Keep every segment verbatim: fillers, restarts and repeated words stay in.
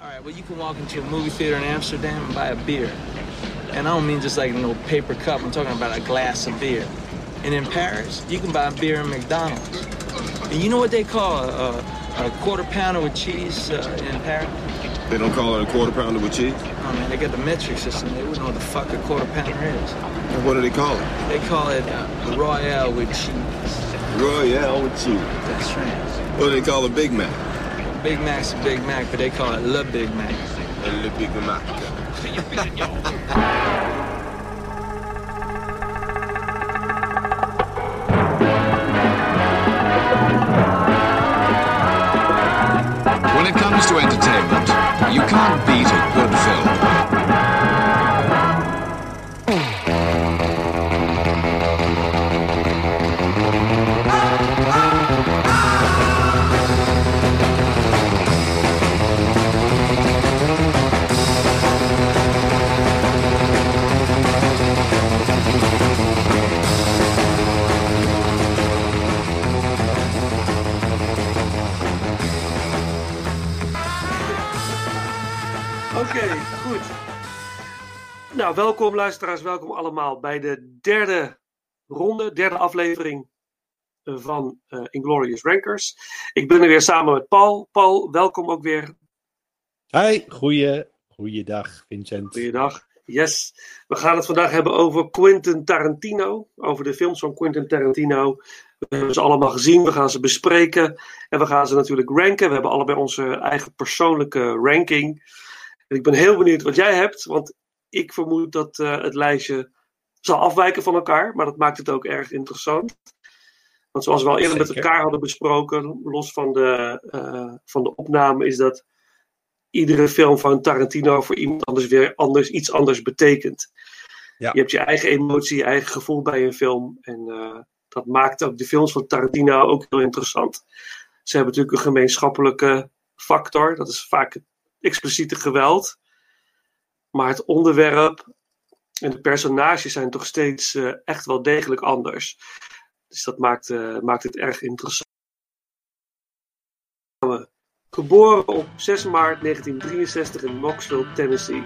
right, well, you can walk into a movie theater in Amsterdam and buy a beer. And I don't mean just like a little paper cup. I'm talking about a glass of beer. And in Paris, you can buy a beer in McDonald's. And you know what they call a, a, a quarter pounder with cheese uh, in Paris? They don't call it a quarter pounder with cheese? Oh, man, they got the metric system. They wouldn't know what the fuck a quarter pounder is. And what do they call it? They call it uh, Royale with cheese. Royale with cheese. That's right. What do they call a Big Mac? Big Mac's a Big Mac, but they call it Le Big Mac. Le Big Mac. When it comes to entertainment, you can't beat a good film. Oké, okay, goed. Nou, welkom luisteraars, welkom allemaal bij de derde ronde, derde aflevering van uh, Inglorious Rankers. Ik ben er weer samen met Paul. Paul, welkom ook weer. Hi, goeie, goeiedag Vincent. Goeiedag, yes. We gaan het vandaag hebben over Quentin Tarantino, over de films van Quentin Tarantino. We hebben ze allemaal gezien, we gaan ze bespreken en we gaan ze natuurlijk ranken. We hebben allebei onze eigen persoonlijke ranking. En ik ben heel benieuwd wat jij hebt, want ik vermoed dat uh, het lijstje zal afwijken van elkaar, maar dat maakt het ook erg interessant. Want zoals we al eerder Zeker. met elkaar hadden besproken, los van de, uh, van de opname, is dat iedere film van Tarantino voor iemand anders weer anders, iets anders betekent. Ja. Je hebt je eigen emotie, je eigen gevoel bij een film en uh, dat maakt ook de films van Tarantino ook heel interessant. Ze hebben natuurlijk een gemeenschappelijke factor, dat is vaak het expliciete geweld. Maar het onderwerp en de personages zijn toch steeds uh, echt wel degelijk anders. Dus dat maakt, uh, maakt het erg interessant. Geboren op zes maart negentien drieënzestig in Knoxville, Tennessee.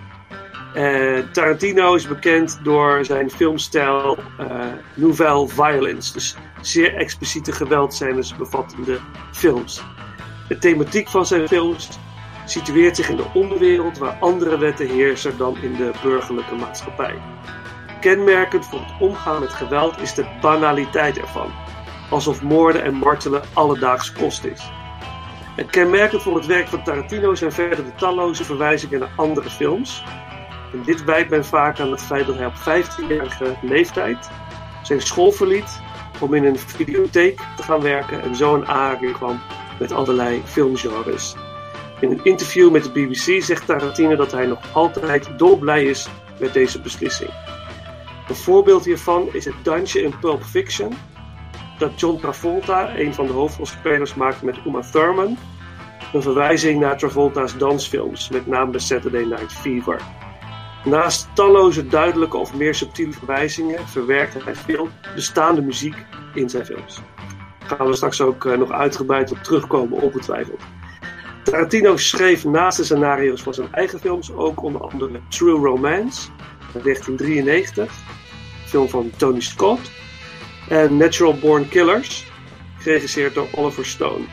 Uh, Tarantino is bekend door zijn filmstijl uh, Nouvelle Violence. Dus zeer expliciete geweldscènes bevattende films. De thematiek van zijn films situeert zich in de onderwereld waar andere wetten heersen dan in de burgerlijke maatschappij. Kenmerkend voor het omgaan met geweld is de banaliteit ervan, alsof moorden en martelen alledaags kost is. En kenmerkend voor het werk van Tarantino zijn verder de talloze verwijzingen naar andere films. En dit wijt men vaak aan het feit dat hij op vijftienjarige leeftijd zijn school verliet om in een videotheek te gaan werken en zo in aanraking kwam met allerlei filmgenres. In een interview met de B B C zegt Tarantino dat hij nog altijd dolblij is met deze beslissing. Een voorbeeld hiervan is het dansje in Pulp Fiction, dat John Travolta, een van de hoofdrolspelers, maakt met Uma Thurman. Een verwijzing naar Travolta's dansfilms, met name Saturday Night Fever. Naast talloze duidelijke of meer subtiele verwijzingen verwerkt hij veel bestaande muziek in zijn films. Daar gaan we straks ook uh, nog uitgebreid op terugkomen, ongetwijfeld. Tarantino schreef naast de scenario's van zijn eigen films ook onder andere True Romance uit negentien drieënnegentig, een film van Tony Scott, en Natural Born Killers, geregisseerd door Oliver Stone.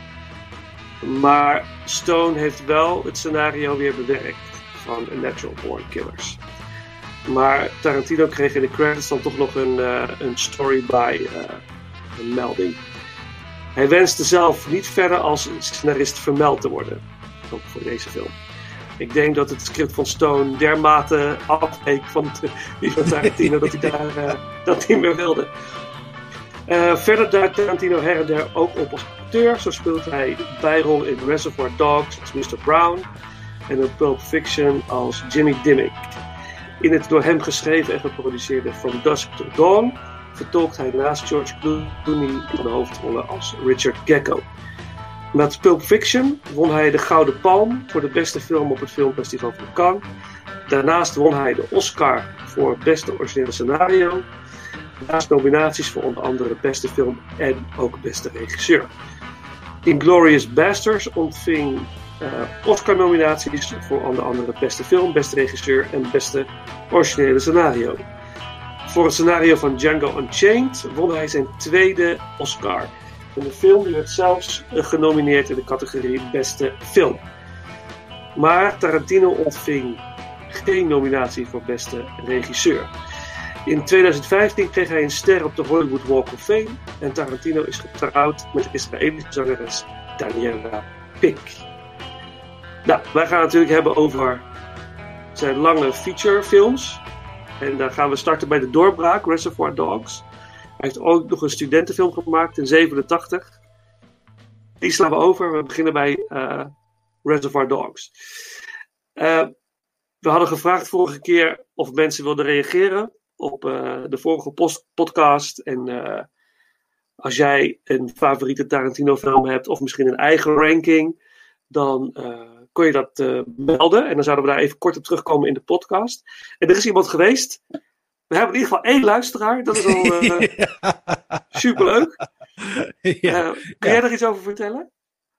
Maar Stone heeft wel het scenario weer bewerkt van Natural Born Killers. Maar Tarantino kreeg in de credits dan toch nog een, uh, een story by uh, een melding. Hij wenste zelf niet verder als scenarist vermeld te worden, ook voor deze film. Ik denk dat het script van Stone dermate afweek van die van Tarantino dat hij daar uh, dat niet meer wilde. Uh, verder duikt Tarantino her en der ook op als acteur. Zo speelt hij bijrol in Reservoir Dogs als mister Brown en in Pulp Fiction als Jimmy Dimmick. In het door hem geschreven en geproduceerde From Dusk Till Dawn vertolkt hij naast George Clooney de hoofdrollen als Richard Gecko. Met Pulp Fiction won hij de Gouden Palm voor de beste film op het filmfestival van Cannes. Daarnaast won hij de Oscar voor het beste originele scenario. Naast nominaties voor onder andere beste film en ook beste regisseur. Inglourious Basterds ontving uh, Oscar-nominaties voor onder andere beste film, beste regisseur en beste originele scenario. Voor het scenario van Django Unchained won hij zijn tweede Oscar. En de film die werd zelfs uh, genomineerd in de categorie beste film. Maar Tarantino ontving geen nominatie voor beste regisseur. In twintig vijftien kreeg hij een ster op de Hollywood Walk of Fame. En Tarantino is getrouwd met de Israëlische zangeres Daniela Pink. Nou, wij gaan het natuurlijk hebben over zijn lange featurefilms. En dan gaan we starten bij de doorbraak, Reservoir Dogs. Hij heeft ook nog een studentenfilm gemaakt in zevenentachtig. Die slaan we over. We beginnen bij uh, Reservoir Dogs. Uh, we hadden gevraagd vorige keer of mensen wilden reageren op uh, de vorige post- podcast. En uh, als jij een favoriete Tarantino film hebt of misschien een eigen ranking, dan uh, kon je dat uh, melden. En dan zouden we daar even kort op terugkomen in de podcast. En er is iemand geweest. We hebben in ieder geval één luisteraar. Dat is al uh, ja. Superleuk. Ja. Uh, kun ja. jij er iets over vertellen?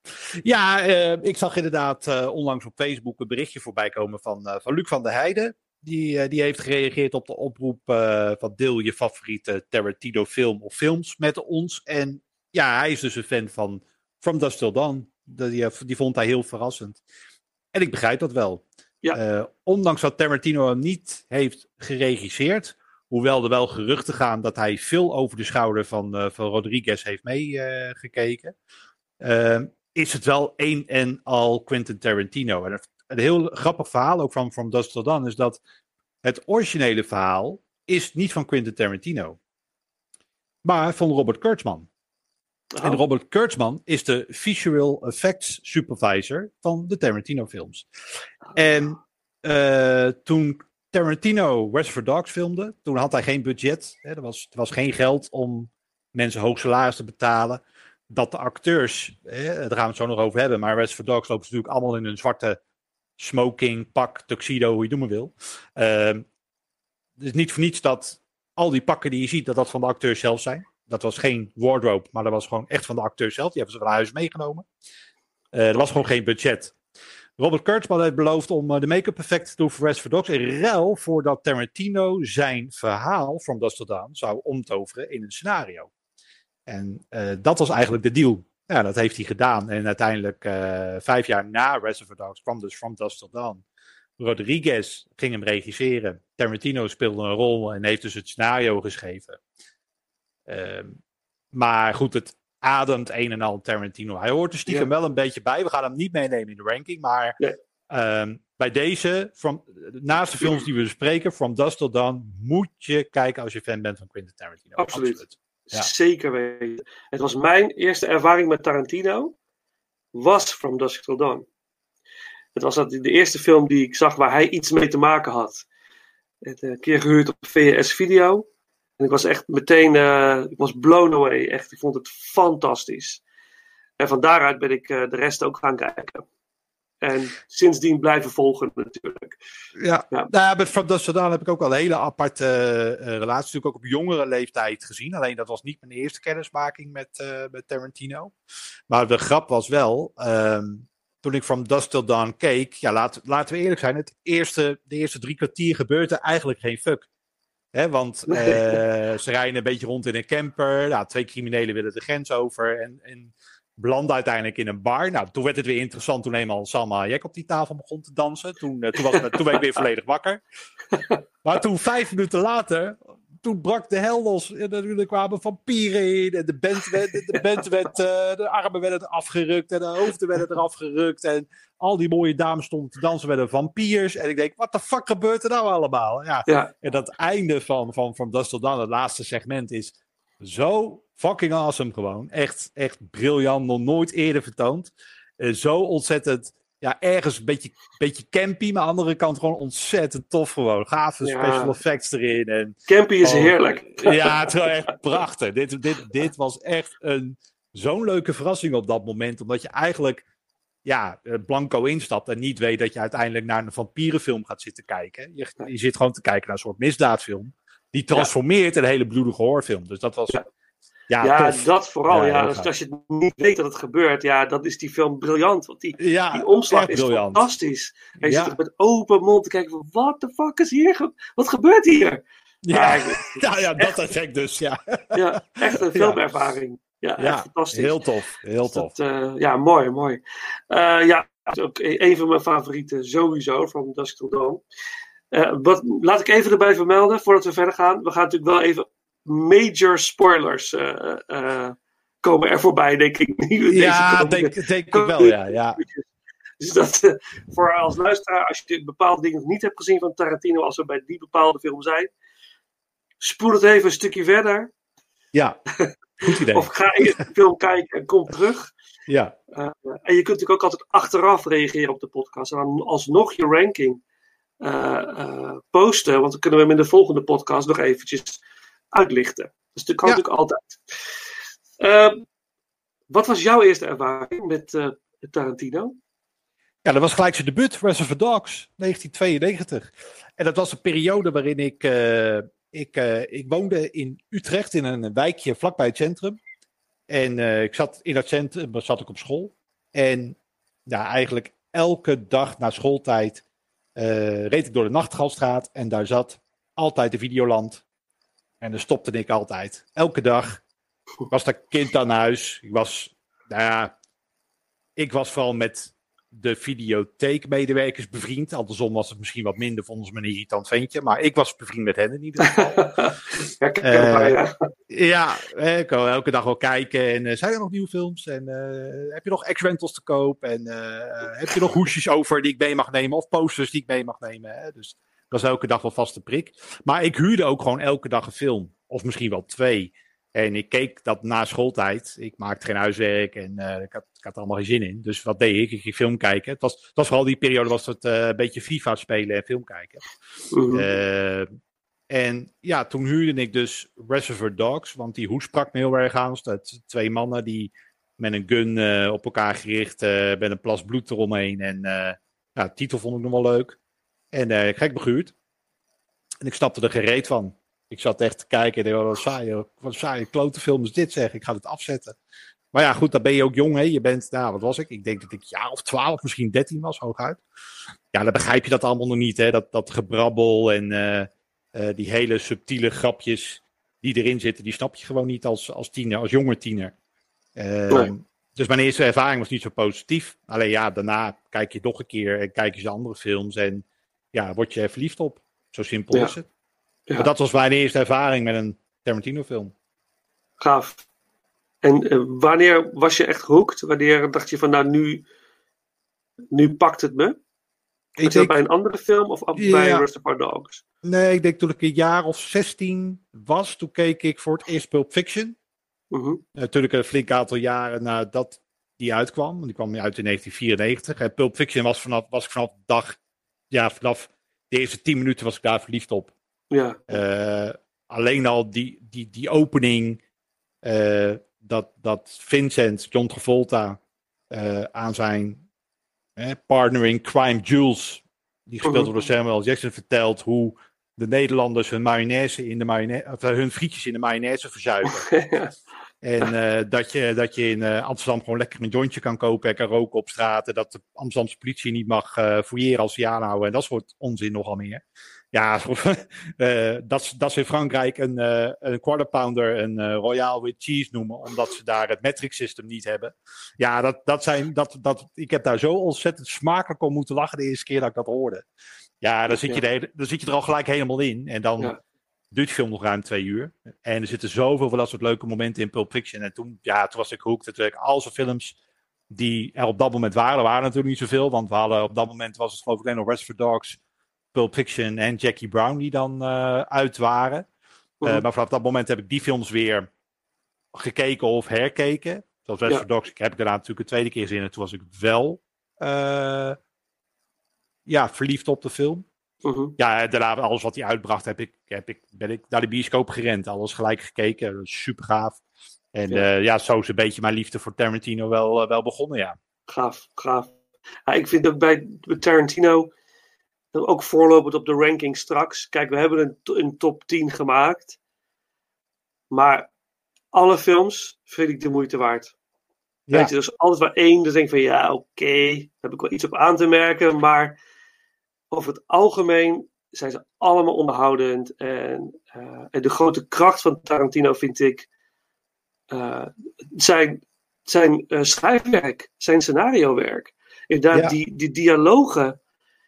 Ja, uh, ik zag inderdaad uh, onlangs op Facebook een berichtje voorbij komen van, uh, van Luc van der Heijden. Die, uh, die heeft gereageerd op de oproep uh, van deel je favoriete Tarantino film of films met ons. En ja, hij is dus een fan van From Dusk Till Dawn. Die, die vond hij heel verrassend. En ik begrijp dat wel. Ja. Uh, ondanks dat Tarantino hem niet heeft geregisseerd, hoewel er wel geruchten gaan dat hij veel over de schouder van, uh, van Rodriguez heeft meegekeken, uh, uh, is het wel een en al Quentin Tarantino. En een heel grappig verhaal ook van From Dusk Till Dawn is dat het originele verhaal is niet van Quentin Tarantino, maar van Robert Kurtzman. Oh. En Robert Kurtzman is de visual effects supervisor van de Tarantino films. Oh. En uh, toen Tarantino Reservoir Dogs filmde, toen had hij geen budget. Hè, er, was, er was geen geld om mensen hoog salaris te betalen. Dat de acteurs, hè, daar gaan we het zo nog over hebben, maar Reservoir Dogs lopen natuurlijk allemaal in een zwarte smoking, pak, tuxedo, hoe je het noemen wil. Uh, het is niet voor niets dat al die pakken die je ziet, dat dat van de acteurs zelf zijn. Dat was geen wardrobe, maar dat was gewoon echt van de acteurs zelf. Die hebben ze van huis meegenomen. Uh, er was gewoon geen budget. Robert Kurtzman heeft beloofd om uh, de make-up effecten te doen voor Reservoir Dogs. In ruil voordat Tarantino zijn verhaal From Dusk Till Dawn zou omtoveren in een scenario. En uh, dat was eigenlijk de deal. Ja, dat heeft hij gedaan. En uiteindelijk, uh, vijf jaar na Reservoir Dogs, kwam dus From Dusk Till Dawn. Rodriguez ging hem regisseren. Tarantino speelde een rol en heeft dus het scenario geschreven. Uh, maar goed, het ademt een en al Tarantino. Hij hoort er stiekem ja. wel een beetje bij. We gaan hem niet meenemen in de ranking. Maar nee. uh, bij deze, from, naast de films die we bespreken, From Dusk Till Dawn, moet je kijken als je fan bent van Quentin Tarantino. Absoluut. Absoluut. Ja. Zeker weten. Het was mijn eerste ervaring met Tarantino. Was From Dusk Till Dawn. Het was de eerste film die ik zag waar hij iets mee te maken had. Het een keer gehuurd op V H S-video. En ik was echt meteen, uh, ik was blown away. Echt, ik vond het fantastisch. En van daaruit ben ik uh, de rest ook gaan kijken. En sindsdien blijven volgen natuurlijk. Ja, ja. Nou, met From Dusk Till Dawn heb ik ook wel een hele aparte uh, relatie. Natuurlijk ook op jongere leeftijd gezien. Alleen dat was niet mijn eerste kennismaking met, uh, met Tarantino. Maar de grap was wel, um, toen ik From Dusk Till Dawn keek, ja, laat, laten we eerlijk zijn, het eerste, de eerste drie kwartier gebeurt er eigenlijk geen fuck. He, want uh, ze rijden een beetje rond in een camper. Nou, twee criminelen willen de grens over. En, en belanden uiteindelijk in een bar. Nou, toen werd het weer interessant toen eenmaal Salma Hayek op die tafel begon te dansen. Toen, uh, toen, was het, toen werd ik weer volledig wakker. Maar toen, vijf minuten later, toen brak de hel los. En er kwamen vampieren in. En de band werd, de, band werd uh, de armen werden afgerukt. En de hoofden werden eraf gerukt. En al die mooie dames stonden te dansen met de vampiers. En ik denk, wat de fuck gebeurt er nou allemaal? Ja. Ja. En dat einde van, van, van Dusk Till Dawn, het laatste segment, is zo fucking awesome gewoon. Echt, echt briljant. Nog nooit eerder vertoond. Uh, zo ontzettend, ja, ergens een beetje, beetje campy. Maar aan de andere kant gewoon ontzettend tof gewoon. Gave ja. special effects erin. En campy is gewoon heerlijk. Ja, het is echt prachtig. Dit, dit, dit was echt een, zo'n leuke verrassing op dat moment. Omdat je eigenlijk, ja, blanco instapt en niet weet dat je uiteindelijk naar een vampierenfilm gaat zitten kijken. Je, je zit gewoon te kijken naar een soort misdaadfilm. Die transformeert ja. in een hele bloedige horrorfilm. Dus dat was, ja. Ja, Ja, tof. dat vooral. Ja, Ja, heel dus gaaf. als je het niet weet dat het gebeurt, ja, dan is die film briljant. Want die, Ja, die omslag echt is briljant. fantastisch. En je Ja. zit er met open mond te kijken van, what the fuck is hier? ge- Wat gebeurt hier? Ja, Ja, ik- ja, ja dat effect dus, ja. Ja, echt een filmervaring. Ja, echt Ja, fantastisch. heel tof. Heel Dus tof. dat, eh, ja, mooi, mooi. Eh, ja, dat is ook een van mijn favorieten sowieso, van Dusk Till Dawn. Eh, wat, laat ik even erbij vermelden, voordat we verder gaan. We gaan natuurlijk wel even major spoilers eh, eh, komen er voorbij, denk ik. Deze Ja, komende- denk, denk ik wel, ja. ja. Dus dat eh, voor als luisteraar, als je bepaalde dingen niet hebt gezien van Tarantino, als we bij die bepaalde film zijn, spoel het even een stukje verder. Ja, goed idee. Of ga eerst de film kijken en kom terug. Ja, Uh, en je kunt natuurlijk ook altijd achteraf reageren op de podcast. En dan alsnog je ranking uh, uh, posten. Want dan kunnen we hem in de volgende podcast nog eventjes uitlichten. Dus dat kan Ja. natuurlijk altijd. Uh, wat was jouw eerste ervaring met uh, Tarantino? ja, dat was gelijk zijn debuut, Reservoir Dogs, negentien tweeënnegentig. En dat was een periode waarin ik... Uh, ik, uh, ik woonde in Utrecht, in een wijkje vlakbij het centrum. En uh, ik zat in dat centrum, zat ik op school. En ja, eigenlijk elke dag na schooltijd uh, reed ik door de Nachtgalstraat. En daar zat altijd de Videoland. En daar stopte ik altijd. Elke dag. Ik was dat kind aan huis. Ik was, nou ja, ik was vooral met de videotheekmedewerkers bevriend. Andersom was het misschien wat minder, vonden ze me een irritant ventje. Maar ik was bevriend met hen in ieder geval. Herkenbaar, uh, ja. Ja, ik kan elke dag wel kijken. En uh, zijn er nog nieuwe films? En uh, heb je nog X-Rentals te koop? En uh, heb je nog hoesjes over die ik mee mag nemen? Of posters die ik mee mag nemen? Hè? Dus dat was elke dag wel vaste prik. Maar ik huurde ook gewoon elke dag een film. Of misschien wel twee. En ik keek dat na schooltijd. Ik maakte geen huiswerk en uh, ik, had, ik had er allemaal geen zin in. Dus wat deed ik? Ik ging film kijken. Het was, het was vooral die periode was het uh, een beetje FIFA spelen en film kijken. Mm-hmm. Uh, en ja, toen huurde ik dus Reservoir Dogs. Want die hoes sprak me heel erg aan. Dus twee mannen die met een gun uh, op elkaar gericht. Uh, met een plas bloed eromheen. En uh, ja, de titel vond ik nog wel leuk. En uh, ik heb gehuurd. En ik snapte er gereed van. Ik zat echt te kijken en dacht, wat saaie, wat saaie klote film is dit zeg. Ik ga het afzetten. Maar ja, goed, dan ben je ook jong, hè. Je bent, nou, wat was ik? Ik denk dat ik jaar of twaalf, misschien dertien was, hooguit. Ja, dan begrijp je dat allemaal nog niet, hè. Dat, dat gebrabbel en uh, uh, die hele subtiele grapjes die erin zitten, die snap je gewoon niet als, als tiener, als jonge tiener. Uh, nee. Dus mijn eerste ervaring was niet zo positief. Alleen ja, daarna kijk je nog een keer en kijk je de andere films en ja, word je er verliefd op. Zo simpel ja. is het. Ja. Maar dat was mijn eerste ervaring met een Tarantino-film. Gaaf. En uh, wanneer was je echt hooked? Wanneer dacht je van, nou, nu, nu pakt het me? Was je dat bij een andere film of ja. bij Reservoir Dogs? Nee, ik denk toen ik een jaar of zestien was, toen keek ik voor het eerst Pulp Fiction. Uh-huh. Natuurlijk een flink aantal jaren nadat die uitkwam. Want die kwam uit in negentien vierennegentig. En Pulp Fiction was, vanaf, was ik vanaf de dag, ja, vanaf de eerste tien minuten was ik daar verliefd op. Ja. Uh, alleen al die, die, die opening, uh, dat, dat Vincent, John Travolta, uh, aan zijn eh, partner in crime, Jules, die gespeeld wordt door Samuel Jackson, vertelt hoe de Nederlanders hun mayonaise in de mayonaise, of hun frietjes in de mayonaise verzuipen. Ja. En uh, dat, je, dat je in uh, Amsterdam gewoon lekker een jointje kan kopen en kan roken op straat. En dat de Amsterdamse politie niet mag uh, fouilleren als ze je aanhouden. En dat soort onzin nogal meer. Ja, uh, dat, dat ze in Frankrijk een, uh, een quarter pounder een uh, Royale with cheese noemen, omdat ze daar het metric system niet hebben. Ja, dat, dat zijn, dat, dat, ik heb daar zo ontzettend smakelijk om moeten lachen de eerste keer dat ik dat hoorde. Ja, dan zit je, de, dan zit je er al gelijk helemaal in. En dan ja. duurt de film nog ruim twee uur. En er zitten zoveel van dat soort leuke momenten in Pulp Fiction. En toen, ja, toen was ik hooked. Toen al zijn films die er op dat moment waren, er waren natuurlijk niet zoveel, want we hadden op dat moment was het geloof ik alleen nog Reservoir Dogs, Pulp Fiction en Jackie Brown die dan uh, uit waren. Uh, uh, maar vanaf dat moment heb ik die films weer gekeken of herkeken. Zoals Reservoir ja. Dogs heb ik daarna natuurlijk een tweede keer gezien en toen was ik wel uh, ja, verliefd op de film. Uh-huh. Ja, daarna alles wat hij uitbracht heb ik, heb ik, ben ik naar de bioscoop gerend. Alles gelijk gekeken, super gaaf. En ja, uh, ja zo is een beetje mijn liefde voor Tarantino wel, uh, wel begonnen, ja. Gaaf, gaaf. Ja, ik vind ook bij Tarantino, ook voorlopend op de ranking straks. Kijk, we hebben een, een top tien gemaakt. Maar alle films vind ik de moeite waard. Ja. Weet je, er is altijd wel één, dan denk ik van ja, oké, okay, daar heb ik wel iets op aan te merken, maar over het algemeen zijn ze allemaal onderhoudend. En, uh, en de grote kracht van Tarantino vind ik uh, zijn, zijn uh, schrijfwerk, zijn scenariowerk. Inderdaad, ja. die, die dialogen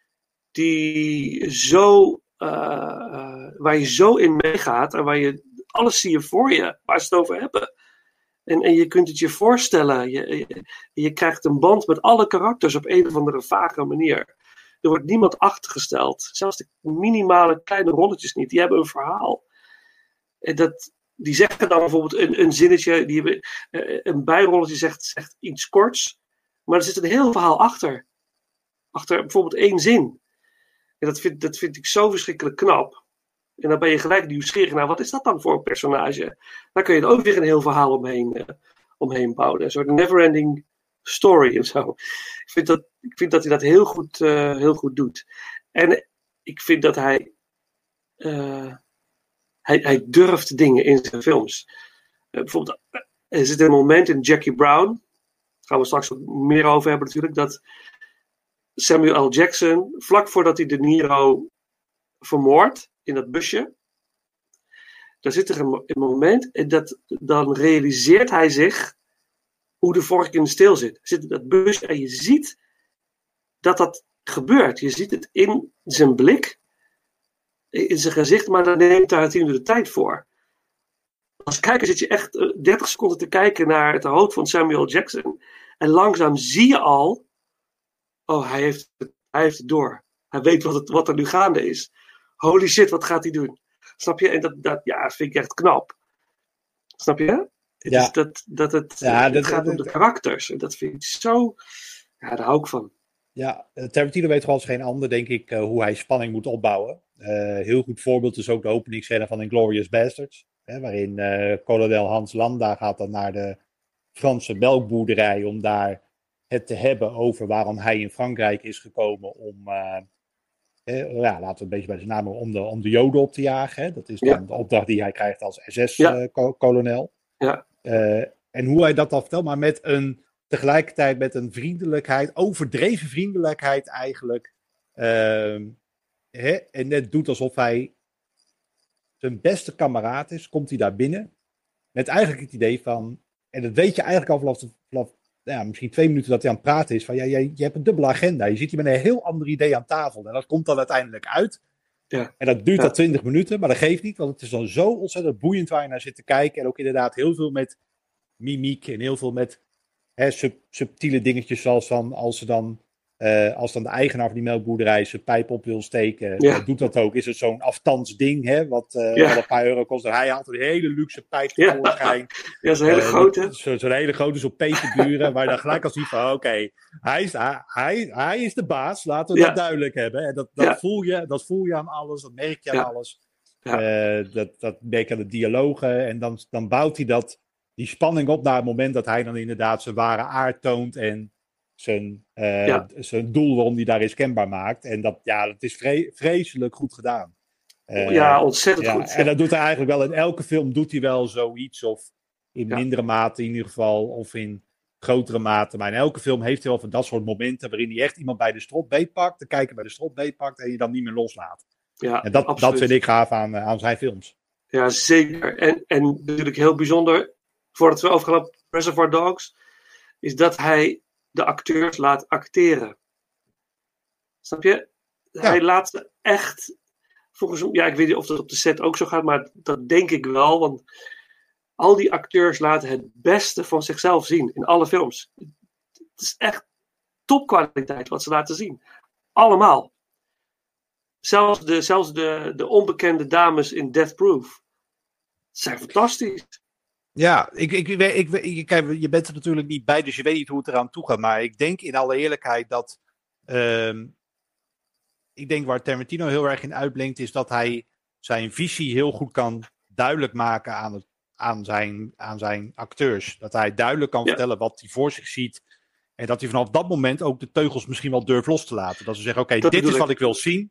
die zo, uh, uh, waar je zo in meegaat en waar je alles zie je voor je, waar ze het over hebben. En, en je kunt het je voorstellen. Je, je, je krijgt een band met alle karakters op een of andere vage manier. Er wordt niemand achtergesteld. Zelfs de minimale kleine rolletjes niet. Die hebben een verhaal. En dat, die zeggen dan bijvoorbeeld een, een zinnetje. Die hebben, een bijrolletje zegt, zegt iets korts. Maar er zit een heel verhaal achter. Achter bijvoorbeeld één zin. En dat vind, dat vind ik zo verschrikkelijk knap. En dan ben je gelijk nieuwsgierig naar, wat is dat dan voor een personage? Daar kun je er ook weer een heel verhaal omheen, uh, omheen bouwen. Een soort never-ending story of zo. Ik vind dat, ik vind dat hij dat heel goed, uh, heel goed doet. En ik vind dat hij, uh, hij, hij durft dingen in zijn films. Uh, bijvoorbeeld, uh, er zit een moment in Jackie Brown, daar gaan we straks wat meer over hebben natuurlijk, dat Samuel L. Jackson, vlak voordat hij De Niro vermoordt, in dat busje, daar zit er een, een moment en dat, dan realiseert hij zich hoe de vork in de steel zit. Zit in dat busje en je ziet dat dat gebeurt. Je ziet het in zijn blik, in zijn gezicht, maar daar neemt Tarantino de tijd voor. Als kijker zit je echt dertig seconden te kijken naar het hoofd van Samuel Jackson en langzaam zie je al, oh, hij heeft het, hij heeft het door. Hij weet wat, het, wat er nu gaande is. Holy shit, wat gaat hij doen? Snap je? En dat, dat, ja, dat vind ik echt knap. Snap je? Ja. Dus dat, dat het, ja, het dat, gaat dat, om de karakters. En dat vind ik zo... Ja, daar hou ik van. Ja, Tarantino weet gewoon als geen ander, denk ik, uh, hoe hij spanning moet opbouwen. Uh, heel goed voorbeeld is ook de openingsscène van Inglourious Basterds. Hè, waarin uh, kolonel Hans Landa gaat dan naar de Franse melkboerderij om daar het te hebben over waarom hij in Frankrijk is gekomen om... Uh, Eh, ja, laten we een beetje bij zijn naam om de, om de Joden op te jagen. Hè. Dat is dan ja. de opdracht die hij krijgt als S S-kolonel. Ja. Uh, uh, en hoe hij dat dan vertelt, maar met een tegelijkertijd met een vriendelijkheid, overdreven vriendelijkheid eigenlijk. Uh, hè, en net doet alsof hij zijn beste kameraad is, komt hij daar binnen. Met eigenlijk het idee van, en dat weet je eigenlijk al vanaf, vanaf ja, misschien twee minuten dat hij aan het praten is, van ja, je, je hebt een dubbele agenda. Je zit hier met een heel ander idee aan tafel. En dat komt dan uiteindelijk uit. Ja. En dat duurt ja. al twintig minuten, maar dat geeft niet, want het is dan zo ontzettend boeiend waar je naar zit te kijken. En ook inderdaad heel veel met mimiek en heel veel met hè, sub, subtiele dingetjes, zoals dan als ze dan, uh, als dan de eigenaar van die melkboerderij zijn pijp op wil steken, ja. uh, doet dat ook. Is het zo'n afstands ding, hè, wat, uh, ja. wat een paar euro kost. En hij haalt een hele luxe pijp tevoorschijn. Ja, ja zo'n hele uh, grote. Zo'n zo hele grote, zo'n peperduren, waar je dan gelijk al ziet van, oké, okay, hij, is, hij, hij is de baas, laten we ja. dat duidelijk hebben. En dat, dat, ja. voel je, dat voel je aan alles, dat merk je aan ja. alles. Ja. Uh, dat, dat merk je aan de dialogen. En dan, dan bouwt hij dat, die spanning op naar het moment dat hij dan inderdaad zijn ware aard toont en zijn, uh, ja. zijn doel waarom hij daar is kenbaar maakt. En dat, ja, dat is vre- vreselijk goed gedaan. Uh, ja, ontzettend ja, goed. En dat doet hij eigenlijk wel. In elke film doet hij wel zoiets. Of in ja. mindere mate in ieder geval. Of in grotere mate. Maar in elke film heeft hij wel van dat soort momenten waarin hij echt iemand bij de strot beetpakt. De kijker bij de strot beetpakt en je dan niet meer loslaat. Ja, en dat, dat vind ik gaaf aan, aan zijn films. Ja, zeker. En, en natuurlijk heel bijzonder, voordat we overgaan op Reservoir Dogs, is dat hij de acteurs laat acteren. Snap je? Ja. Hij laat ze echt, volgens ja, ik weet niet of dat op de set ook zo gaat, maar dat denk ik wel, want al die acteurs laten het beste van zichzelf zien in alle films. Het is echt topkwaliteit wat ze laten zien. Allemaal. Zelfs de, zelfs de, de onbekende dames in Death Proof zijn fantastisch. Ja, ik, ik, ik, ik, ik, kijk, je bent er natuurlijk niet bij, dus je weet niet hoe het eraan toe gaat. Maar ik denk in alle eerlijkheid dat... Um, ik denk waar Tarantino heel erg in uitblinkt, is dat hij zijn visie heel goed kan duidelijk maken aan, het, aan, zijn, aan zijn acteurs. Dat hij duidelijk kan ja. vertellen wat hij voor zich ziet. En dat hij vanaf dat moment ook de teugels misschien wel durft los te laten. Dat ze zeggen, oké, okay, dit is ik. wat ik wil zien.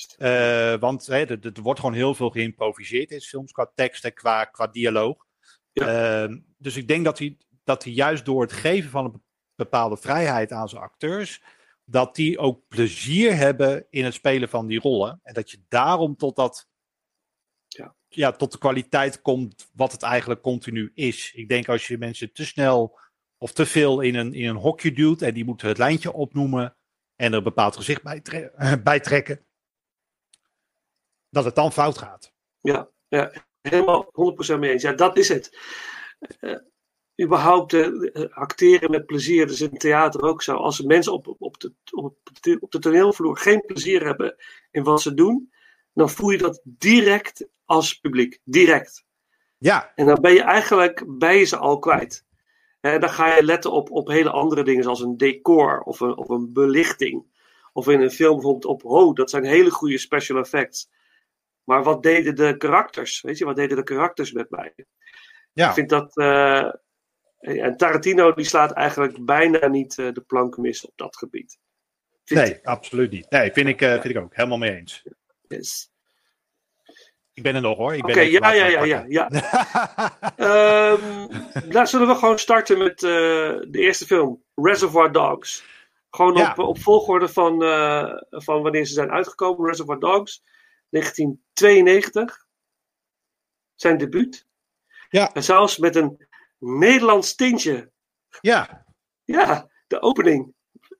Uh, want hey, er, er wordt gewoon heel veel geïmproviseerd in films qua tekst en qua, qua dialoog. Ja. Uh, dus ik denk dat hij, dat hij juist door het geven van een bepaalde vrijheid aan zijn acteurs, dat die ook plezier hebben in het spelen van die rollen. En dat je daarom tot dat, ja. Ja, tot de kwaliteit komt wat het eigenlijk continu is. Ik denk als je mensen te snel of te veel in een, in een hokje duwt en die moeten het lijntje opnoemen en er een bepaald gezicht bij, tre- bij trekken, dat het dan fout gaat. Ja, ja, helemaal honderd procent mee eens. Ja, dat is het. Uh, überhaupt uh, acteren met plezier, dus in het theater ook zo. Als mensen op, op, de, op, de, op de toneelvloer geen plezier hebben in wat ze doen, dan voel je dat direct als publiek. Direct. Ja. En dan ben je eigenlijk bij je ze al kwijt. En dan ga je letten op, op hele andere dingen, zoals een decor of een, of een belichting. Of in een film bijvoorbeeld op, oh, dat zijn hele goede special effects. Maar wat deden de karakters? Weet je, wat deden de karakters met mij? Ja. Ik vind dat... Uh, en Tarantino die slaat eigenlijk bijna niet uh, de planken mis op dat gebied. Vind nee, ik. Absoluut niet. Nee, vind ik, uh, vind ik ook. Helemaal mee eens. Yes. Ik ben er nog hoor. Oké, okay, ja, ja, ja, ja, ja. um, nou, zullen we gewoon starten met uh, de eerste film. Reservoir Dogs. Gewoon ja. op, op volgorde van, uh, van wanneer ze zijn uitgekomen. Reservoir Dogs. negentien tweeënnegentig. Zijn debuut. Ja. En zelfs met een Nederlands tintje. Ja. Ja, de opening.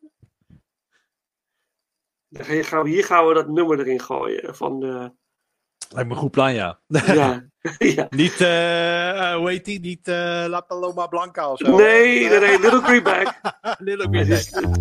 Dan gaan we, hier gaan we dat nummer erin gooien. Van de... Lijkt me een goed plan, ja. Ja. ja. Niet, uh, hoe heet die? Niet uh, La Paloma Blanca of zo? Nee, nee, nee. Little Greenback. Little Greenback.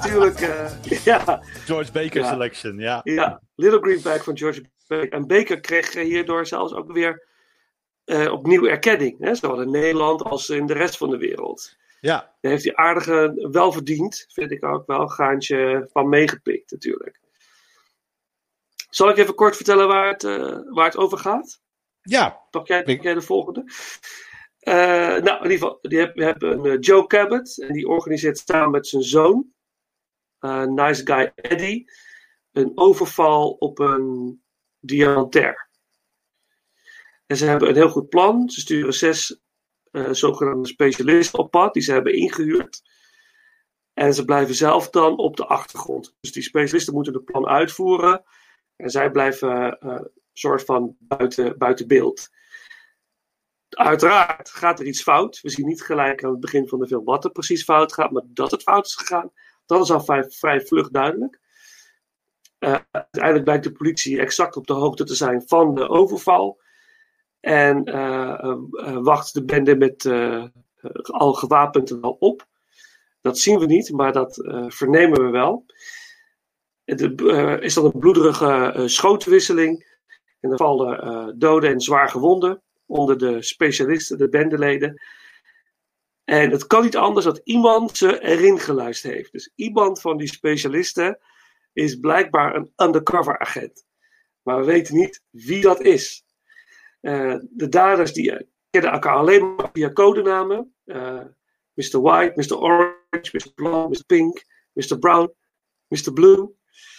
natuurlijk, uh, ja. George Baker Ja. Selection, ja. Ja, Little Green Bag van George Baker. En Baker kreeg hierdoor zelfs ook weer uh, opnieuw erkenning. Hè? Zowel in Nederland als in de rest van de wereld. Ja, Daar heeft hij aardige, wel verdiend, vind ik ook wel, een graantje van meegepikt natuurlijk. Zal ik even kort vertellen waar het, uh, waar het over gaat? ja. Pak jij, pak jij de volgende? Uh, nou, in ieder geval, die heb, we hebben een uh, Joe Cabot. En die organiseert samen met zijn zoon, uh, Nice Guy Eddie, een overval op een diamantair. En ze hebben een heel goed plan. Ze sturen zes uh, zogenaamde specialisten op pad, die ze hebben ingehuurd. En ze blijven zelf dan op de achtergrond. Dus die specialisten moeten het plan uitvoeren. En zij blijven uh, soort van buiten, buiten beeld. Uiteraard gaat er iets fout. We zien niet gelijk aan het begin van de film wat er precies fout gaat. Maar dat het fout is gegaan, dat is al vrij, vrij vlug duidelijk. Uh, uiteindelijk blijkt de politie exact op de hoogte te zijn van de overval. En uh, uh, uh, wacht de bende met uh, uh, al gewapend er al op. Dat zien we niet, maar dat uh, vernemen we wel. Er uh, is dan een bloederige uh, schotenwisseling. En er vallen uh, doden en zwaar gewonden onder de specialisten, de bendeleden. En het kan niet anders dat iemand ze erin geluisterd heeft. Dus iemand van die specialisten is blijkbaar een undercover agent. Maar we weten niet wie dat is. Uh, de daders die uh, kennen elkaar alleen maar via codenamen. Uh, mister White, mister Orange, mister Blauw, mister Pink, mister Brown, mister Blue.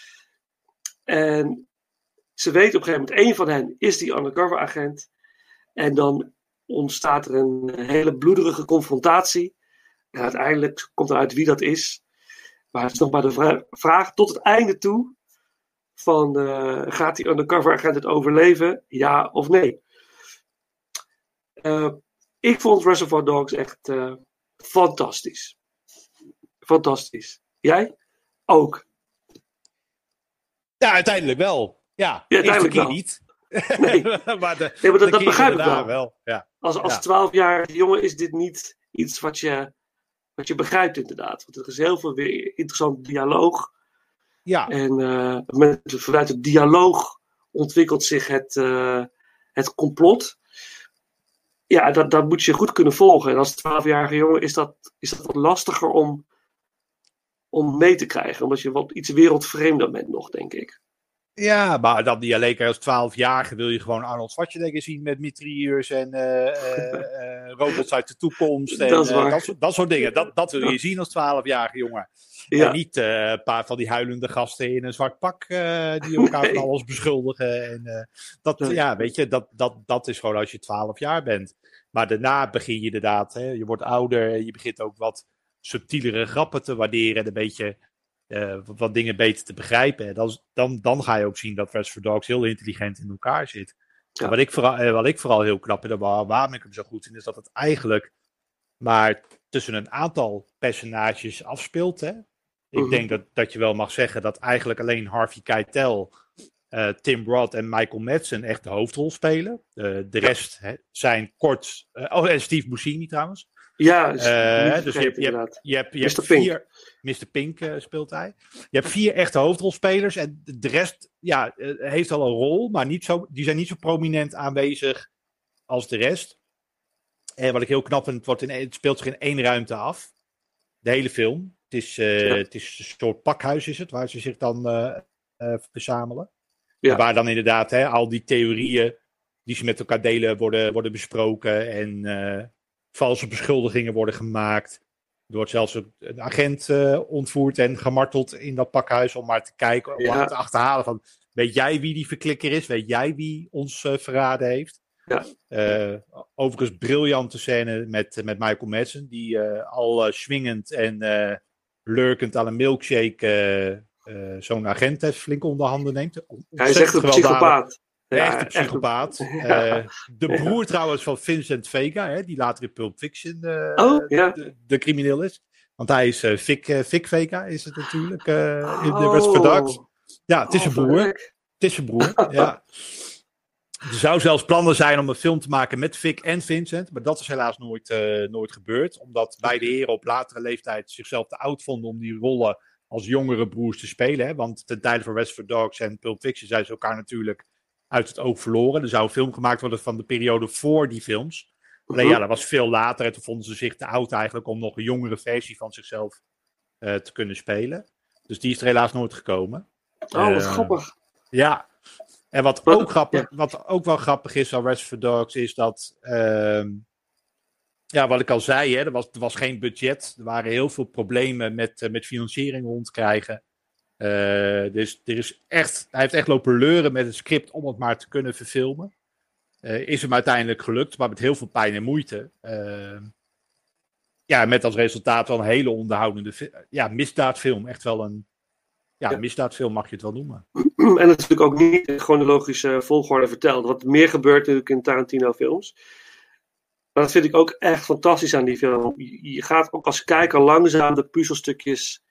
En ze weten op een gegeven moment, één van hen is die undercover agent. En dan ontstaat er een hele bloederige confrontatie. En uiteindelijk komt eruit wie dat is. Maar het is nog maar de vra- vraag tot het einde toe. Van, uh, gaat die undercover agent het overleven? Ja of nee? Uh, ik vond Reservoir Dogs echt uh, fantastisch. Fantastisch. Jij? Ook. Ja, uiteindelijk wel. Ja, ja uiteindelijk keer wel. niet. Nee, maar de, nee, maar dat, de dat begrijp ik wel. wel. Ja. Als, als Ja. twaalfjarige jongen is dit niet iets wat je, wat je begrijpt inderdaad. Want er is heel veel weer interessant dialoog. Ja. En uh, met, vanuit het dialoog ontwikkelt zich het, uh, het complot. Ja, dat, dat moet je goed kunnen volgen. En als twaalfjarige jongen is dat, is dat wat lastiger om, om mee te krijgen. Omdat je wat iets wereldvreemder bent nog, denk ik. Ja, maar dan niet alleen als twaalfjarige wil je gewoon Arnold Schwarzenegger zien met mitrailleurs en uh, uh, uh, robots uit de toekomst. En, dat, is waar. uh, dat, soort, dat soort dingen. Dat, dat wil je zien als twaalfjarige jongen. Ja. En niet uh, een paar van die huilende gasten in een zwart pak uh, die elkaar Nee. van alles beschuldigen. En, uh, dat, Nee. ja, weet je, dat, dat, dat is gewoon als je twaalf jaar bent. Maar daarna begin je inderdaad, hè, je wordt ouder en je begint ook wat subtielere grappen te waarderen en een beetje uh, wat dingen beter te begrijpen. En dan, dan, dan ga je ook zien dat Reservoir Dogs heel intelligent in elkaar zit. Ja. En wat, ik vooral, uh, wat ik vooral heel knap vind, en waar, waarom ik hem zo goed vind, is dat het eigenlijk maar tussen een aantal personages afspeelt. Hè? Ik Mhm. denk dat, dat je wel mag zeggen dat eigenlijk alleen Harvey Keitel, uh, Tim Roth en Michael Madsen echt de hoofdrol spelen. Uh, de rest hè, zijn kort... Uh, oh, en Steve Buscemi trouwens. Ja, dus, Uh, niet dus je vergeten, hebt, je hebt, inderdaad. je hebt, je mister hebt Pink. vier... mister Pink uh, speelt hij. Je hebt vier echte hoofdrolspelers en de rest ja, uh, heeft al een rol, maar niet zo, die zijn niet zo prominent aanwezig als de rest. En wat ik heel knap vind, het, wordt in, het speelt zich in één ruimte af. De hele film. Het is, uh, Ja. het is een soort pakhuis is het, waar ze zich dan uh, uh, verzamelen. Ja. Waar dan inderdaad hè, al die theorieën die ze met elkaar delen worden, worden besproken en uh, valse beschuldigingen worden gemaakt. Er wordt zelfs een, een agent uh, ontvoerd en gemarteld in dat pakhuis om maar te kijken, om Ja. maar te achterhalen van, weet jij wie die verklikker is? Weet jij wie ons uh, verraden heeft? Ja. Uh, overigens briljante scène met, met Michael Madsen, die uh, al uh, swingend en uh, lurkend aan een milkshake uh, uh, zo'n agent even flink onder handen neemt. Hij is echt een psychopaat. Ja, Ja, echt een psychopaat. Ja. Uh, de broer trouwens van Vincent Vega, hè, die later in Pulp Fiction uh, Oh, ja. de, de crimineel is. Want hij is uh, Vic, uh, Vic Vega, is het natuurlijk, uh, in de Oh. Reservoir Dogs. Ja, het is Oh, een broer. verrek. Het is zijn broer, ja. Er zou zelfs plannen zijn om een film te maken met Vic en Vincent. Maar dat is helaas nooit, uh, nooit gebeurd. Omdat beide heren op latere leeftijd zichzelf te oud vonden om die rollen als jongere broers te spelen. Hè? Want ten tijde van Reservoir Dogs en Pulp Fiction zijn ze elkaar natuurlijk uit het oog verloren. Er zou een film gemaakt worden van de periode voor die films. Alleen ja, dat was veel later. En toen vonden ze zich te oud eigenlijk om nog een jongere versie van zichzelf uh, te kunnen spelen. Dus die is er helaas nooit gekomen. Oh, wat uh, grappig. Ja. En wat wat, ook, grappig, ja. wat ook wel grappig is aan Reservoir Dogs is dat... Uh, ja, wat ik al zei, hè, er, was, er was geen budget. Er waren heel veel problemen met, uh, met financiering rond te krijgen. Uh, dus er is echt, hij heeft echt lopen leuren met het script om het maar te kunnen verfilmen. Uh, is hem uiteindelijk gelukt, maar met heel veel pijn en moeite. Uh, ja, met als resultaat wel een hele onderhoudende fi- ja, misdaadfilm. Echt wel een ja, Ja. misdaadfilm mag je het wel noemen. En natuurlijk ook niet in chronologische volgorde verteld. Wat meer gebeurt natuurlijk in Tarantino films. Maar dat vind ik ook echt fantastisch aan die film. Je, je gaat ook als kijker langzaam de puzzelstukjes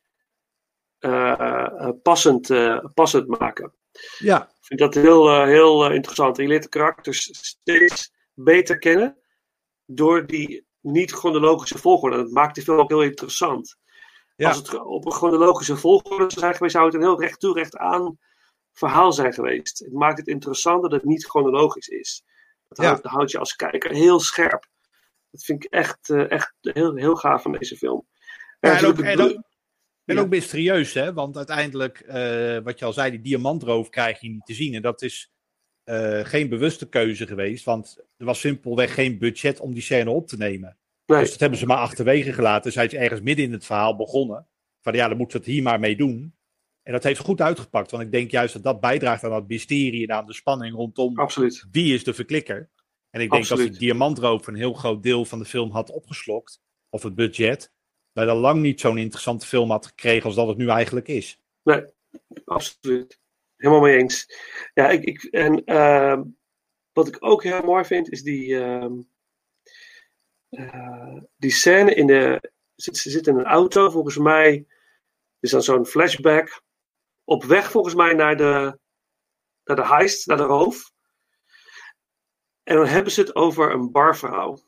uh, uh, passend, uh, passend maken. Ja. Ik vind dat heel, uh, heel uh, interessant. En je leert de karakters steeds beter kennen door die niet chronologische volgorde. Dat maakt die film ook heel interessant. Ja. Als het op een chronologische volgorde zou zijn geweest, zou het een heel recht toe recht aan verhaal zijn geweest. Het maakt het interessant dat het niet chronologisch is. Dat Ja. houdt, houdt je als kijker heel scherp. Dat vind ik echt, uh, echt heel, heel gaaf van deze film. Ja, en, ook, natuurlijk en, de- ook, en Ja. ook mysterieus, hè? Want uiteindelijk, uh, wat je al zei, die diamantroof krijg je niet te zien. En dat is uh, geen bewuste keuze geweest, want er was simpelweg geen budget om die scène op te nemen. Nee, Dus dat hebben ze maar achterwege gelaten. Zijn ze ergens midden in het verhaal begonnen. Van ja, dan moeten we het hier maar mee doen. En dat heeft goed uitgepakt, want ik denk juist dat dat bijdraagt aan dat mysterie en aan de spanning rondom absoluut. wie is de verklikker. En ik denk dat Absoluut. die diamantroof een heel groot deel van de film had opgeslokt, of het budget, dat je dan lang niet zo'n interessante film had gekregen als dat het nu eigenlijk is. Nee, absoluut. Helemaal mee eens. Ja, ik, ik, en uh, wat ik ook heel mooi vind, is die, uh, uh, die scène in de... Ze zit in een auto, volgens mij is dan zo'n flashback. Op weg volgens mij naar de, naar de heist, naar de roof. En dan hebben ze het over een barvrouw.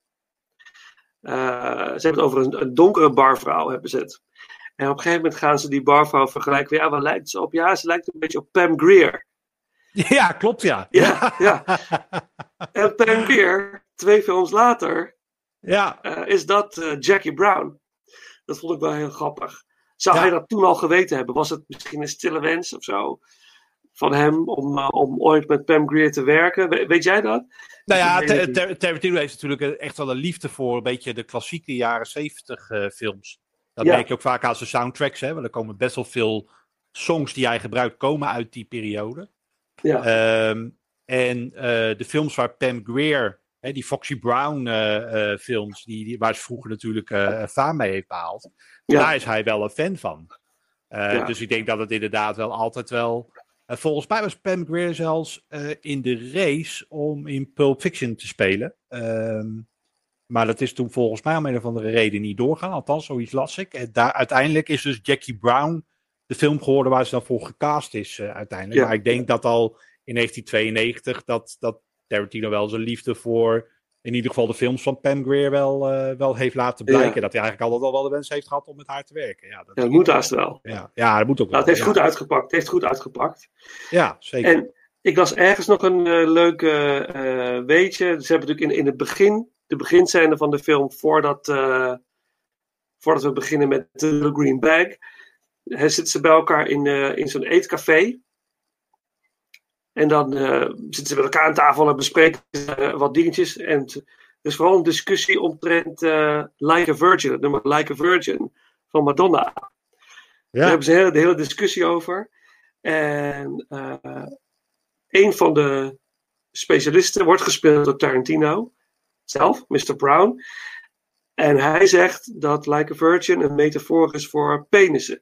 Uh, ze hebben het over een, een donkere barvrouw, hebben ze het. En op een gegeven moment gaan ze die barvrouw vergelijken. Ja, waar lijkt ze op? Ja, ze lijkt een beetje op Pam Grier. Ja, klopt ja. Ja, ja. En Pam Grier, twee films later, Ja, uh, is dat uh, Jackie Brown. Dat vond ik wel heel grappig. Zou Ja. hij dat toen al geweten hebben? Was het misschien een stille wens of zo van hem om, uh, om ooit met Pam Grier te werken? We, weet jij dat? nou ja, Ik weet het Ter- Ter- Tarantino heeft natuurlijk echt wel een liefde voor een beetje de klassieke jaren zeventig uh, films. Dat Ja. merk je ook vaak aan zijn soundtracks, hè, want er komen best wel veel songs die hij gebruikt komen uit die periode. Ja, Um, en uh, de films waar Pam Grier, hè, die Foxy Brown uh, uh, films, die, die, waar ze vroeger natuurlijk uh, faam mee heeft behaald, ja. daar is hij wel een fan van. Uh, Ja. Dus ik denk dat het inderdaad wel altijd wel... Uh, volgens mij was Pam Grier zelfs uh, in de race om in Pulp Fiction te spelen. Um, maar dat is toen volgens mij om een of andere reden niet doorgaan. Althans, zoiets las ik. En daar, uiteindelijk is dus Jackie Brown de film geworden waar ze dan voor gecast is uh, uiteindelijk. Ja. Maar ik denk dat al in negentien tweeënnegentig dat, dat Tarantino wel zijn liefde voor in ieder geval de films van Pam Grier wel, uh, wel heeft laten blijken. Ja. Dat hij eigenlijk altijd al wel de wens heeft gehad om met haar te werken. Ja, dat, Ja, dat moet haast wel. ja, ja, dat moet ook Nou, wel. het heeft ja. goed uitgepakt. Het heeft goed uitgepakt. Ja, zeker. En ik las ergens nog een uh, leuke uh, weetje. Ze hebben natuurlijk in, in het begin, de beginscène van de film, voordat, uh, voordat we beginnen met The Little Green Bag, uh, zitten ze bij elkaar in, uh, in zo'n eetcafé. En dan uh, zitten ze met elkaar aan tafel en bespreken uh, wat dingetjes. En t- er is vooral een discussie omtrent uh, Like a Virgin, het nummer Like a Virgin van Madonna. Daar Ja, hebben ze de hele, de hele discussie over. En uh, een van de specialisten wordt gespeeld door Tarantino zelf, mister Brown. En hij zegt dat Like a Virgin een metafoor is voor penissen.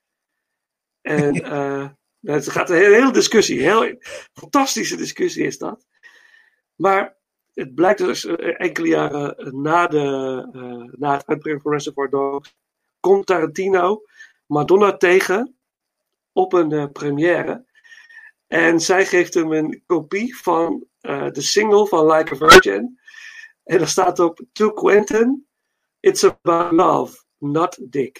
En uh, het gaat een hele, hele discussie. Een heel fantastische discussie is dat. Maar het blijkt dus uh, enkele jaren na, de, uh, na het uitbrengen van Reservoir Dogs komt Tarantino Madonna tegen op een uh, première. En zij geeft hem een kopie van uh, de single van Like a Virgin. En daar staat op: To Quentin, it's about love. not Dick.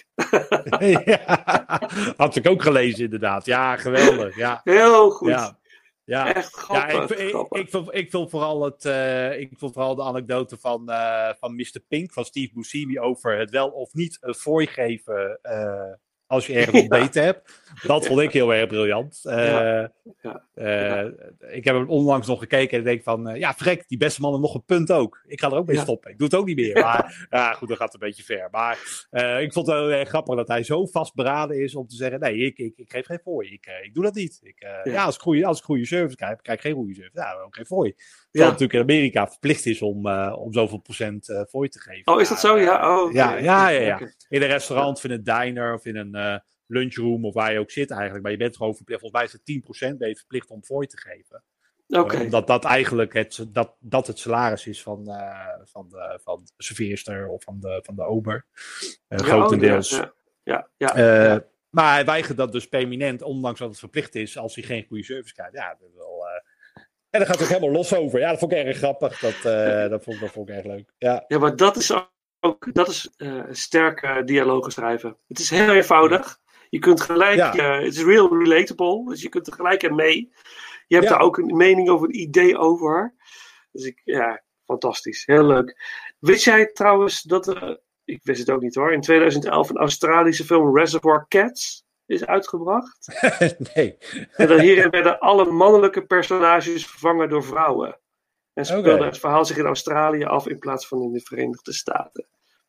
Ja, had ik ook gelezen inderdaad. Ja, geweldig. Ja, Heel goed. ja. Ja. Echt Ja, grappig. ik, ik, grappig. ik, vond, ik vond vooral het, uh, ik vond vooral de anekdote van, uh, van mister Pink, van Steve Buscemi, over het wel of niet een fooi geven uh, als je ergens ontbeten hebt. Dat vond ik heel erg briljant. Uh, Ja. Ja. Uh, ik heb hem onlangs nog gekeken en ik denk van, uh, ja, vrek, die beste man heeft nog een punt ook. Ik ga er ook mee Ja. stoppen. Ik doe het ook niet meer. Ja. Maar ja, goed, dat gaat een beetje ver. Maar uh, ik vond het wel heel erg grappig dat hij zo vastberaden is om te zeggen, nee, ik, ik, ik geef geen fooi. Ik, uh, ik doe dat niet. Ik, uh, ja. ja, als ik goede, als ik goede service krijg, krijg ik geen goede service. Ja, dan ook geen fooi. Terwijl Ja. het natuurlijk in Amerika verplicht is om, uh, om zoveel procent uh, fooi te geven. Oh, is dat zo? Ja, oh, okay. ja, ja, ja, ja. Okay. In een restaurant, of in een diner, of in een uh, lunchroom, of waar je ook zit eigenlijk. Maar je bent gewoon verplicht, volgens mij is het tien procent ben je verplicht om fooi te geven. Oké. Okay. Omdat dat eigenlijk het, dat, dat het salaris is van, uh, van, de, van de serveerster of van de, van de ober. Uh, Ja, grotendeels. Oh, ja, ja, ja, uh, ja. Maar hij weigert dat dus permanent, ondanks dat het verplicht is, als hij geen goede service krijgt. Ja, dat is wel... Uh... En daar gaat het ook helemaal los over. Ja, dat vond ik erg grappig. Dat, uh, dat, vond, dat vond ik erg leuk. Ja, ja maar dat is ook dat is, uh, sterke dialogen schrijven. Het is heel eenvoudig. Je kunt gelijk... Het ja. uh, is real relatable. Dus je kunt er gelijk in mee. Je hebt ja. daar ook een mening over, een idee over. Dus ik, ja, fantastisch. Heel leuk. Wist jij trouwens dat er, ik wist het ook niet hoor, in twintig elf een Australische film Reservoir Cats is uitgebracht? Nee. En dan hierin werden alle mannelijke personages vervangen door vrouwen. En speelde okay. het verhaal zich in Australië af in plaats van in de Verenigde Staten.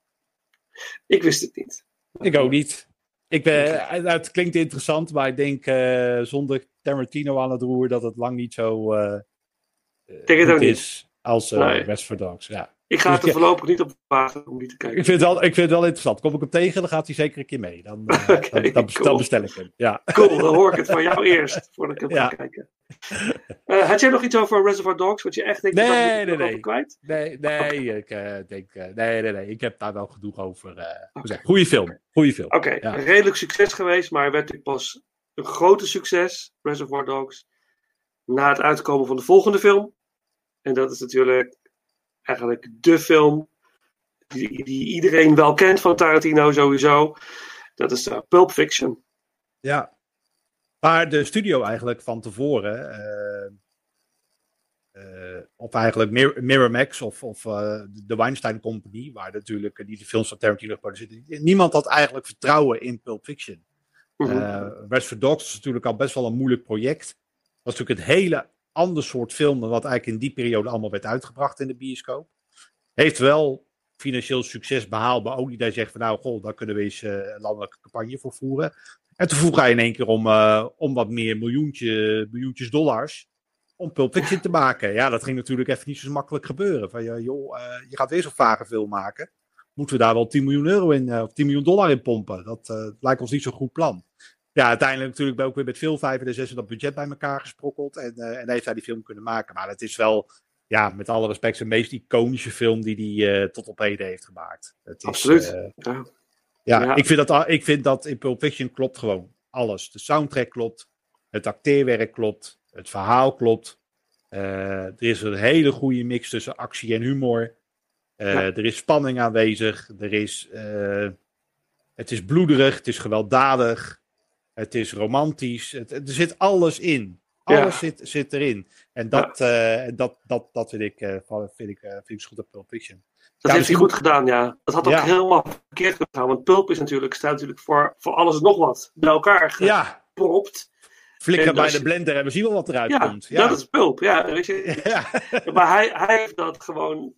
Ik wist het niet. Ik ook niet. Ik ben, het klinkt interessant, maar ik denk uh, zonder Tarantino aan het roer dat het lang niet zo uh, denk het ook is niet. als uh, nee. Reservoir Dogs. Ja. Ik ga het er voorlopig niet op wagen om die te kijken. Ik vind, het wel, ik vind het wel interessant. Kom ik hem tegen, dan gaat hij zeker een keer mee. Dan, uh, okay, dan, dan, cool. dan bestel ik hem. Ja. Cool, dan hoor ik het van jou eerst, voordat ik hem ja. ga kijken. Uh, had jij nog iets over Reservoir Dogs, wat je echt denkt, nee, dat nee, nee. kwijt? Nee, nee, okay. ik uh, denk, uh, nee, nee, nee, ik heb daar wel genoeg over. Uh, okay. Goeie film, goeie film. Oké, okay. ja. redelijk succes geweest, maar werd dit pas een grote succes, Reservoir Dogs, na het uitkomen van de volgende film. En dat is natuurlijk eigenlijk de film die, die iedereen wel kent van Tarantino sowieso. Dat is uh, Pulp Fiction. Ja. Maar de studio eigenlijk van tevoren, uh, uh, of eigenlijk Mir- Miramax of, of uh, de Weinstein Company, waar natuurlijk die de films van Tarantino produceert, niemand had eigenlijk vertrouwen in Pulp Fiction. Mm-hmm. Uh, Reservoir Dogs is natuurlijk al best wel een moeilijk project. Dat was natuurlijk een hele ander soort film dan wat eigenlijk in die periode allemaal werd uitgebracht in de bioscoop. Heeft wel financieel succes behaald, maar ook niet dat je zegt van nou, goh, daar kunnen we eens uh, een landelijke campagne voor voeren. En toen vroeg hij in één keer om, uh, om wat meer miljoentje, miljoentjes dollars om Pulp Fiction te maken. Ja, dat ging natuurlijk even niet zo makkelijk gebeuren. Van, uh, joh, uh, je gaat weer zo'n vage film maken. Moeten we daar wel tien miljoen euro in, uh, of tien miljoen dollar in pompen? Dat uh, lijkt ons niet zo'n goed plan. Ja, uiteindelijk natuurlijk ben ik ook weer met veel vijf en zes dat budget bij elkaar gesprokkeld. En, uh, en heeft hij die film kunnen maken. Maar het is wel, ja, met alle respect, zijn meest iconische film die hij uh, tot op heden heeft gemaakt. Het is, Absoluut. Uh, ja. Ja, ja. Ik, vind dat, ik vind dat in Pulp Fiction klopt gewoon alles. De soundtrack klopt, het acteerwerk klopt, het verhaal klopt. Uh, er is een hele goede mix tussen actie en humor. Uh, ja. Er is spanning aanwezig. Er is, uh, het is bloederig, het is gewelddadig, het is romantisch. Het, er zit alles in. Alles ja. zit, zit erin. En dat, ja. uh, dat, dat, dat vind ik, uh, vind ik, uh, vind ik zo goed op Pulp Fiction. Dat ja, heeft hij goed gedaan, ja. Dat had ook ja. helemaal verkeerd gedaan. Want Pulp is natuurlijk, staat natuurlijk voor, voor alles en nog wat bij elkaar gepropt. Ja. Flikker bij de blender en we zien wel wat eruit ja, komt. Ja, dat is Pulp. Ja, weet je. Ja. Maar hij, hij heeft dat gewoon...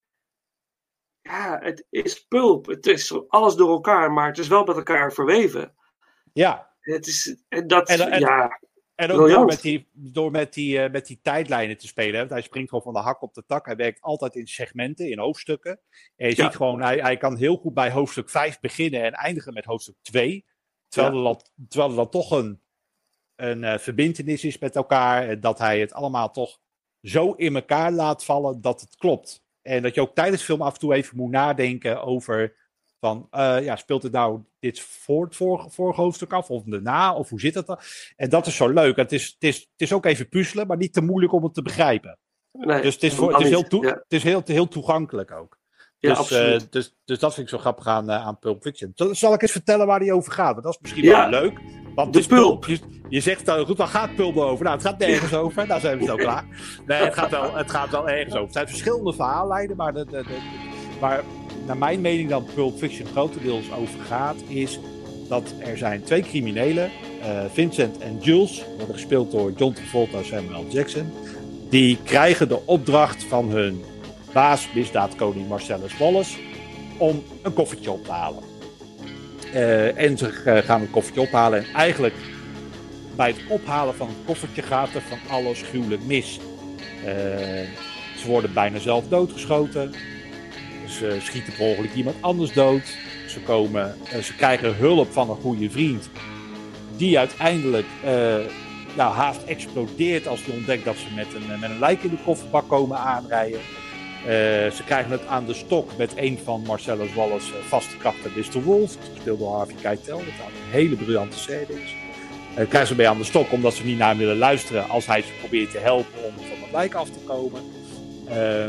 Ja, het is Pulp. Het is alles door elkaar, maar het is wel met elkaar verweven. Ja. Het is... Dat, en, en, ja... En ook door met die, door met die, uh, met die tijdlijnen te spelen. Hè? Hij springt gewoon van de hak op de tak. Hij werkt altijd in segmenten, in hoofdstukken. En je ja. ziet gewoon, hij, hij kan heel goed bij hoofdstuk vijf beginnen en eindigen met hoofdstuk twee. Terwijl, ja. er, dat, terwijl er dan toch een, een uh, verbintenis is met elkaar. En dat hij het allemaal toch zo in elkaar laat vallen dat het klopt. En dat je ook tijdens de film af en toe even moet nadenken over... Van, uh, ja, speelt het nou dit voor het vorige, vorige hoofdstuk af of daarna? Of hoe zit het dan? En dat is zo leuk. Het is, het, is, het is ook even puzzelen, maar niet te moeilijk om het te begrijpen. Nee, dus het is, voor, het is, heel, toe, ja. het is heel, heel toegankelijk ook. Ja, dus, absoluut. uh, dus, dus dat vind ik zo grappig aan, uh, aan Pulp Fiction. Zal, zal ik eens vertellen waar die over gaat? Want dat is misschien Ja, wel leuk. Want de het is Pulp. Pulp. Je, je zegt dan, goed, waar gaat Pulp over? Nou, het gaat nergens over. Daar zijn we zo klaar. Nee, het gaat, wel, het gaat wel ergens over. Het zijn verschillende verhaallijnen, maar, de, de, de, de, maar naar mijn mening dan Pulp Fiction grotendeels over gaat, is dat er zijn twee criminelen, uh, Vincent en Jules, worden gespeeld door John Travolta en Samuel Jackson. Die krijgen de opdracht van hun baas, misdaadkoning Marcellus Wallace, om een koffertje op te halen. Uh, en ze uh, gaan een koffertje ophalen. En eigenlijk bij het ophalen van het koffertje gaat er van alles gruwelijk mis. Uh, ze worden bijna zelf doodgeschoten. Ze schieten per ongeluk iemand anders dood. Ze, komen, uh, ze krijgen hulp van een goede vriend. Die uiteindelijk uh, nou, haast explodeert als hij ontdekt dat ze met een, met een lijk in de kofferbak komen aanrijden. Uh, ze krijgen het aan de stok met een van Marcellus Wallace uh, vaste krachten, mister Wolf, gespeeld door Harvey Keitel, wat een hele briljante scène is. Uh, krijgen ze mee aan de stok omdat ze niet naar hem willen luisteren als hij ze probeert te helpen om van het lijk af te komen. Uh,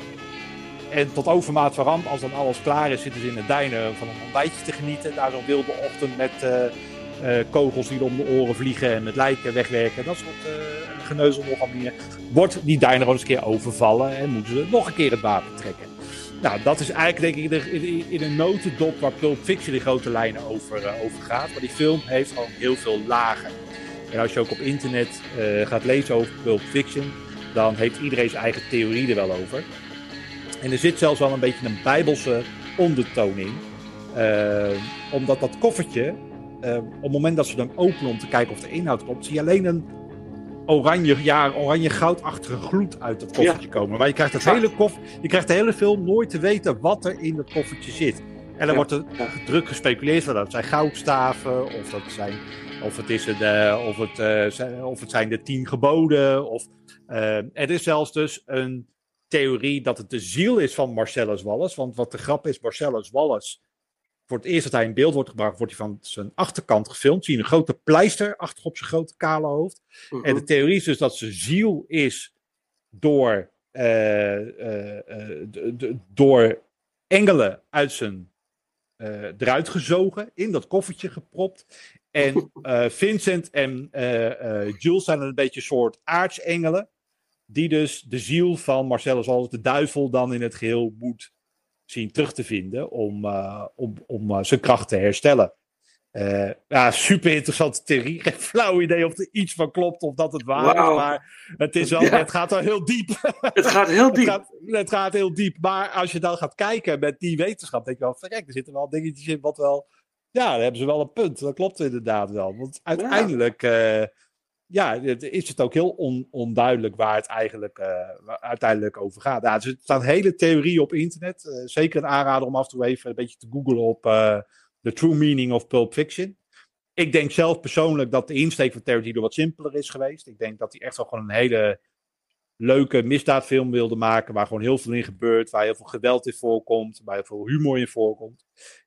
en tot overmaat van ramp, als dan alles klaar is, zitten ze in een diner van een ontbijtje te genieten. Daar zo'n wilde ochtend met uh, uh, kogels die om de oren vliegen en met lijken wegwerken. Dat soort uh, geneuzel nog al meer. Wordt die diner gewoon eens een keer overvallen en moeten ze nog een keer het wapen trekken. Nou, dat is eigenlijk denk ik in, in, in een notendop waar Pulp Fiction in grote lijnen over, uh, over gaat. Maar die film heeft gewoon heel veel lagen. En als je ook op internet uh, gaat lezen over Pulp Fiction, dan heeft iedereen zijn eigen theorie er wel over. En er zit zelfs wel een beetje een bijbelse ondertoon in. Uh, omdat dat koffertje, uh, op het moment dat ze hem openen om te kijken of de inhoud klopt, zie je alleen een oranje, ja, oranje goudachtige gloed uit dat koffertje ja. komen. Maar je krijgt, het hele kof, je krijgt de hele film nooit te weten wat er in dat koffertje zit. En dan ja. wordt er ja. druk gespeculeerd van dat het zijn goudstaven, of, dat zijn, of, het, is een, uh, of, het, uh, zijn, of het zijn de tien geboden. Of, uh, er is zelfs dus een theorie dat het de ziel is van Marcellus Wallace. Want wat de grap is, Marcellus Wallace, voor het eerst dat hij in beeld wordt gebracht, wordt hij van zijn achterkant gefilmd. Zie je een grote pleister achter op zijn grote kale hoofd. Uh-huh. En de theorie is dus dat zijn ziel is door, uh, uh, uh, d- d- door engelen uit zijn uh, eruit gezogen, in dat koffertje gepropt. En uh, Vincent en uh, uh, Jules zijn een beetje een soort aartsengelen, die dus de ziel van Marcellus Wallace, de duivel, dan in het geheel moet zien terug te vinden om, uh, om, om uh, zijn kracht te herstellen. Uh, ja, super interessante theorie. Geen flauw idee of er iets van klopt of dat het waar wow. is, maar het, is wel, ja. het gaat wel heel diep. Het gaat heel diep. het, gaat, het gaat heel diep, maar als je dan gaat kijken met die wetenschap, denk je wel, verrek, er zitten wel dingetjes in wat wel, ja, dan hebben ze wel een punt. Dat klopt inderdaad wel, want uiteindelijk Uh, ja, is het ook heel on, onduidelijk waar het eigenlijk uh, waar uiteindelijk over gaat. Ja, er staan hele theorieën op internet. Uh, zeker een aanrader om af en toe even een beetje te googlen op uh, The True Meaning of Pulp Fiction. Ik denk zelf persoonlijk dat de insteek van Tarantino wat simpeler is geweest. Ik denk dat hij echt wel gewoon een hele leuke misdaadfilm wilde maken, waar gewoon heel veel in gebeurt, waar heel veel geweld in voorkomt, waar heel veel humor in voorkomt.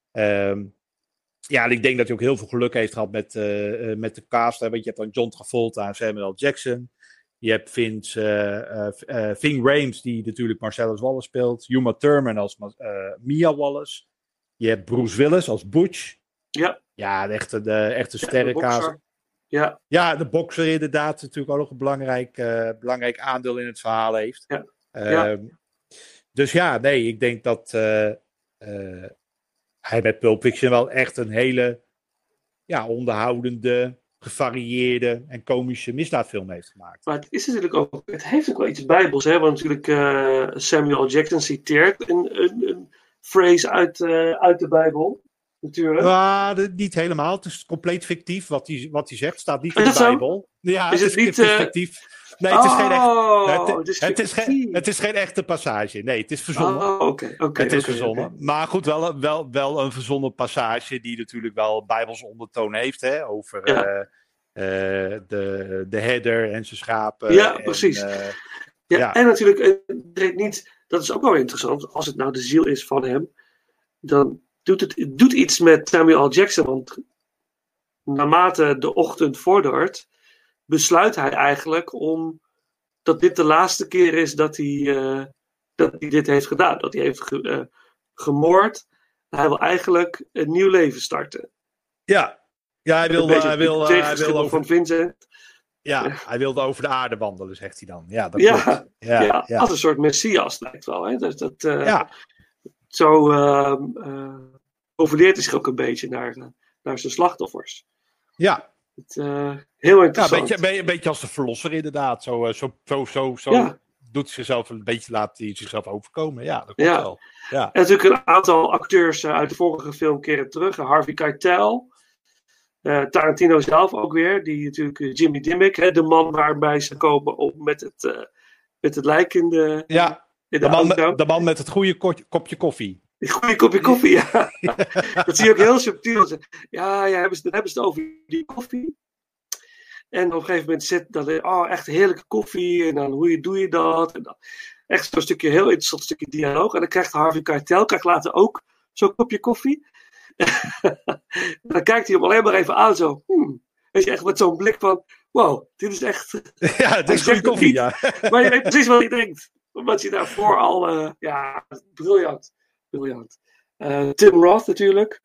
Um, Ja, en ik denk dat hij ook heel veel geluk heeft gehad met, uh, uh, met de cast. Hè. Want je hebt dan John Travolta en Samuel Jackson. Je hebt Vince, uh, uh, uh, Ving Rhames, die natuurlijk Marcellus Wallace speelt. Uma Thurman als uh, Mia Wallace. Je hebt Bruce Willis als Butch. Ja. Ja, echt een, uh, echt een ja, sterrenkaas. Ja. ja, de bokser inderdaad. Natuurlijk ook nog een belangrijk, uh, belangrijk aandeel in het verhaal heeft. Ja. Uh, ja. Dus ja, nee, ik denk dat Uh, uh, hij met Pulp Fiction wel echt een hele ja, onderhoudende, gevarieerde en komische misdaadfilm heeft gemaakt. Maar het is natuurlijk ook, het heeft ook wel iets bijbels, hè? Want natuurlijk uh, Samuel Jackson citeert een, een, een phrase uit, uh, uit de Bijbel, natuurlijk. Ja, de, niet helemaal. Het is compleet fictief wat hij, wat hij zegt. Staat niet in de zo? Bijbel. Ja, is het, het is niet, uh... fictief. Nee, het is, oh, geen echt, het, het, is het, is geen, het is geen echte passage. Nee, het is verzonnen. Oh, okay, okay, het is okay, verzonnen. Okay. Maar goed, wel, wel, wel een verzonnen passage die natuurlijk wel bijbels ondertoon heeft. Hè, over ja. uh, uh, de, de herder en zijn schapen. Ja, en, precies. Uh, ja, ja. En natuurlijk, uh, niet, dat is ook wel interessant. Als het nou de ziel is van hem, dan doet het, het doet iets met Samuel L. Jackson. Want naarmate de ochtend vordert, besluit hij eigenlijk om dat dit de laatste keer is dat hij, uh, dat hij dit heeft gedaan. Dat hij heeft ge, uh, gemoord. Hij wil eigenlijk een nieuw leven starten. Ja, ja hij wil, Een beetje hij wil, uh, hij tegengeschikt wil over, van Vincent. ja, hij wilde over de aarde wandelen, zegt hij dan. Ja, dat Ja, klopt. ja, Ja, ja. als een soort messias lijkt wel. Hè? Dus dat, uh, Ja. Zo uh, uh, overleert hij zich ook een beetje naar, uh, naar zijn slachtoffers. Ja. Het, uh, heel Ja, interessant. een beetje, een beetje als de verlosser inderdaad. Zo, uh, zo, zo, zo, zo Ja. doet hij zichzelf een beetje, laat hij zichzelf overkomen. Ja, dat klopt Ja. wel. Ja. En natuurlijk een aantal acteurs uh, uit de vorige film keren terug. Harvey Keitel. Uh, Tarantino zelf ook weer. Die natuurlijk uh, Jimmy Dimmick. Hè, de man waarbij ze komen op met het, uh, met het lijk in de, Ja, in de, de, man auto. met, de man met het goede ko- kopje koffie. Die goede kopje koffie, ja. Dat zie je ook heel subtiel. Ja, ja hebben ze, dan hebben ze het over die koffie. En op een gegeven moment zit dat, oh, echt heerlijke koffie. En dan, hoe doe je dat? En dan, echt zo'n stukje, heel interessant stukje dialoog. En dan krijgt Harvey Keitel, krijgt later ook zo'n kopje koffie. En dan kijkt hij hem alleen maar even aan, zo. Hmm. Weet je, echt met zo'n blik van, wow, dit is echt... Ja, het is goede koffie, niet, ja. Maar je weet precies wat hij denkt. Omdat je daarvoor al, uh, ja, briljant. Briljant. Uh, Tim Roth natuurlijk.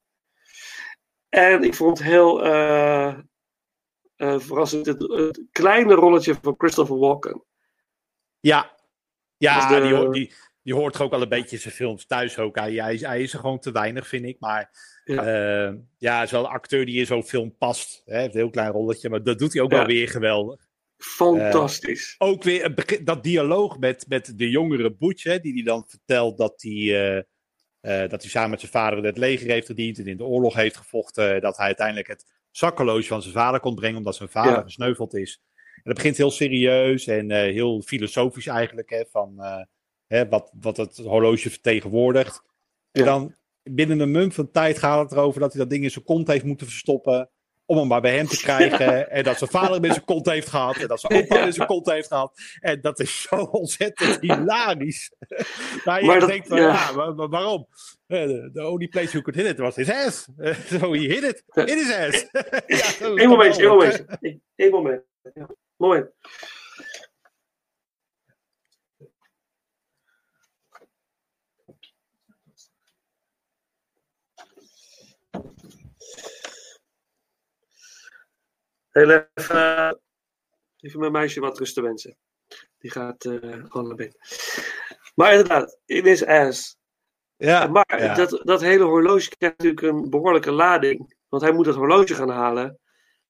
En ik vond heel uh, uh, verrassend het, het kleine rolletje van Christopher Walken. Ja, ja de... die, hoort, die, die hoort toch ook al een beetje in zijn films thuis ook. Hij, hij, is, hij is er gewoon te weinig, vind ik. Maar ja, uh, ja hij is wel een acteur die in zo'n film past. Hij heeft een heel klein rolletje, maar dat doet hij ook ja. wel weer geweldig. Fantastisch. Uh, ook weer dat dialoog met, met de jongere Butch, hè, die hij dan vertelt dat hij... Uh, Uh, dat hij samen met zijn vader in het leger heeft gediend en in de oorlog heeft gevochten. Dat hij uiteindelijk het zakkenloosje van zijn vader kon brengen, omdat zijn vader ja. gesneuveld is. En dat begint heel serieus en uh, heel filosofisch eigenlijk, hè, van uh, hè, wat, wat het horloge vertegenwoordigt. Ja. En dan binnen een mum van tijd gaat het erover dat hij dat ding in zijn kont heeft moeten verstoppen, om hem maar bij hem te krijgen. En dat zijn vader hem in zijn kont heeft gehad. En dat zijn opa hem in zijn kont heeft gehad. En dat is zo ontzettend hilarisch. Maar je maar denkt van, ja, ja maar, maar waarom? The, the only place you could hit it was his ass. Uh, so he hit it in his ass. Ja, Eén moment, één moment. Eén moment. Ja. Moment. Heel even, uh, even mijn meisje wat rust te wensen. Die gaat uh, gewoon naar bed. Maar inderdaad, in his ass. Ja, maar ja. Dat, dat hele horloge krijgt natuurlijk een behoorlijke lading. Want hij moet het horloge gaan halen.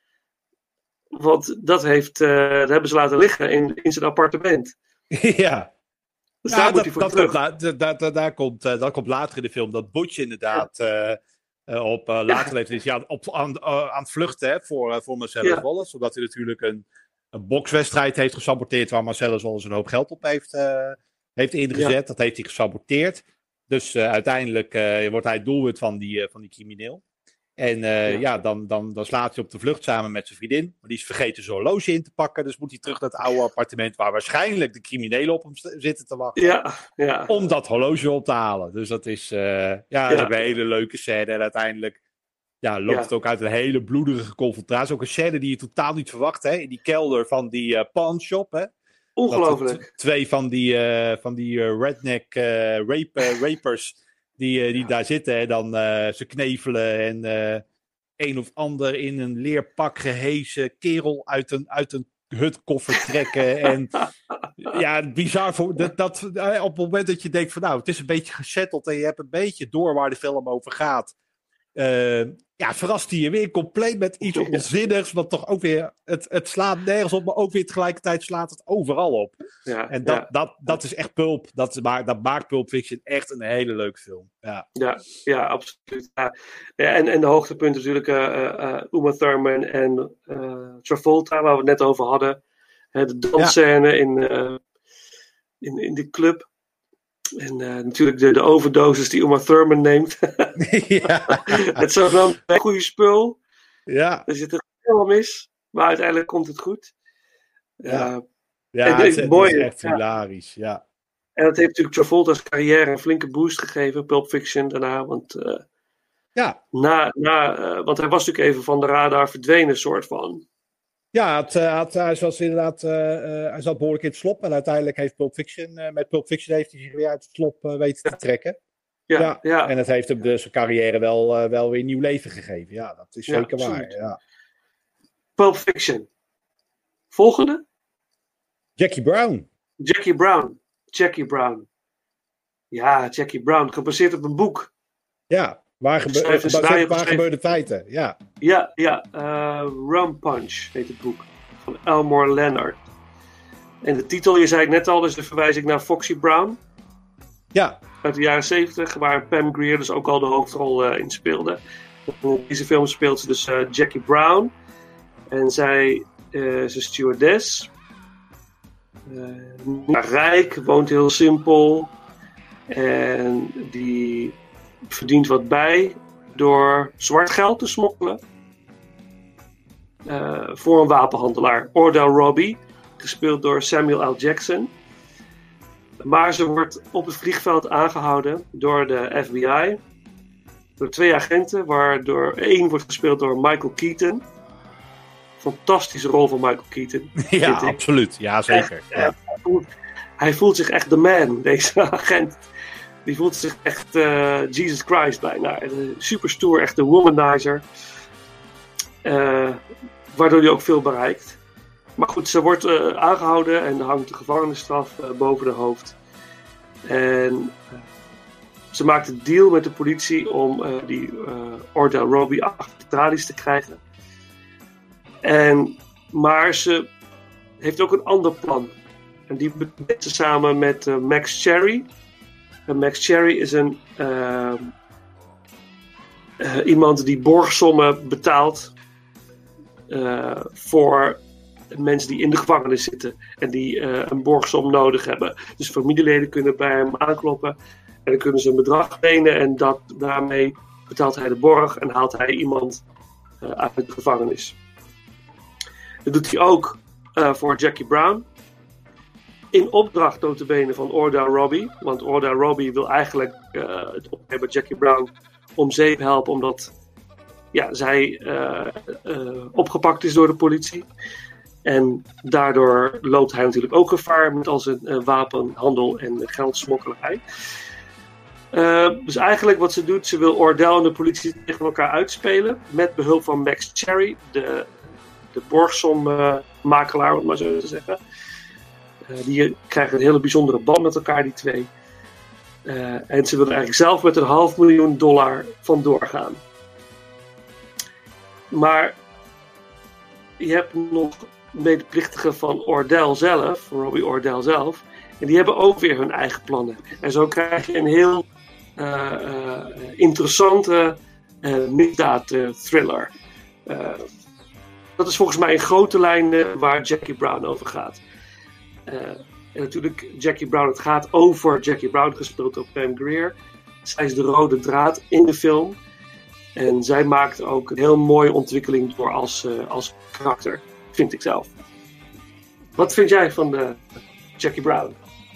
Want dat, heeft, uh, dat hebben ze laten liggen in, in zijn appartement. Ja. Dus ja, daar dat, moet hij voor dat, terug. Dat, dat, dat, dat, daar komt, uh, dat komt later in de film. Dat Butch inderdaad... Ja. Uh, Uh, op uh, later leeftijd is ja, op, aan, uh, aan het vluchten hè, voor, uh, voor Marcellus ja. Wallace. Omdat hij natuurlijk een, een bokswedstrijd heeft gesaboteerd waar Marcellus Wallace een hoop geld op heeft, uh, heeft ingezet. Ja. Dat heeft hij gesaboteerd. Dus uh, uiteindelijk uh, wordt hij het doelwit van die, uh, van die crimineel. En uh, ja, ja dan, dan, dan slaat hij op de vlucht samen met zijn vriendin. Maar die is vergeten zijn horloge in te pakken. Dus moet hij terug naar het oude appartement waar waarschijnlijk de criminelen op hem st- zitten te wachten. Ja, ja. Om dat horloge op te halen. Dus dat is, uh, ja, ja. Dat is een hele leuke scène. En uiteindelijk ja, loopt ja. het ook uit een hele bloederige confrontatie. Ook een scène die je totaal niet verwacht. Hè? In die kelder van die uh, pawnshop. Hè? Ongelooflijk. T- twee van die, uh, van die uh, redneck uh, rape, uh, rapers... Die, uh, die daar zitten en dan uh, ze knevelen en uh, een of ander in een leerpak gehezen kerel uit een, uit een hutkoffer trekken. En ja, bizar. Voor, dat, dat, uh, op het moment dat je denkt van nou, het is een beetje gesetteld en je hebt een beetje door waar de film over gaat. Uh, ja, verrast hij je weer compleet met iets onzinnigs, wat toch ook weer, het, het slaat nergens op, maar ook weer tegelijkertijd slaat het overal op. Ja, en dat, ja. dat, dat is echt Pulp. Dat, dat maakt Pulp Fiction echt een hele leuke film. Ja, ja, ja absoluut. Ja. Ja, en, en de hoogtepunt natuurlijk uh, uh, Uma Thurman en uh, Travolta, waar we het net over hadden. Uh, de dansscène ja. in, uh, in, in de club. En uh, natuurlijk de, de overdoses die Uma Thurman neemt. Ja. Het is wel een goede spul. Ja. Er zit er helemaal mis. Maar uiteindelijk komt het goed. Ja, uh, ja en, het, het mooi, is echt ja. hilarisch. Ja. En dat heeft natuurlijk Travolta's carrière een flinke boost gegeven. Pulp Fiction daarna. Want, uh, ja. na, na, uh, want hij was natuurlijk even van de radar verdwenen soort van. Ja, het, het, hij, was inderdaad, uh, uh, hij zat behoorlijk in het slop. En uiteindelijk heeft Pulp Fiction, uh, met Pulp Fiction heeft hij zich weer uit het slop uh, weten te trekken. Ja, Ja, ja. en het heeft hem dus zijn carrière wel, uh, wel weer nieuw leven gegeven. Ja, dat is Ja, zeker waar. absoluut. Ja. Pulp Fiction. Volgende? Jackie Brown. Jackie Brown. Jackie Brown. Ja, Jackie Brown. Gebaseerd op een boek. Ja, waar, gebe- Schrijf eens gebaseerd op waar- waar gebeurde feiten. Ja. Ja, ja. Uh, Rum Punch heet het boek. Van Elmore Leonard. En de titel, je zei het net al, dus de verwijzing naar Foxy Brown. Ja. Uit de jaren zeventig, waar Pam Grier dus ook al de hoofdrol uh, in speelde. In deze film speelt ze dus uh, Jackie Brown. En zij uh, is een stewardess. Uh, rijk, woont heel simpel. En die verdient wat bij door zwart geld te smokkelen. Uh, voor een wapenhandelaar, Ordell Robbie. Gespeeld door Samuel L. Jackson. Maar ze wordt op het vliegveld aangehouden door de F B I. Door twee agenten, waardoor één wordt gespeeld door Michael Keaton. Fantastische rol van Michael Keaton. Ja, absoluut. Ja, zeker. Echt, ja. Hij, voelt, hij voelt zich echt de man, deze agent. Die voelt zich echt uh, Jesus Christ bijna. Super stoer, echt een womanizer. Uh, waardoor hij ook veel bereikt. Maar goed, ze wordt uh, aangehouden en hangt de gevangenisstraf uh, boven haar hoofd. En uh, ze maakt een deal met de politie om uh, die uh, Ordell Robbie achter de tralies te krijgen. En, maar ze heeft ook een ander plan. En die bedenkt ze samen met uh, Max Cherry. En Max Cherry is een uh, uh, iemand die borgsommen betaalt uh, voor mensen die in de gevangenis zitten en die uh, een borgsom nodig hebben. Dus familieleden kunnen bij hem aankloppen en dan kunnen ze een bedrag lenen en dat, daarmee betaalt hij de borg en haalt hij iemand uh, uit de gevangenis. Dat doet hij ook uh, voor Jackie Brown. In opdracht notabene van Ordell Robbie. Want Ordell Robbie wil eigenlijk uh, het opnemen met Jackie Brown om zeep helpen. Omdat ja, zij uh, uh, opgepakt is door de politie. En daardoor loopt hij natuurlijk ook gevaar met al zijn uh, wapenhandel en geldsmokkelarij. Uh, dus eigenlijk wat ze doet, ze wil Ordell en de politie tegen elkaar uitspelen. Met behulp van Max Cherry, de, de borgsommakelaar, om het maar zo te zeggen. Uh, die krijgen een hele bijzondere band met elkaar, die twee. Uh, en ze willen eigenlijk zelf met een half miljoen dollar vandoor gaan. Maar je hebt nog medeplichtigen van Ordell zelf, Robbie Ordell zelf. En die hebben ook weer hun eigen plannen. En zo krijg je een heel uh, uh, interessante uh, misdaad uh, thriller. Uh, dat is volgens mij in grote lijnen waar Jackie Brown over gaat. Uh, en natuurlijk Jackie Brown, het gaat over Jackie Brown, gespeeld door Pam Grier. Zij is de rode draad in de film. En zij maakt ook een heel mooie ontwikkeling door als, uh, als karakter, vind ik zelf. Wat vind jij van de Jackie Brown?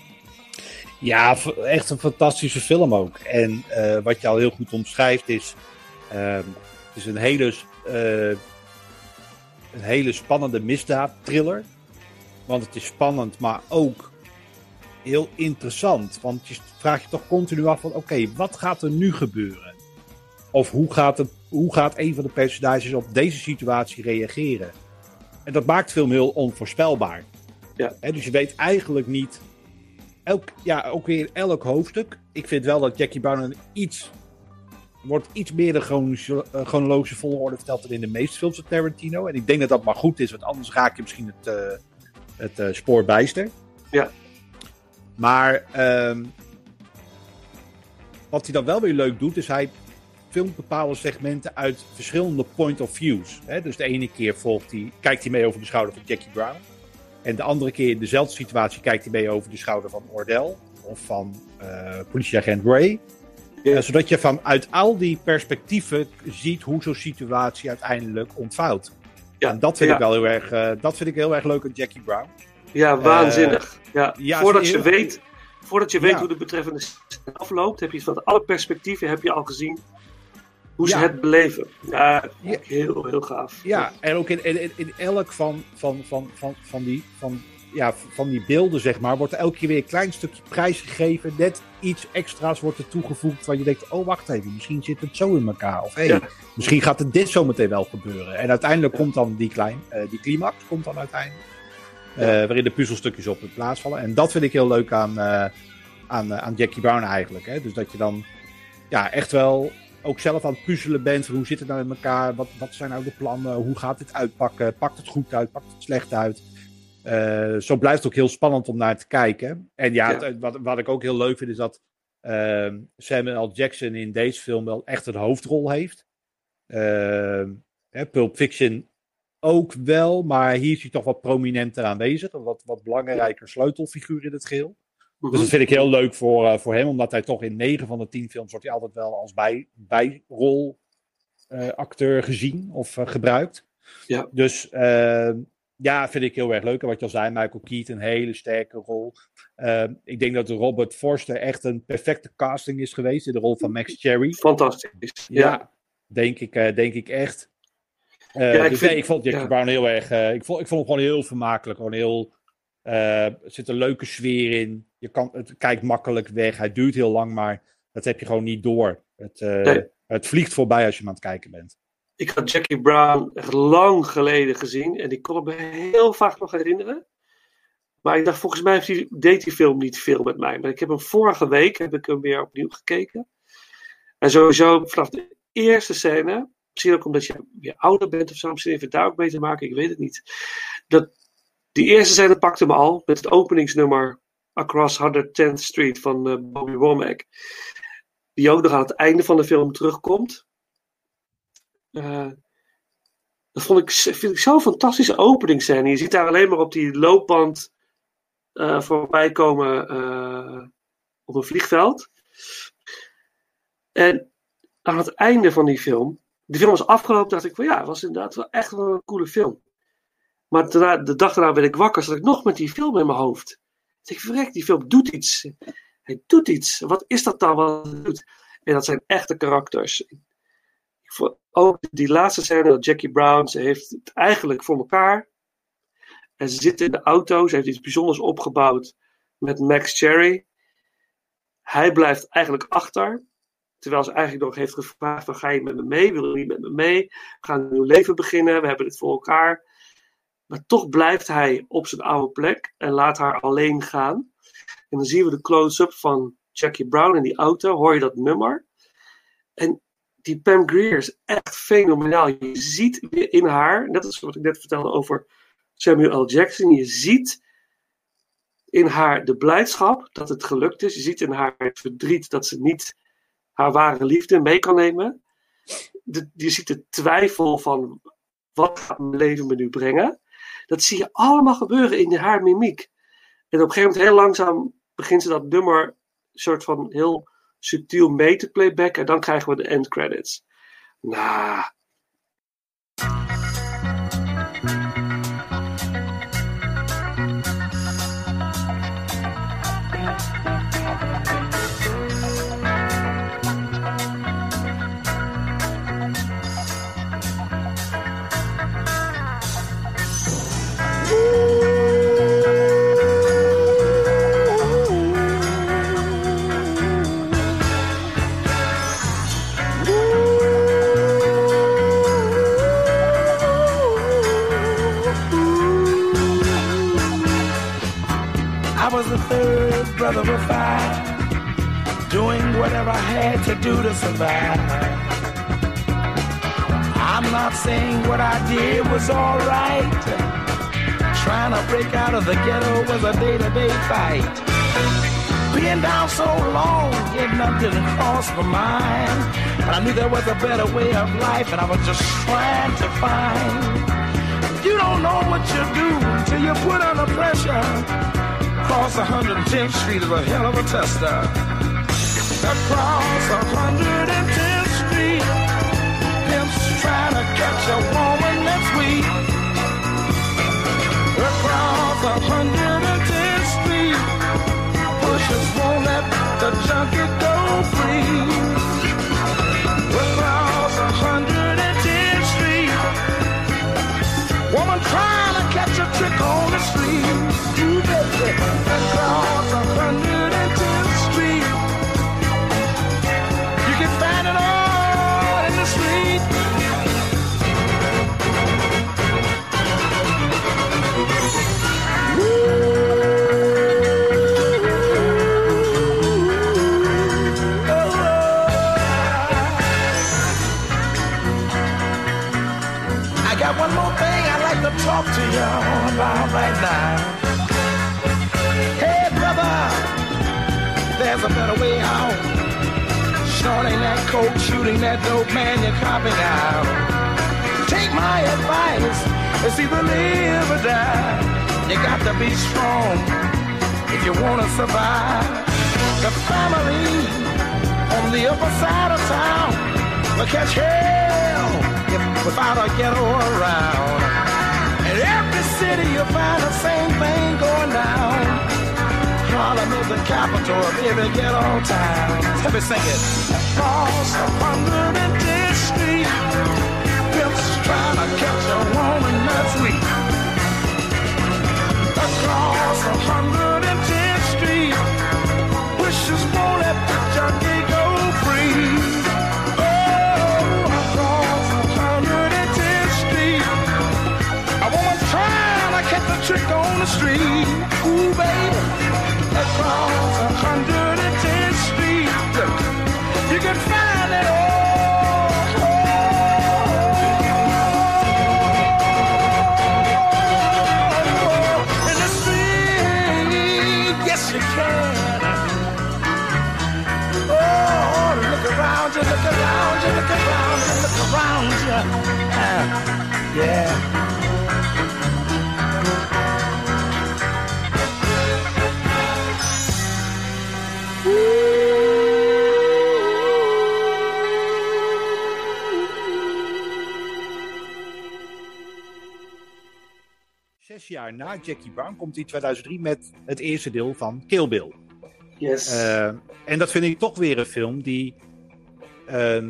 Ja, echt een fantastische film ook. En uh, wat je al heel goed omschrijft is... Uh, het is een hele, uh, een hele spannende misdaadthriller. Want het is spannend, maar ook heel interessant. Want je vraagt je toch continu af van... Oké, okay, wat gaat er nu gebeuren? Of hoe gaat, het, hoe gaat een van de personages op deze situatie reageren? En dat maakt de film heel onvoorspelbaar. Ja. He, dus je weet eigenlijk niet... Elk, ja, ook weer elk hoofdstuk. Ik vind wel dat Jackie Brown een iets... wordt iets meer de chronologische, uh, chronologische volgorde verteld dan in de meeste films van Tarantino. En ik denk dat dat maar goed is, want anders raak je misschien het, uh, het uh, spoor bijster. Ja. Maar... Um, wat hij dan wel weer leuk doet, is hij filmt bepaalde segmenten uit verschillende point of views. Hè? Dus de ene keer volgt hij, kijkt hij mee over de schouder van Jackie Brown. En de andere keer in dezelfde situatie kijkt hij mee over de schouder van Ordell. Of van uh, politieagent Ray. Ja. Uh, zodat je vanuit al die perspectieven ziet hoe zo'n situatie uiteindelijk ontvouwt. Ja. En dat vind, ja. ik wel heel erg, uh, dat vind ik heel erg leuk aan Jackie Brown. Ja, waanzinnig. Uh, ja. Ja, voordat, je weet, voordat je weet ja. hoe de betreffende scène afloopt, heb je van alle perspectieven heb je al gezien hoe ze ja. het beleven. Ja, heel, heel gaaf. Ja, en ook in, in, in elk van, van, van, van, van, die, van ja, van die beelden, zeg maar, wordt er elke keer weer een klein stukje prijs gegeven. Net iets extra's wordt er toegevoegd waar je denkt, oh wacht even, misschien zit het zo in elkaar. Of hey, ja. misschien gaat het dit zometeen wel gebeuren. En uiteindelijk ja. komt dan die, klein, uh, die climax, komt dan uiteindelijk. Uh, ja. Waarin de puzzelstukjes op het plaats vallen. En dat vind ik heel leuk aan, uh, aan, uh, aan Jackie Brown eigenlijk. Hè? Dus dat je dan ja, echt wel ook zelf aan het puzzelen bent. Van hoe zit het nou in elkaar? Wat, wat zijn nou de plannen? Hoe gaat dit uitpakken? Pakt het goed uit? Pakt het slecht uit? Uh, zo blijft het ook heel spannend om naar te kijken. En ja, ja. Het, wat, wat ik ook heel leuk vind is dat uh, Samuel L. Jackson in deze film wel echt een hoofdrol heeft. Uh, hè, Pulp Fiction ook wel, maar hier is hij toch wat prominenter aanwezig. Een wat, wat belangrijker sleutelfiguur in het geheel. Mm-hmm. Dus dat vind ik heel leuk voor, uh, voor hem, omdat hij toch in negen van de tien films wordt hij altijd wel als bij, bijrolacteur uh, gezien of uh, gebruikt. Ja. Dus uh, ja, vind ik heel erg leuk. En wat je al zei, Michael Keaton, een hele sterke rol. Uh, ik denk dat Robert Forster echt een perfecte casting is geweest in de rol van Max Cherry. Fantastisch. Ja, ja denk, ik, uh, denk ik echt. Uh, ja, ik, dus vind, nee, ik vond Jackie ja. Brown heel erg. Uh, ik, vond, ik vond hem gewoon heel vermakelijk. Gewoon heel. Uh, er zit een leuke sfeer in. Je kan, het kijkt makkelijk weg. Hij duurt heel lang, maar dat heb je gewoon niet door. Het, uh, nee. het vliegt voorbij als je hem aan het kijken bent. Ik had Jackie Brown echt lang geleden gezien. En ik kon het me heel vaak nog herinneren. Maar ik dacht, volgens mij heeft die, deed die film niet veel met mij. Maar ik heb hem vorige week heb ik hem weer opnieuw gekeken. En sowieso vanaf de eerste scène. Misschien ook omdat je weer ouder bent of zo. Misschien heeft het daar ook mee te maken. Ik weet het niet. Dat, die eerste scène pakte me al. Met het openingsnummer Across honderdtiende Street van uh, Bobby Womack. Die ook nog aan het einde van de film terugkomt. Uh, dat vond ik, vind ik zo'n fantastische openingsscène. Je ziet daar alleen maar op die loopband uh, voorbij komen uh, op een vliegveld. En aan het einde van die film. De film was afgelopen, dacht ik van ja, het was inderdaad wel echt wel een coole film. Maar daarna, de dag daarna werd ik wakker, zat ik nog met die film in mijn hoofd. Dus ik verrek, die film doet iets. Hij doet iets. Wat is dat dan wat hij doet? En dat zijn echte karakters. Ik vond ook die laatste scène dat Jackie Brown, ze heeft het eigenlijk voor elkaar. En ze zit in de auto, ze heeft iets bijzonders opgebouwd met Max Cherry. Hij blijft eigenlijk achter. Terwijl ze eigenlijk nog heeft gevraagd van, ga je met me mee? Wil je niet met me mee? We gaan een nieuw leven beginnen. We hebben het voor elkaar. Maar toch blijft hij op zijn oude plek. En laat haar alleen gaan. En dan zien we de close-up van Jackie Brown in die auto. Hoor je dat nummer. En die Pam Grier is echt fenomenaal. Je ziet in haar, net als wat ik net vertelde over Samuel L. Jackson. Je ziet in haar de blijdschap dat het gelukt is. Je ziet in haar het verdriet dat ze niet haar ware liefde mee kan nemen. De, je ziet de twijfel van, wat gaat mijn leven me nu brengen? Dat zie je allemaal gebeuren in haar mimiek. En op een gegeven moment heel langzaam begint ze dat nummer soort van heel subtiel mee te playbacken. En dan krijgen we de end credits. Nou... Brother of five, doing whatever I had to do to survive. I'm not saying what I did was alright. Trying to break out of the ghetto was a day-to-day fight. Being down so long, yet nothing didn't cross my mind. But I knew there was a better way of life, and I was just trying to find. You don't know what you do till you put under pressure. Across one hundred tenth Street is a hell of a tester. Across one hundred tenth Street, pimps trying to catch a woman that's weak. Across one hundred tenth Street, pushers won't let the junkie go free. Across one hundred tenth Street, woman trying to catch a trick on the street. got one more thing I'd like to talk to you about right now. Hey, brother, there's a better way out. Snorting that coke, shooting that dope, man, you're copping out. Take my advice, it's either live or die. You got to be strong if you want to survive. The family on the upper side of town will catch hell if, without a ghetto around. In every city you'll find the same thing going down. Harlem is the capital of every ghetto town. Let me sing it. Across one hundred tenth Street, pimps trying to catch a woman that's sweet. Across one hundred tenth Street, wishes won't let the junkie go free. Oh, across one hundred tenth Street, a woman trying to catch a trick on the street. Ooh, baby. Across one hundred tenth Street, look, you can find it all. In the street, yes you can. Oh, look around you, look around you, look around you, look around you. Uh, yeah. Zes jaar na Jackie Brown komt hij in tweeduizend drie met het eerste deel van Kill Bill. Yes. Uh, en dat vind ik toch weer een film die... Uh,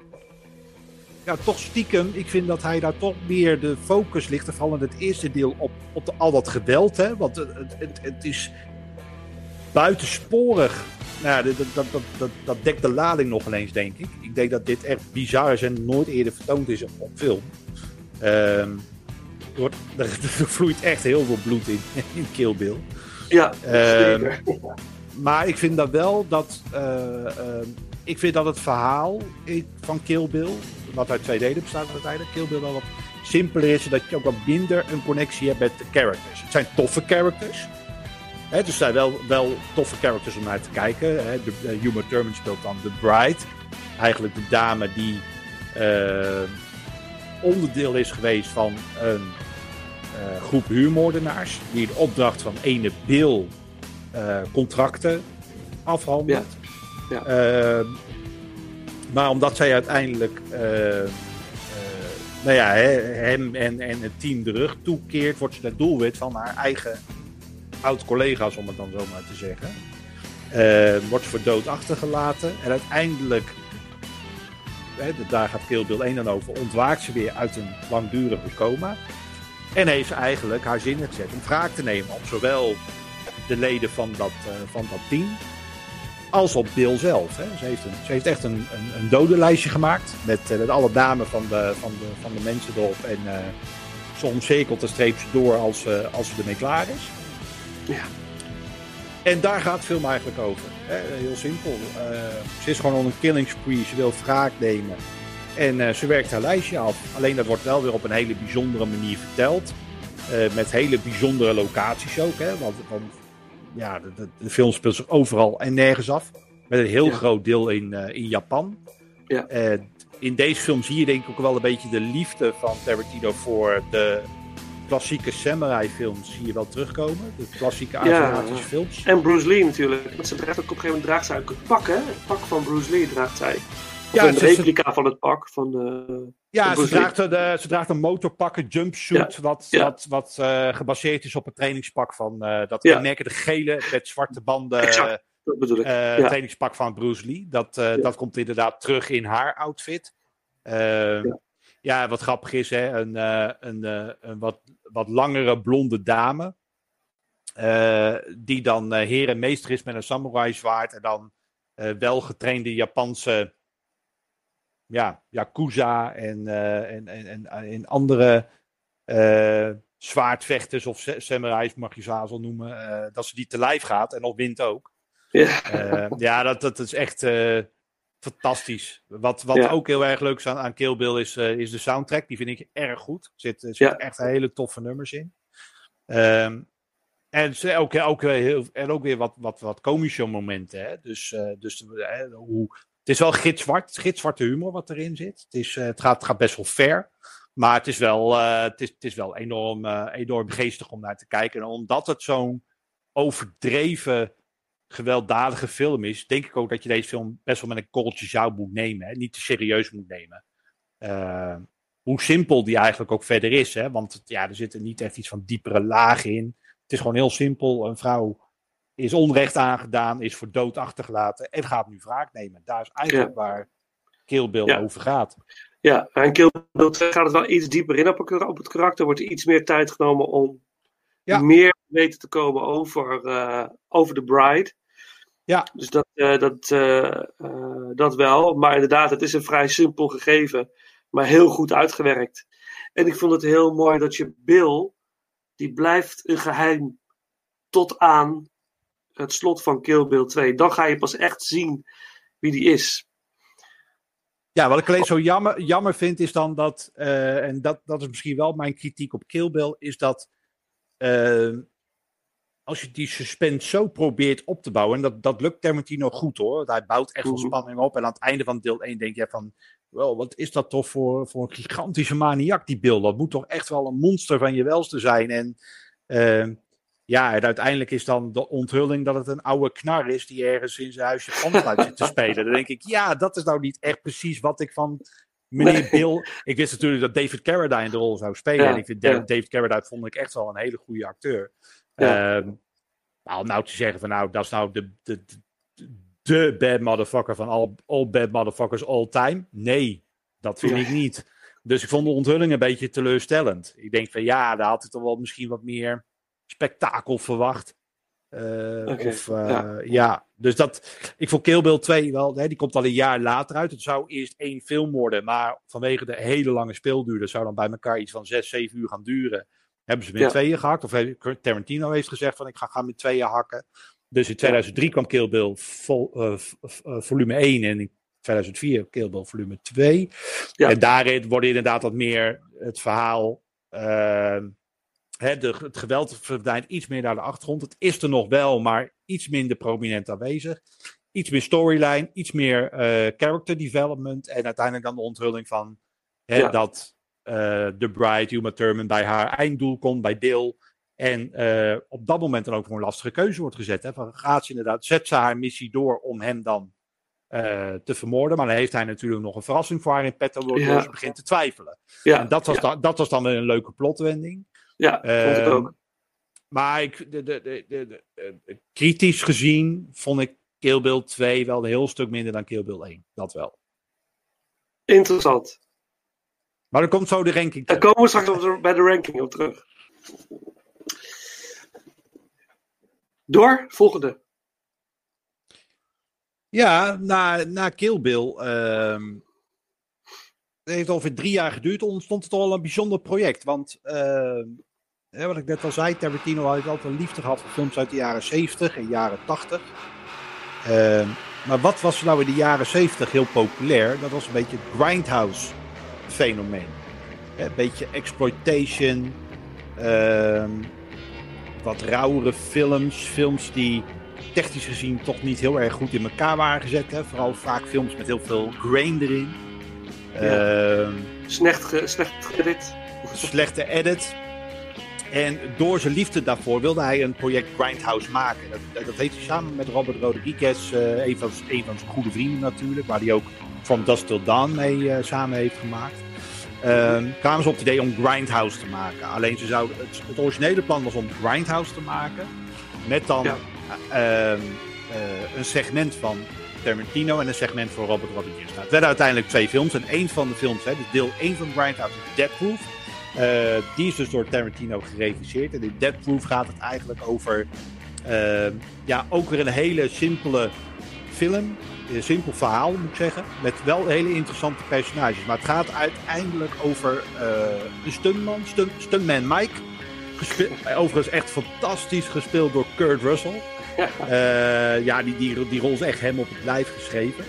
ja, toch stiekem, ik vind dat hij daar toch meer de focus ligt, vooral in het eerste deel, op, op de, al dat geweld. Hè? Want het, het, het is buitensporig. Nou, dat, dat, dat, dat, dat dekt de lading nog eens, denk ik. Ik denk dat dit echt bizar is en nooit eerder vertoond is op, op film. Uh, er, wordt, er, er vloeit echt heel veel bloed in, in Kill Bill. Ja, uh, zeker. Maar ik vind dat wel dat... Uh, uh, ik vind dat het verhaal van Kill Bill, wat uit twee delen bestaat uiteindelijk, Kill Bill wel wat simpeler is, zodat je ook wat minder een connectie hebt met de characters. Het zijn toffe characters. Hè, dus het zijn wel, wel toffe characters om naar te kijken. Hè. De, de Uma Thurman speelt dan de Bride. Eigenlijk de dame die uh, onderdeel is geweest van een uh, groep huurmoordenaars. Die de opdracht van ene Bill uh, contracten afhandelt. Ja. Ja. Uh, maar omdat zij uiteindelijk uh, uh, nou ja, hem en, en het team de rug toekeert, wordt ze het doelwit van haar eigen oud-collega's, om het dan zo maar te zeggen. Uh, wordt ze voor dood achtergelaten. En uiteindelijk, hè, daar gaat Kill Bill één dan over, ontwaakt ze weer uit een langdurige coma. En heeft ze eigenlijk haar zin gezet om wraak te nemen op zowel de leden van dat, uh, van dat team als op Bill zelf. Hè. Ze, heeft een, ze heeft echt een, een, een dodenlijstje gemaakt met, uh, met alle namen van de, van, de, van de mensen erop. En uh, ze omcirkelt de streepje door als, uh, als ze ermee klaar is. Ja. En daar gaat het film eigenlijk over. Hè. Heel simpel. Uh, ze is gewoon on een killing spree. Ze wil wraak nemen. En uh, ze werkt haar lijstje af. Alleen dat wordt wel weer op een hele bijzondere manier verteld. Uh, met hele bijzondere locaties ook. Hè. Want, want ja, de, de, de film speelt zich overal en nergens af. Met een heel ja. groot deel in, uh, in Japan. Ja. Uh, in deze film zie je denk ik ook wel een beetje de liefde van Tarantino voor de klassieke samurai films. Zie je wel terugkomen. De klassieke Aziatische ja. films. En Bruce Lee natuurlijk. Want ze draagt ook op een gegeven moment draagt zij ook het pak, hè? Het pak van Bruce Lee draagt zij. Of ja, een ze, replica ze, van het pak van uh, Ja, van ze, draagt de, ze draagt een motorpak, een jumpsuit, ja. wat, ja. wat, wat uh, gebaseerd is op het trainingspak van, uh, dat ja. we merken, de gele met zwarte banden exact, dat bedoel ik. Uh, ja. trainingspak van Bruce Lee. Dat, uh, ja. dat komt inderdaad terug in haar outfit. Uh, ja. ja, wat grappig is, hè, een, uh, een, uh, een wat, wat langere blonde dame, uh, die dan uh, heer en meester is met een samurai zwaard en dan uh, welgetrainde Japanse ja, Yakuza en, uh, en, en, en, en andere uh, zwaardvechters of samurais, mag je ze zo noemen, uh, dat ze die te lijf gaat en nog wint ook. Ja, uh, ja dat, dat is echt uh, fantastisch. Wat, wat Ja. ook heel erg leuk is aan, aan Kill Bill is, uh, is de soundtrack. Die vind ik erg goed. Er zitten zit Ja. echt hele toffe nummers in. Um, en ze- ook, ook, weer heel, en ook weer wat, wat, wat komische momenten. Hè? Dus, uh, dus uh, hoe, het is wel gitzwart, gitzwarte humor wat erin zit. Het, is, uh, het, gaat, het gaat best wel ver. Maar het is wel, uh, het is, het is wel enorm, uh, enorm geestig om naar te kijken. En omdat het zo'n overdreven, gewelddadige film is, denk ik ook dat je deze film best wel met een korreltje zout moet nemen. Hè? Niet te serieus moet nemen. Uh, hoe simpel die eigenlijk ook verder is. Hè? Want ja, er zit er niet echt iets van diepere lagen in. Het is gewoon heel simpel. Een vrouw is onrecht aangedaan, is voor dood achtergelaten en gaat nu wraak nemen. Daar is eigenlijk Ja. waar Kill Bill Ja. over gaat. Ja, en Kill Bill twee gaat het wel iets dieper in op, op het karakter. Wordt er iets meer tijd genomen om Ja. meer te weten te komen over, uh, over de bride. Ja. Dus dat, uh, dat, uh, uh, dat wel. Maar inderdaad, het is een vrij simpel gegeven. Maar heel goed uitgewerkt. En ik vond het heel mooi dat je Bill, die blijft een geheim tot aan het slot van Kill Bill twee. Dan ga je pas echt zien wie die is. Ja, wat ik alleen zo jammer, jammer vind is dan dat, uh, en dat, dat is misschien wel mijn kritiek op Kill Bill, is dat uh, als je die suspense zo probeert op te bouwen, en dat, dat lukt Tarantino goed hoor, hij bouwt echt wel Mhm. spanning op en aan het einde van deel één denk je van, well, wat is dat toch voor, voor een gigantische maniak die Bill, dat moet toch echt wel een monster van je welste zijn en uh, ja, en uiteindelijk is dan de onthulling dat het een oude knar is die ergens in zijn huisje panfluit zit te spelen. Dan denk ik, ja, dat is nou niet echt precies wat ik van meneer Nee. Bill... Ik wist natuurlijk dat David Carradine de rol zou spelen. Ja, en ik vind ja. David Carradine vond ik echt wel een hele goede acteur. Ja. Um, nou, nou te zeggen van nou, dat is nou de, de, de, de bad motherfucker van all, all bad motherfuckers all time. Nee, dat vind Nee. ik niet. Dus ik vond de onthulling een beetje teleurstellend. Ik denk van ja, daar had ik toch wel misschien wat meer spektakel verwacht. Uh, Oké, of, uh, ja. ja, dus dat. Ik vond Kill Bill twee wel, hè, die komt al een jaar later uit. Het zou eerst één film worden, maar vanwege de hele lange speelduur, dat zou dan bij elkaar iets van zes, zeven uur gaan duren. Hebben ze met Ja. tweeën gehakt, of heeft- Tarantino heeft gezegd van ik ga, ga met tweeën hakken. Dus in tweeduizend drie kwam Kill Bill vol, uh, v- v- uh, volume één en in tweeduizend vier Kill Bill volume twee. Ja. En daarin wordt inderdaad wat meer het verhaal. Uh, He, de, het geweld verdwijnt iets meer naar de achtergrond. Het is er nog wel, maar iets minder prominent aanwezig. Iets meer storyline, iets meer uh, character development. En uiteindelijk dan de onthulling van he, Ja. dat uh, de bride, Uma Thurman, bij haar einddoel komt, bij Dil. En uh, op dat moment dan ook voor een lastige keuze wordt gezet. Hè, van, gaat ze inderdaad, zet ze haar missie door om hem dan uh, te vermoorden. Maar dan heeft hij natuurlijk nog een verrassing voor haar in petto, waardoor Ja. ze begint te twijfelen. Ja. En dat was, Ja. dan, dat was dan weer een leuke plotwending. Ja, vond ik Ehm, ook. Maar ik, de, de, de, de, de- de- kritisch gezien vond ik Kill Bill twee wel een heel stuk minder dan Kill Bill één. Dat wel. Interessant. Maar er komt zo de ranking Daar terug. komen we straks op de- bij de ranking op terug. Door, volgende. Ja, na, na Kill Bill. ehm, het heeft ongeveer drie jaar geduurd. Ontstond het al een bijzonder project. Want, ehm, hè, wat ik net al zei, Tarantino had altijd een liefde gehad voor films uit de jaren zeventig en jaren tachtig. Ehm, maar wat was nou in de jaren zeventig heel populair? Dat was een beetje het grindhouse fenomeen. Hè, een beetje exploitation. ehm, wat rauwere films. Films die technisch gezien toch niet heel erg goed in elkaar waren gezet. Hè? Vooral vaak films met heel veel grain erin. Ja. Ehm, Slecht, ge, slecht geëdit. slechte edit. En door zijn liefde daarvoor wilde hij een project Grindhouse maken. Dat, dat heeft hij samen met Robert Rodriguez, uh, een, van, een van zijn goede vrienden natuurlijk, waar hij ook From Dusk Till Dawn mee uh, samen heeft gemaakt. Um, kwamen ze op het idee om Grindhouse te maken. Alleen ze zouden, het, het originele plan was om Grindhouse te maken. Met dan Ja. uh, um, uh, een segment van Tarantino en een segment van Robert Rodriguez. Nou, het werden uiteindelijk twee films. En één van de films, hè, dus deel één van Grindhouse is Death Proof. Uh, die is dus door Tarantino geregisseerd. En in Death Proof gaat het eigenlijk over uh, ja, ook weer een hele simpele film. Een simpel verhaal moet ik zeggen. Met wel hele interessante personages. Maar het gaat uiteindelijk over uh, een stuntman, stunt, stuntman Mike. Gespe- overigens echt fantastisch gespeeld door Kurt Russell. Uh, ja, die, die, die rol is echt hem op het lijf geschreven.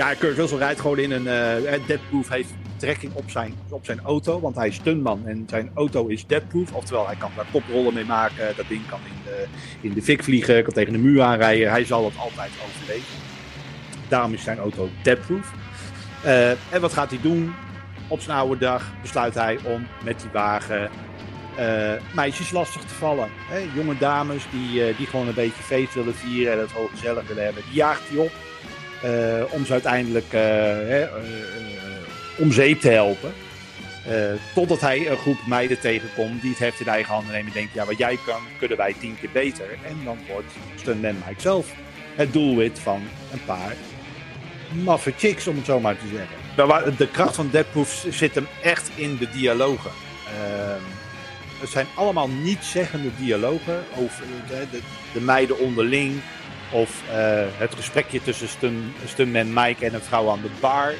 Ja, Kurt Russell rijdt gewoon in een... Uh, Deathproof heeft trekking op zijn, op zijn auto, want hij is stuntman en zijn auto is deathproof. Oftewel, hij kan daar koprollen mee maken, dat ding kan in de, in de fik vliegen, kan tegen de muur aanrijden. Hij zal het altijd overleven. Daarom is zijn auto deathproof. Uh, en wat gaat hij doen? Op zijn oude dag besluit hij om met die wagen uh, meisjes lastig te vallen. Hè? Jonge dames die, uh, die gewoon een beetje feest willen vieren en het gewoon gezellig willen hebben. Die jaagt hij op uh, om ze uiteindelijk uh, uh, uh, om zeep te helpen. Uh, totdat hij een groep meiden tegenkomt die het heft in eigen handen nemen en denkt, ja, wat jij kan, kunnen wij tien keer beter. En dan wordt Stuntman Mike zelf het doelwit van een paar maffe chicks, om het zo maar te zeggen. De kracht van Deathproof zit hem echt in de dialogen. Uh, het zijn allemaal niet-zeggende dialogen over de, de, de meiden onderling. Of uh, het gesprekje tussen Stun, Stuntman Mike en een vrouw aan de bar. In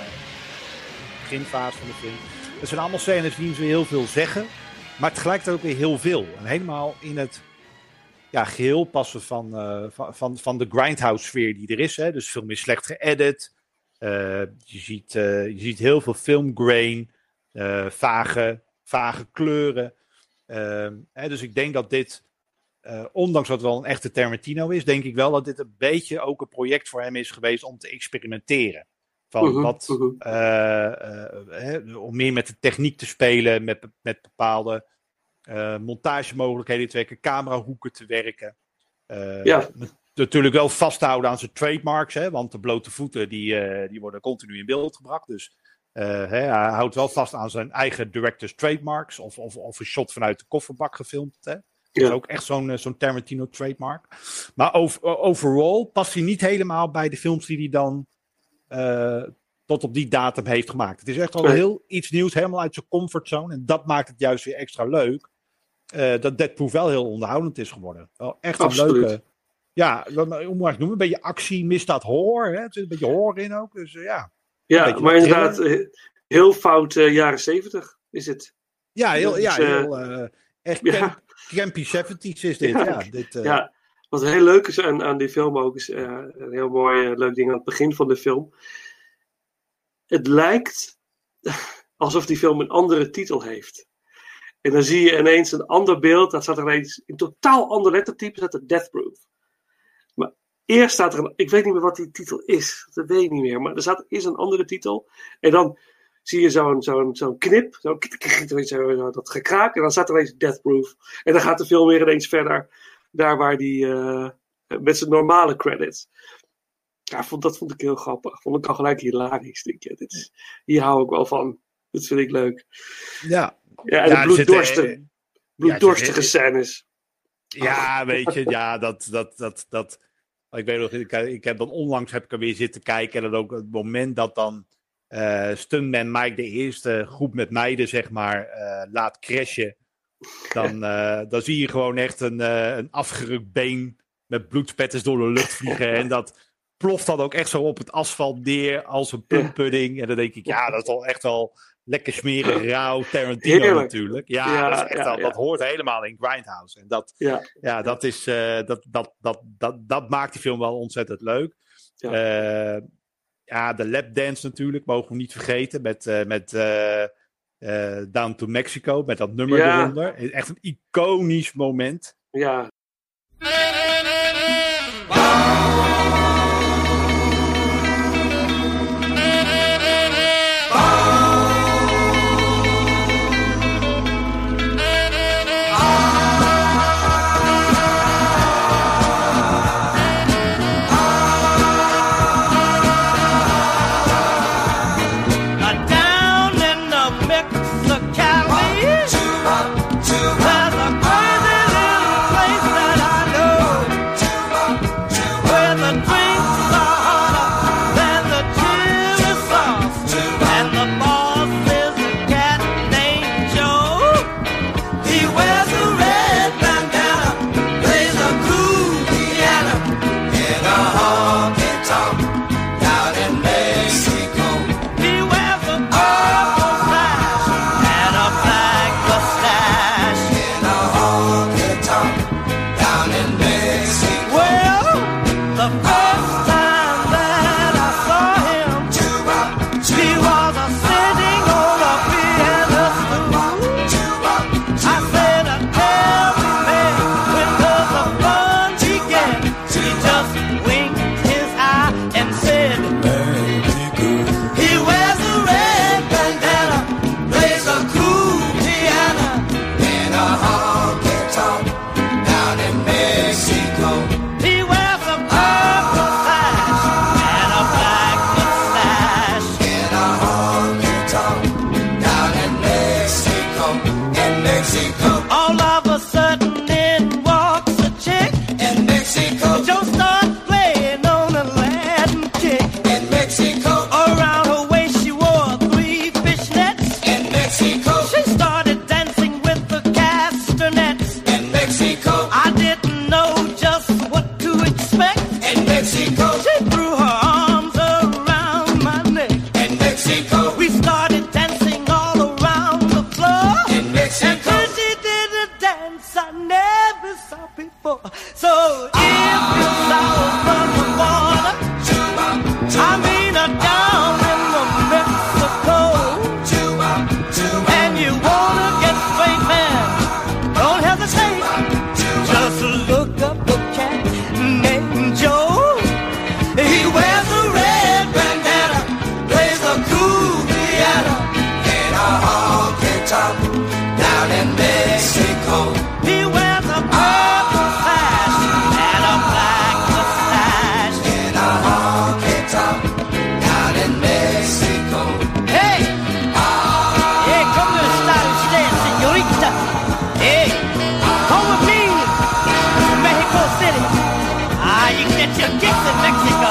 de beginfase van de film. Het zijn allemaal scènes die ze heel veel zeggen. Maar tegelijkertijd ook weer heel veel. En helemaal in het ja, geheel passen van, uh, van, van, van de grindhouse sfeer die er is. Hè. Dus veel meer slecht geëdit. Uh, je, ziet, uh, je ziet heel veel filmgrain, uh, vage, vage kleuren. Uh, hè, dus ik denk dat dit, uh, ondanks dat het wel een echte Tarantino is, denk ik wel dat dit een beetje ook een project voor hem is geweest om te experimenteren. Van uh-huh, wat, uh-huh. uh, uh, hè, om meer met de techniek te spelen, met, met bepaalde uh, montagemogelijkheden te werken, camerahoeken te werken. Uh, ja. Natuurlijk wel vasthouden aan zijn trademarks, hè, want de blote voeten die, uh, die worden continu in beeld gebracht. Dus uh, hè, hij houdt wel vast aan zijn eigen director's trademarks of, of, of een shot vanuit de kofferbak gefilmd. Hè. Dat ja. is ook echt zo'n, zo'n Tarantino trademark. Maar over, overall past hij niet helemaal bij de films die hij dan uh, tot op die datum heeft gemaakt. Het is echt wel heel iets nieuws, helemaal uit zijn comfortzone. En dat maakt het juist weer extra leuk. Uh, dat Deathproof wel heel onderhoudend is geworden. Wel echt een Absoluut. leuke... Ja, hoe moet ik het noemen? Een beetje actie, misdaad, horror. Hè? Er zit een beetje horror in ook. Dus uh, ja. Ja, maar inderdaad, thriller. heel fout uh, jaren zeventig is het. Ja, heel, dus, ja, uh, heel uh, echt ja. camp, campy zeventies is dit. Ja, ja, dit, uh... ja, wat heel leuk is aan, aan die film ook, is uh, een heel mooi uh, leuk ding aan het begin van de film. Het lijkt alsof die film een andere titel heeft. En dan zie je ineens een ander beeld. Dat staat er ineens in totaal ander lettertype, staat er Deathproof. Maar eerst staat er een, ik weet niet meer wat die titel is. Dat weet ik niet meer. Maar er staat eerst een andere titel. En dan zie je zo'n, zo'n, zo'n knip. Zo'n, zo, dat gekraak. En dan staat er ineens Deathproof. En dan gaat de film weer ineens verder. Daar waar die, uh, met zijn normale credits. Ja, vond, dat vond ik heel grappig. Vond ik al gelijk hilarisch. Denk je. Dit is, hier hou ik wel van. Dat vind ik leuk. Ja. Ja, en ja, de bloeddorstige, zit, bloeddorstige ja, scènes. Ja, weet je, ja, dat, dat, dat, dat, ik weet nog, ik, ik heb dan onlangs heb ik er weer zitten kijken en dan ook het moment dat dan uh, Stuntman Mike de eerste groep met meiden, zeg maar, uh, laat crashen, dan, uh, dan zie je gewoon echt een, uh, een afgerukt been met bloedspetters door de lucht vliegen en dat ploft dan ook echt zo op het asfalt neer als een plumpudding en dan denk ik, ja, dat is al echt wel lekker smerig, rauw, Tarantino Heerlijk. natuurlijk. Ja, ja, dat, is echt ja, al, ja. dat hoort helemaal in Grindhouse. En dat, ja. Ja, dat, is, uh, dat, dat, dat, dat, dat maakt die film wel ontzettend leuk. Ja, uh, ja de lapdance natuurlijk, mogen we niet vergeten. Met, uh, met uh, uh, Down to Mexico, met dat nummer ja. eronder. Echt een iconisch moment. Ja. Place top down in Mexico. He wears a purple sash and a black mustache in a honky tonk down in Mexico. Hey! Hey, come to the United States, señorita. Hey, come with me to Mexico City. Ah, you can get your kicks in Mexico.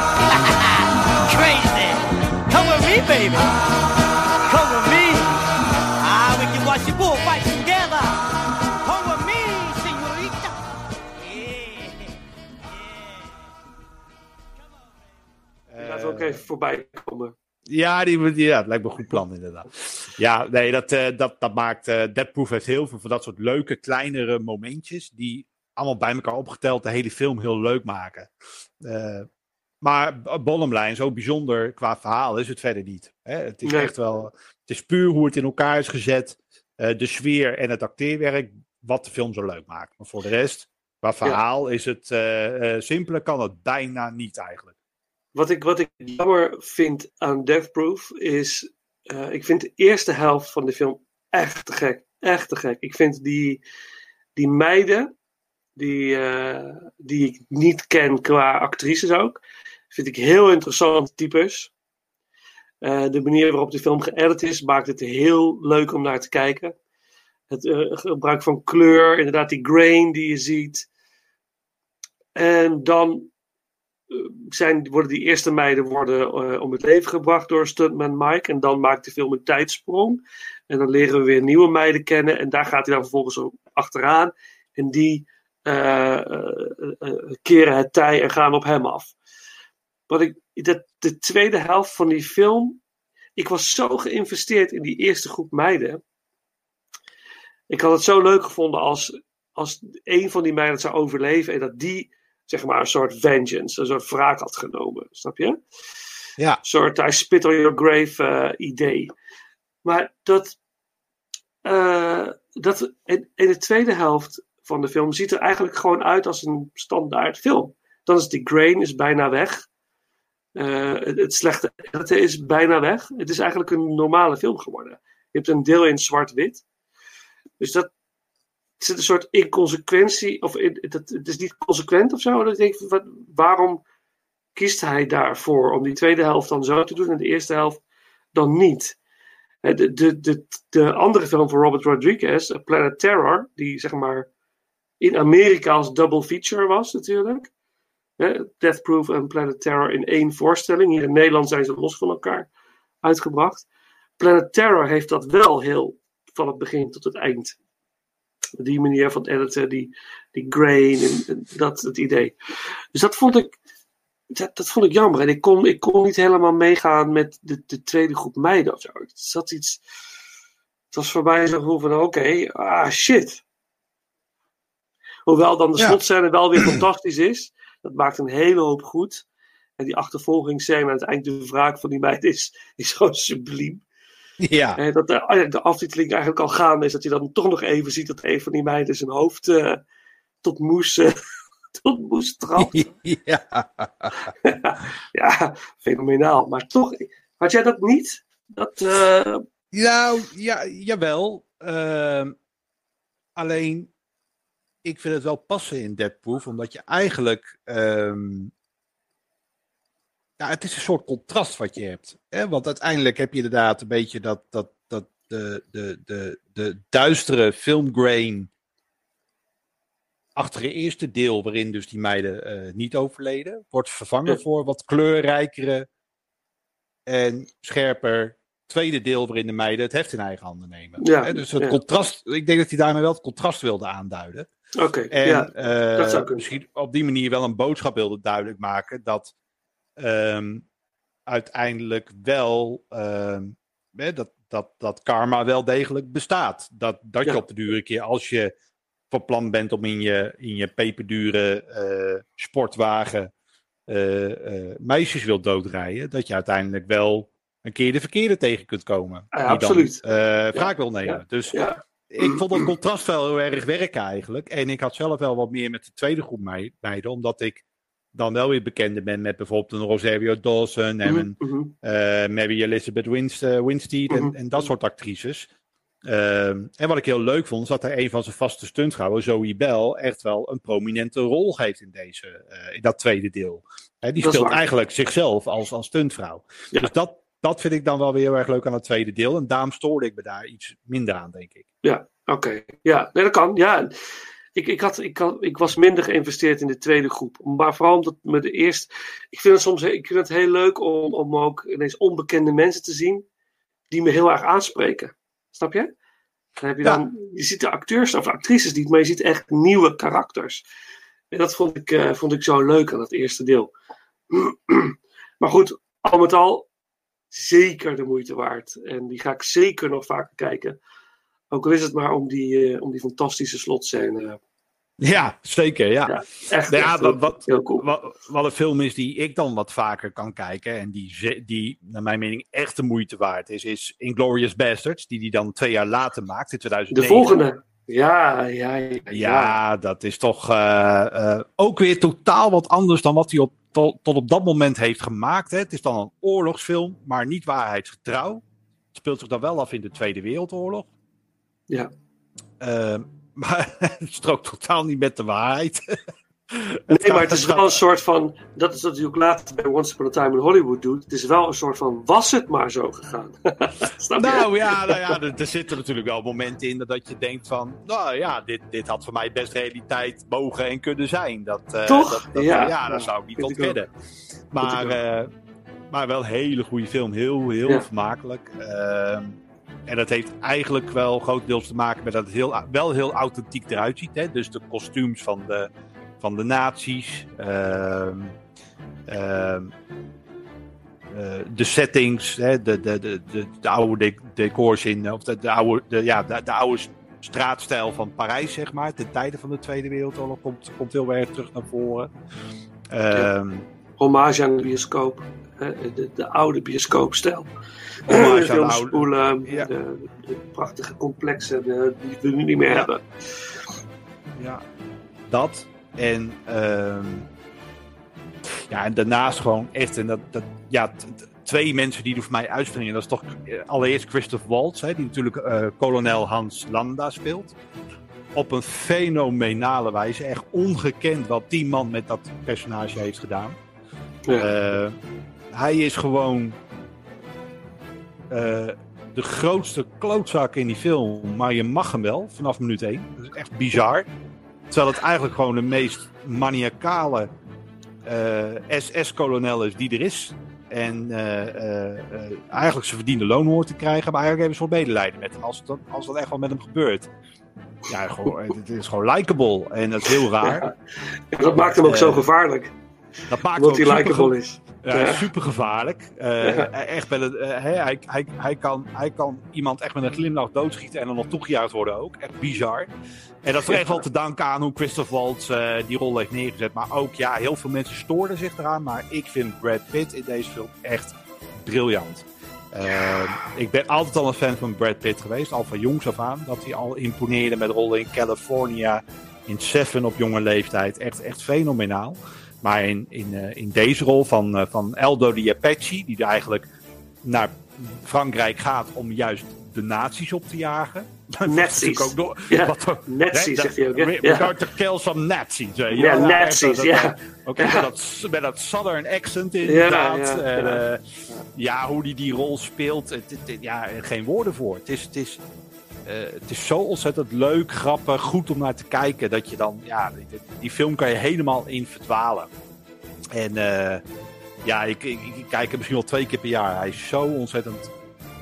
Crazy. Come with me, baby. Come with me. Ah, we can watch the bullfight together. Come with me, señorita. Yeah. Die laten we ook even voorbij komen. Ja, die, ja, het lijkt me een goed plan inderdaad. Ja, nee, dat, uh, dat, dat maakt... Uh, Death Proof heeft heel veel van dat soort leuke, kleinere momentjes... die allemaal bij elkaar opgeteld de hele film heel leuk maken. Uh, maar bottom line, zo bijzonder qua verhaal is het verder niet. Hè? Het is Nee. echt wel... Het is puur hoe het in elkaar is gezet. Uh, de sfeer en het acteerwerk, wat de film zo leuk maakt. Maar voor de rest, qua verhaal is het... Uh, uh, simpeler kan het bijna niet eigenlijk. Wat ik, wat ik jammer vind aan Death Proof is... Uh, ik vind de eerste helft van de film echt te gek. Echt te gek. Ik vind die, die meiden... Die, uh, die ik niet ken qua actrices ook... vind ik heel interessante types. Uh, de manier waarop de film geëdit is... maakt het heel leuk om naar te kijken. Het uh, gebruik van kleur... inderdaad die grain die je ziet. En dan... Zijn, worden die eerste meiden worden, uh, om het leven gebracht door stuntman Mike. En dan maakt de film een tijdsprong. En dan leren we weer nieuwe meiden kennen. En daar gaat hij dan vervolgens op achteraan. En die uh, uh, uh, keren het tij en gaan op hem af. Wat ik, de, de tweede helft van die film... Ik was zo geïnvesteerd in die eerste groep meiden. Ik had het zo leuk gevonden als, als een van die meiden het zou overleven. En dat die... zeg maar een soort vengeance, een soort wraak had genomen. Snap je? Ja. Een soort I spit on your grave uh, idee. Maar dat, uh, dat in, in de tweede helft van de film ziet er eigenlijk gewoon uit als een standaard film. Dan is die grain is bijna weg. Uh, het, het slechte editen is bijna weg. Het is eigenlijk een normale film geworden. Je hebt een deel in zwart-wit. Dus dat er zit een soort inconsequentie, of in, het, het is niet consequent of zo. Dan denk ik, wat, waarom kiest hij daarvoor om die tweede helft dan zo te doen en de eerste helft dan niet? De, de, de, de andere film van Robert Rodriguez, Planet Terror, die zeg maar in Amerika als double feature was natuurlijk. Death Proof en Planet Terror in één voorstelling. Hier in Nederland zijn ze los van elkaar uitgebracht. Planet Terror heeft dat wel heel van het begin tot het eind. Die manier van editen, die, die grain en, en dat het idee. Dus dat vond ik, dat, dat vond ik jammer. En ik kon, ik kon niet helemaal meegaan met de, de tweede groep meiden of zo. Het zat iets, het was voor mij zo'n gevoel van oké, okay, ah shit. Hoewel dan de Ja. slotscène wel weer fantastisch is. Dat maakt een hele hoop goed. En die achtervolgingsscène aan het eind de wraak van die meid is, is gewoon subliem. Ja. En dat de, de aftiteling eigenlijk al gaande is. Dat je dan toch nog even ziet dat een van die meiden zijn hoofd uh, tot moes, uh, tot moes trapt. Ja. Ja, fenomenaal. Maar toch, had jij dat niet? Dat, uh... Nou, ja, jawel. Uh, alleen, ik vind het wel passen in Death Proof, omdat je eigenlijk... Um, ja, het is een soort contrast wat je hebt. Hè? Want uiteindelijk heb je inderdaad een beetje dat, dat, dat de, de, de, de duistere filmgrain achter het eerste deel, waarin dus die meiden uh, niet overleden, wordt vervangen ja. voor wat kleurrijkere en scherper tweede deel waarin de meiden het heft in eigen handen nemen. Ja, Hè? Dus het ja. contrast, ik denk dat hij daarmee wel het contrast wilde aanduiden. Oké, okay, en ja, uh, dat zou kunnen. Misschien op die manier wel een boodschap wilde duidelijk maken dat um, uiteindelijk wel um, hè, dat, dat, dat karma wel degelijk bestaat. Dat, dat je ja. op de dure keer, als je van plan bent om in je, in je peperdure uh, sportwagen uh, uh, meisjes wilt doodrijden, dat je uiteindelijk wel een keer de verkeerde tegen kunt komen. Ja, die absoluut. dan uh, wraak ja. wil nemen. Ja. Dus ja. ik vond dat contrast wel heel erg werken eigenlijk. En ik had zelf wel wat meer met de tweede groep meiden, omdat ik dan wel weer bekende ben met bijvoorbeeld een Rosario Dawson en een mm-hmm. uh, Mary Elizabeth Winst, uh, Winstead mm-hmm. en, en dat soort actrices. Um, en wat ik heel leuk vond, is dat hij een van zijn vaste stuntvrouwen, Zoe Bell, echt wel een prominente rol heeft in, deze, uh, in dat tweede deel. He, die Dat speelt eigenlijk zichzelf als, als stuntvrouw. Ja. Dus dat, dat vind ik dan wel weer heel erg leuk aan het tweede deel. En daarom stoorde ik me daar iets minder aan, denk ik. Ja, oké. Okay. Ja, nee, dat kan. Ja. Ik, ik, had, ik, had, ik was minder geïnvesteerd in de tweede groep. Maar vooral omdat me de eerste... Ik vind het soms ik vind het heel leuk om, om ook ineens onbekende mensen te zien die me heel erg aanspreken. Snap je? Dan heb je, dan, ja. je ziet de acteurs of actrices niet, maar je ziet echt nieuwe karakters. En dat vond ik, uh, vond ik zo leuk aan dat eerste deel. Maar goed, al met al zeker de moeite waard. En die ga ik zeker nog vaker kijken. Ook al is het maar om die, uh, om die fantastische slotscène. Ja, zeker, ja. ja echt, ja, echt wat, wat, heel cool. Wat, wat een film is die ik dan wat vaker kan kijken en die, die naar mijn mening echt de moeite waard is, is Inglourious Basterds, die die dan twee jaar later maakt, in tweeduizend negen. De volgende. Ja, ja, ja. Ja, ja dat is toch uh, uh, ook weer totaal wat anders dan wat hij op, tot, tot op dat moment heeft gemaakt. Hè. Het is dan een oorlogsfilm, maar niet waarheidsgetrouw. Het speelt zich dan wel af in de Tweede Wereldoorlog. Ja. Uh, Maar het strookt totaal niet met de waarheid. Nee, maar het is wel een soort van... Dat is natuurlijk later bij Once Upon a Time in Hollywood doet. Het is wel een soort van... Was het maar zo gegaan? Snap je? Nou ja, nou ja er, er zitten natuurlijk wel momenten in dat je denkt van... Nou ja, dit, dit had voor mij best realiteit mogen en kunnen zijn. Dat, uh, Toch? Dat, dat, ja. ja, dat zou ik niet ontkennen. Maar, uh, maar wel een hele goede film. Heel, heel ja. vermakelijk. Uh, En dat heeft eigenlijk wel grotendeels te maken met dat het heel, wel heel authentiek eruit ziet. Hè? Dus de kostuums van de, van de nazi's. Uh, uh, uh, de settings. Hè? De, de, de, de, de oude de, decors in. Of de, de, oude, de, ja, de, de oude straatstijl van Parijs, zeg maar. Ten tijde van de Tweede Wereldoorlog komt, komt heel erg terug naar voren. Uh, ja. Hommage aan de bioscoop. De, de, de oude bioscoopstijl. De filmspoelen, ja. de, de prachtige complexen de, die we nu niet meer ja. hebben. Ja, dat. En, uh, ja, en daarnaast gewoon echt, en dat, dat, ja, t, t, twee mensen die er voor mij uitspringen. Dat is toch uh, allereerst Christoph Waltz, hè, die natuurlijk uh, kolonel Hans Landa speelt. Op een fenomenale wijze. Echt ongekend wat die man met dat personage heeft gedaan. Ja. Uh, hij is gewoon uh, de grootste klootzak in die film. Maar je mag hem wel, vanaf minuut één. Dat is echt bizar. Terwijl het eigenlijk gewoon de meest maniacale uh, S S-kolonel is die er is. En uh, uh, uh, eigenlijk zijn verdiende loon hoort te krijgen. Maar eigenlijk hebben ze wel medelijden met hem. Als dat, als dat echt wel met hem gebeurt. Ja, gewoon, het is gewoon likable. En dat is heel raar. Ja, dat maakt hem ook uh, zo gevaarlijk. Dat maakt Omdat hij likable ge- is. Ja, ja. Super gevaarlijk. Uh, ja. Echt met het, uh, hij, hij, hij, kan, hij kan iemand echt met een glimlach doodschieten en dan nog toegejuicht worden ook. Echt bizar. En dat is echt wel te danken aan hoe Christoph Waltz uh, die rol heeft neergezet. Maar ook, ja, heel veel mensen stoorden zich eraan. Maar ik vind Brad Pitt in deze film echt briljant. Uh, ik ben altijd al een fan van Brad Pitt geweest. Al van jongs af aan. Dat hij al imponeerde met rollen in California. In Seven op jonge leeftijd. Echt, echt fenomenaal. Maar in, in, uh, in deze rol van, uh, van Aldo the Apache, die eigenlijk naar Frankrijk gaat om juist de nazi's op te jagen. Nazi's. Ook door, ja. wat, nazi's, zegt hij ook. We ja. got to kill some nazi's. Ja, ja, nazi's, ja. Oké, okay, ja. met, met dat southern accent inderdaad. Ja, ja, en, ja. Uh, ja, hoe hij die, die rol speelt. Het, het, ja, geen woorden voor. Het is... Het is Uh, het is zo ontzettend leuk, grappig, goed om naar te kijken. Dat je dan, ja, die, die film kan je helemaal in verdwalen. En uh, ja, ik, ik, ik kijk hem misschien wel twee keer per jaar. Hij is zo ontzettend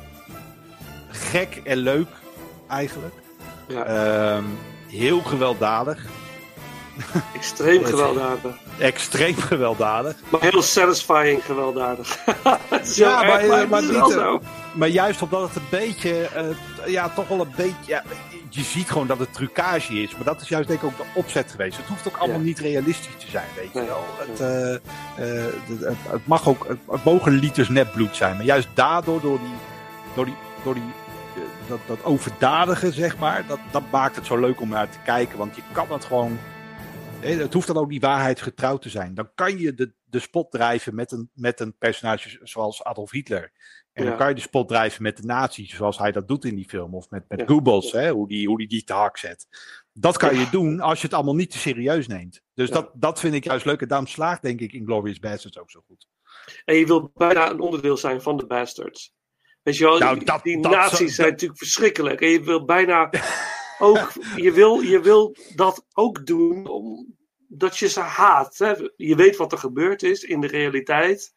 gek en leuk, eigenlijk. Ja. Um, heel gewelddadig. Extreem gewelddadig. Extreem gewelddadig. Maar heel satisfying gewelddadig. ja, maar, maar, maar, niet, zo. maar juist omdat het een beetje, uh, ja, toch wel een beetje, ja, je ziet gewoon dat het trucage is. Maar dat is juist denk ik ook de opzet geweest. Het hoeft ook allemaal ja. niet realistisch te zijn, weet je nee, wel. Het, uh, uh, het, het mag ook, het mogen liters nepbloed zijn. Maar juist daardoor, door die, door die, door die uh, dat, dat overdadige, zeg maar, dat, dat maakt het zo leuk om naar te kijken. Want je kan het gewoon... Het hoeft dan ook niet waarheidsgetrouw te zijn. Dan kan je de, de spot drijven met een, met een personage zoals Adolf Hitler. En Ja. dan kan je de spot drijven met de nazi's, zoals hij dat doet in die film. Of met, met Ja. Goebbels, hè, hoe die, hoe die die te hak zet. Dat kan je doen als je het allemaal niet te serieus neemt. Dus Ja. dat, dat vind ik juist leuk. En daarom slaagt denk ik Inglourious Basterds ook zo goed. En je wil bijna een onderdeel zijn van de Bastards. Weet je wel, Nou, die, dat- die dat nazi's zou- zijn natuurlijk verschrikkelijk. En je wil bijna ook, je wil, je wil dat ook doen omdat je ze haat. Hè? Je weet wat er gebeurd is in de realiteit.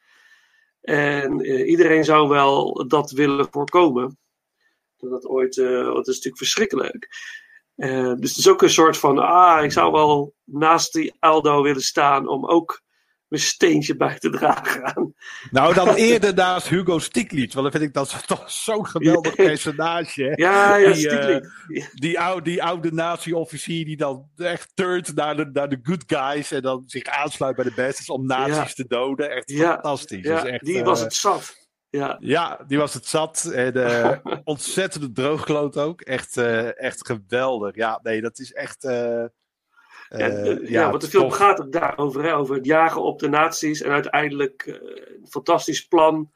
En eh, iedereen zou wel dat willen voorkomen. Dat dat ooit, uh, dat is natuurlijk verschrikkelijk. Uh, dus het is ook een soort van, ah, ik zou wel naast die Aldo willen staan om ook mijn steentje bij te dragen aan. Nou, dan eerder naast Hugo Stiglitz. Want dan vind ik dat toch zo'n geweldig Ja. personage. Hè? Ja, ja, Die, eh, Stiglitz. Die oude, die oude nazi-officier die dan echt turnt naar de, naar de good guys. En dan zich aansluit bij de bastards om nazi's Ja. te doden. Echt Ja. fantastisch. Ja, Dat is echt, die eh, was het zat. Ja, Ja, die was het zat. En eh, ontzettende droogkloot ook. Echt, eh, echt geweldig. Ja, nee, dat is echt... eh, ja, eh, eh, ja, want de film tof. gaat ook daarover, hè, over het jagen op de nazi's. En uiteindelijk eh, een fantastisch plan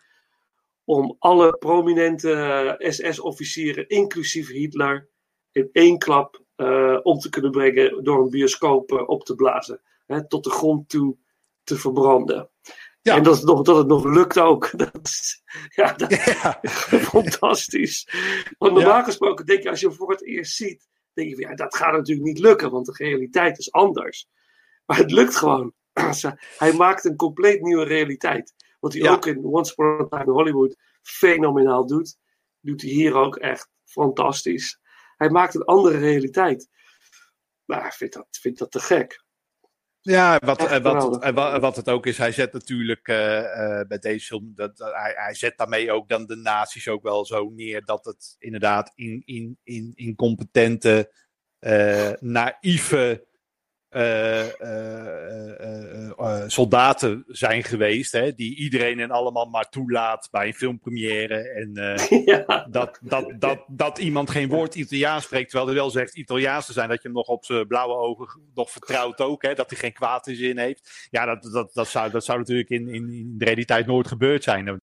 om alle prominente eh, S S-officieren, inclusief Hitler, in één klap eh, om te kunnen brengen door een bioscoop eh, op te blazen. Hè, tot de grond toe te verbranden. Ja. En dat het, nog, dat het nog lukt ook. Dat is, ja, dat is Ja. fantastisch. Want normaal Ja. gesproken denk je, als je hem voor het eerst ziet, denk je van, ja, dat gaat natuurlijk niet lukken, want de realiteit is anders. Maar het lukt gewoon. Hij maakt een compleet nieuwe realiteit. Wat hij Ja. ook in Once Upon a Time in Hollywood fenomenaal doet, doet hij hier ook echt fantastisch. Hij maakt een andere realiteit. Maar ik vind dat, vind dat te gek. Ja, wat, Echt en wat, geweldig. en wat, wat het ook is, hij zet natuurlijk eh, eh, bij deze film, dat, dat- hij, hij zet daarmee ook dan de nazi's ook wel zo neer dat het inderdaad in, in, in, incompetente, eh naïeve eh, eh, eh, eh, eh, soldaten zijn geweest, hè, die iedereen en allemaal maar toelaat bij een filmpremière en... eh, Ja. Dat, dat, dat, dat iemand geen woord Italiaans spreekt, terwijl hij wel zegt Italiaans te zijn, dat je hem nog op zijn blauwe ogen nog vertrouwt ook, hè, dat hij geen kwaad in zin heeft. Ja, dat, dat, dat, zou, dat zou natuurlijk in, in, in de realiteit nooit gebeurd zijn.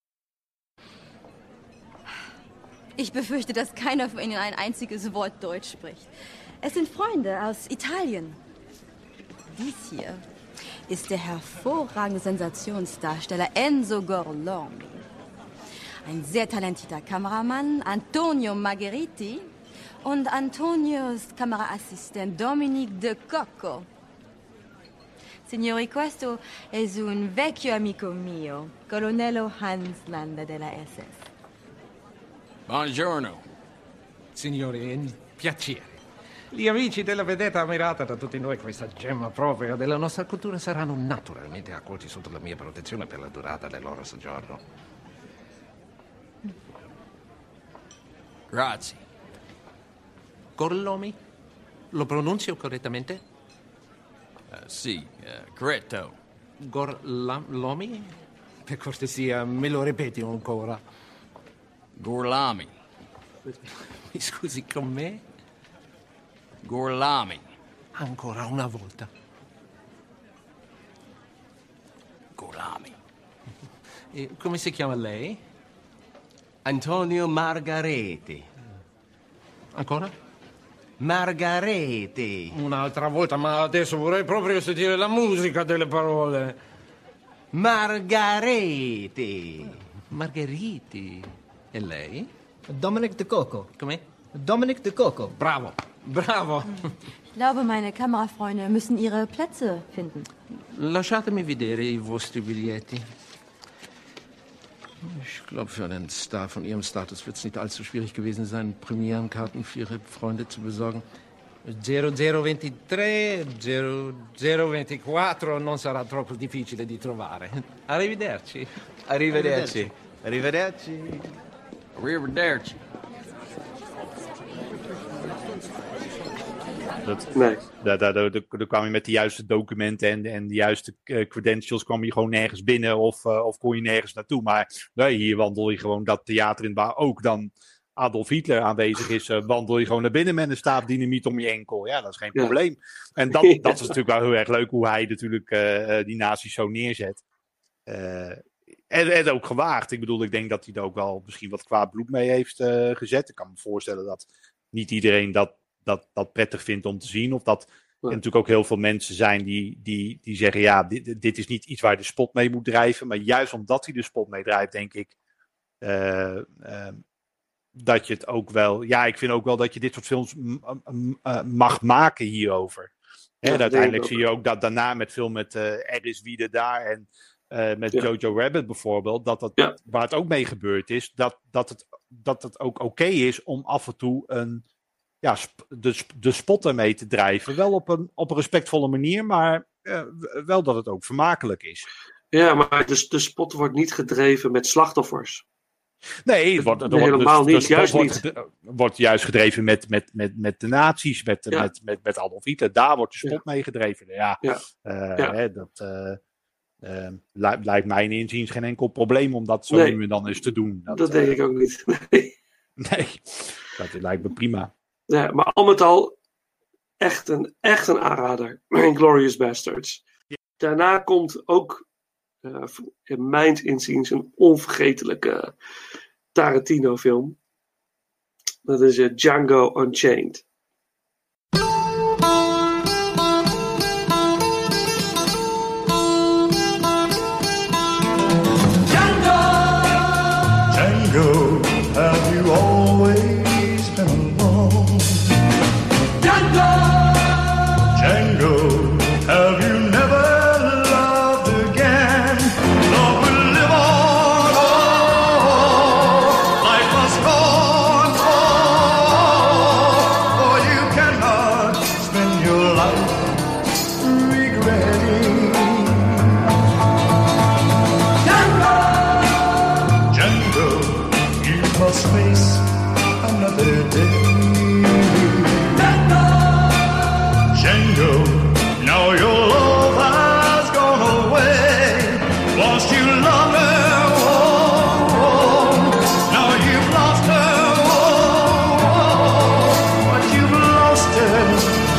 Ich befürchte, dass keiner von Ihnen ein einziges Wort Deutsch spricht. Es sind Freunde aus Italien. Dies hier ist der hervorragende Sensationsdarsteller Enzo Gorlami. Ein sehr talentierter Kameramann, Antonio Margheriti, und Antonios Kameraassistent Dominique De Cocco. Signori, questo è un vecchio amico mio, Colonnello Hans Landa della S S. Buongiorno. Signori, è un piacere. Gli amici della vedetta ammirata da tutti noi, questa gemma propria della nostra cultura, saranno naturalmente accolti sotto la mia protezione per la durata del loro soggiorno. Grazie. Gorlomi? Lo pronuncio correttamente? Uh, sì, uh, corretto. Gorlomi? Per cortesia, me lo ripeti ancora. Gorlami. Mi scusi, con me? Gorlami. Ancora una volta. Gorlami. E come si chiama lei? Antonio Margareti. Ancora? Margareti. Un'altra volta, ma adesso vorrei proprio sentire la musica delle parole. Margareti. Margheriti. E lei? Dominic De Coco. Come? Dominic De Coco. Bravo, bravo. Ich glaube, meine Kamerafreunde müssen ihre Plätze finden. Lasciatemi vedere i vostri biglietti. Ich glaube, für einen Star von Ihrem Status wird es nicht allzu schwierig gewesen sein, Premierenkarten für Ihre Freunde zu besorgen. zero zero ventitré, zero zero ventiquattro non sarà troppo difficile di trovare. Arrivederci. Arrivederci. Arrivederci. Arrivederci. Dat, Nee. daar, daar, daar, daar kwam je met de juiste documenten en, en de juiste eh, credentials kwam je gewoon nergens binnen of, uh, of kon je nergens naartoe. Maar nee, hier wandel je gewoon dat theater in waar ook dan Adolf Hitler aanwezig is, uh, wandel je gewoon naar binnen met een staaf dynamiet om je enkel. Ja, dat is geen Ja. probleem. En dat, Ja. dat is natuurlijk wel heel erg leuk hoe hij natuurlijk uh, uh, die nazi's zo neerzet. Uh, En, en ook gewaagd. Ik bedoel, ik denk dat hij er ook wel misschien wat kwaad bloed mee heeft uh, gezet. Ik kan me voorstellen dat niet iedereen dat, dat, dat prettig vindt om te zien. Of dat er natuurlijk ook heel veel mensen zijn die, die, die zeggen... ja, dit, dit is niet iets waar je de spot mee moet drijven. Maar juist omdat hij de spot mee drijft, denk ik... Uh, uh, dat je het ook wel... Ja, ik vind ook wel dat je dit soort films m- m- uh, mag maken hierover. Ja, en uiteindelijk zie je ook dat daarna met film met uh, Er is wie er daar... en uh, met ja. Jojo Rabbit bijvoorbeeld... dat dat, ja. waar het ook mee gebeurd is... dat, dat, het, dat het ook oké okay is om af en toe een... Ja, sp- de, de spot ermee te drijven. Wel op een, op een respectvolle manier... maar uh, wel dat het ook vermakelijk is. Ja, maar de, de spot wordt niet gedreven met slachtoffers. Nee, het wordt, nee wordt, helemaal dus, niet. De juist wordt, niet. Wordt juist gedreven met, met, met, met de nazi's, met, ja. met, met, met Adolf Hitler. Daar wordt de spot ja. mee gedreven. Ja, ja. Uh, ja. Hè, dat uh, uh, lijkt, lijkt mij inziens geen enkel probleem om dat zo nee. nu en dan eens te doen. Dat, dat denk uh, ik ook niet. Nee, nee. Dat lijkt me prima. Ja, maar al met al echt een, echt een aanrader. Inglourious Basterds. Ja. Daarna komt ook... Uh, in mijn inziens een onvergetelijke Tarantino film. Dat is uh, Django Unchained. Django! Django, have you always been alone? Django! Django, have you never face another day. Django, now your love has gone away. Lost you love her, oh, oh. Now you've lost her, oh, oh. But you've lost her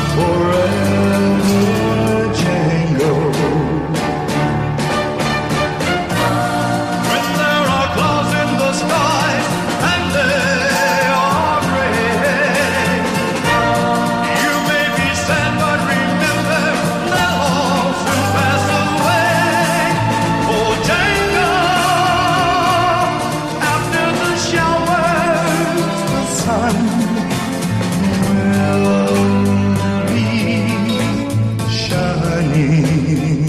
forever, Django. When there are clouds in the skies and they are gray, you may be sad, but remember they'll all soon pass away. Oh, Django, after the showers, the sun will be shining.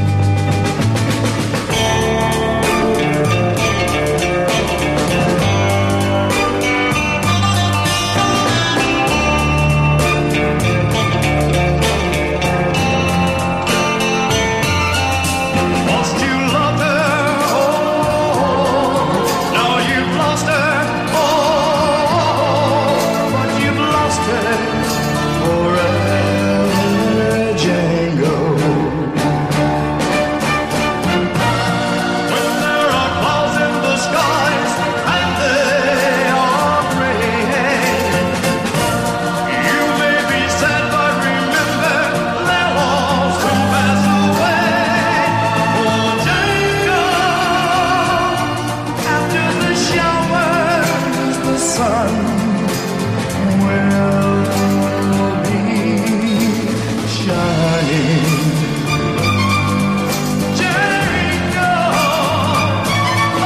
Lost you loved her, oh, now you've lost her, oh, but you've lost her forever, Django. When there are clouds in the skies and they are gray, you may be sad, but remember they'll all soon pass away. Oh, Django, after the showers, the sun will be shining. Django, oh,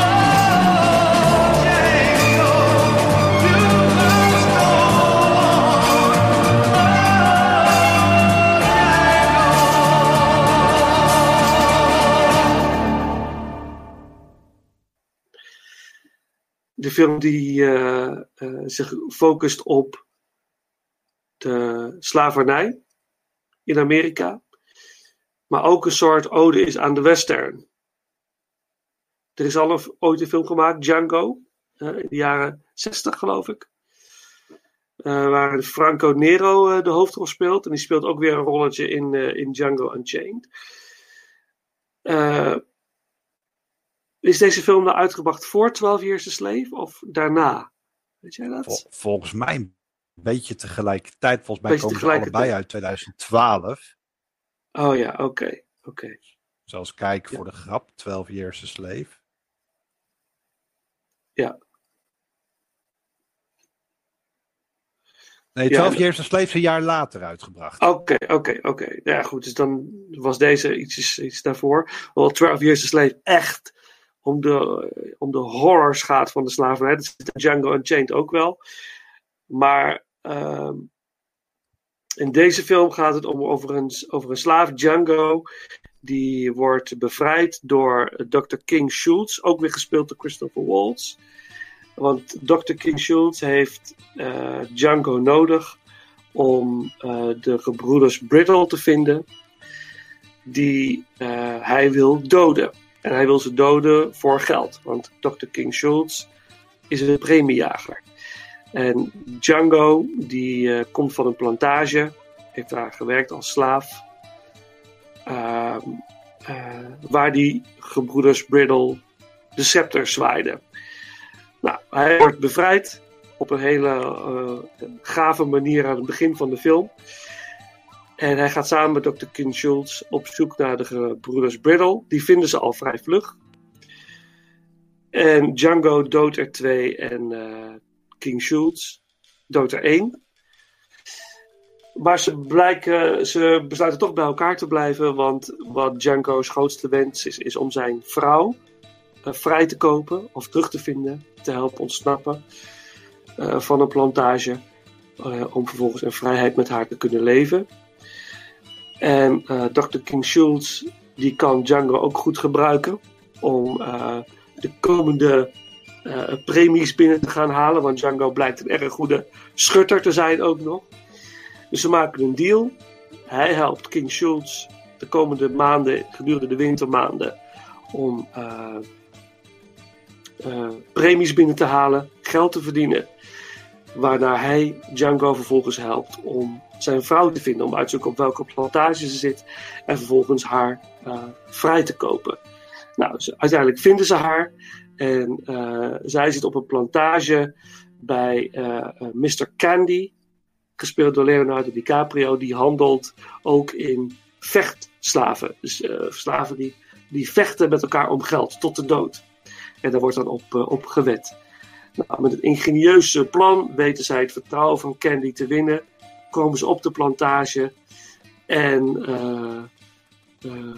Django, you must go De film die uh, uh, zich focust op de slavernij in Amerika. Maar ook een soort ode is aan de western. Er is al een, ooit een film gemaakt, Django. Uh, in de jaren zestig geloof ik. Uh, waar Franco Nero uh, de hoofdrol speelt. En die speelt ook weer een rolletje in, uh, in Django Unchained. Uh, is deze film nou uitgebracht voor twaalf Years a Slave of daarna? Weet jij dat? Vol, volgens mij een beetje tegelijkertijd. Volgens mij Beetje komen ze tegelijkertijd. allebei uit twintig twaalf. Oh ja, oké. Okay, oké. Okay. Zelfs kijken voor de grap, twaalf Years a Slave. Ja. Nee, twaalf Years a Slave is een jaar later uitgebracht. Oké, oké, oké. Ja, goed. Dus dan was deze iets, iets daarvoor. Wel, twaalf Years a Slave echt om de, om de horrors gaat van de slavernij. Dat zit in Django Unchained ook wel. Maar um, in deze film gaat het om over een, over een slaaf, Django. Die wordt bevrijd door dokter King Schultz. Ook weer gespeeld door Christopher Waltz. Want dokter King Schultz heeft uh, Django nodig om uh, de gebroeders Brittle te vinden. Die uh, hij wil doden. En hij wil ze doden voor geld. Want dokter King Schultz is een premiejager. En Django die uh, komt van een plantage. Heeft daar gewerkt als slaaf. Uh, uh, waar die gebroeders Brittle de scepter zwaaiden. Nou, hij wordt bevrijd op een hele uh, gave manier aan het begin van de film. En hij gaat samen met dokter King Schultz op zoek naar de gebroeders Brittle. Die vinden ze al vrij vlug. En Django doodt er twee en uh, King Schultz doodt er één. Maar ze, blijken, ze besluiten toch bij elkaar te blijven. Want wat Django's grootste wens is, is om zijn vrouw uh, vrij te kopen of terug te vinden. Te helpen ontsnappen uh, van een plantage. Uh, om vervolgens in vrijheid met haar te kunnen leven. En uh, dokter King Schultz die kan Django ook goed gebruiken. Om uh, de komende uh, premies binnen te gaan halen. Want Django blijkt een erg goede schutter te zijn ook nog. Dus ze maken een deal. Hij helpt King Schultz de komende maanden, gedurende de wintermaanden, om uh, uh, premies binnen te halen, geld te verdienen. Waarna hij Django vervolgens helpt om zijn vrouw te vinden, om uit te zoeken op welke plantage ze zit en vervolgens haar uh, vrij te kopen. Nou, ze, uiteindelijk vinden ze haar en uh, zij zit op een plantage bij uh, uh, mister Candy, gespeeld door Leonardo DiCaprio, die handelt ook in vechtslaven. Dus uh, slaven die, die vechten met elkaar om geld, tot de dood. En daar wordt dan op, uh, op gewet. Nou, met een ingenieuze plan weten zij het vertrouwen van Candy te winnen. Komen ze op de plantage. En uh, uh,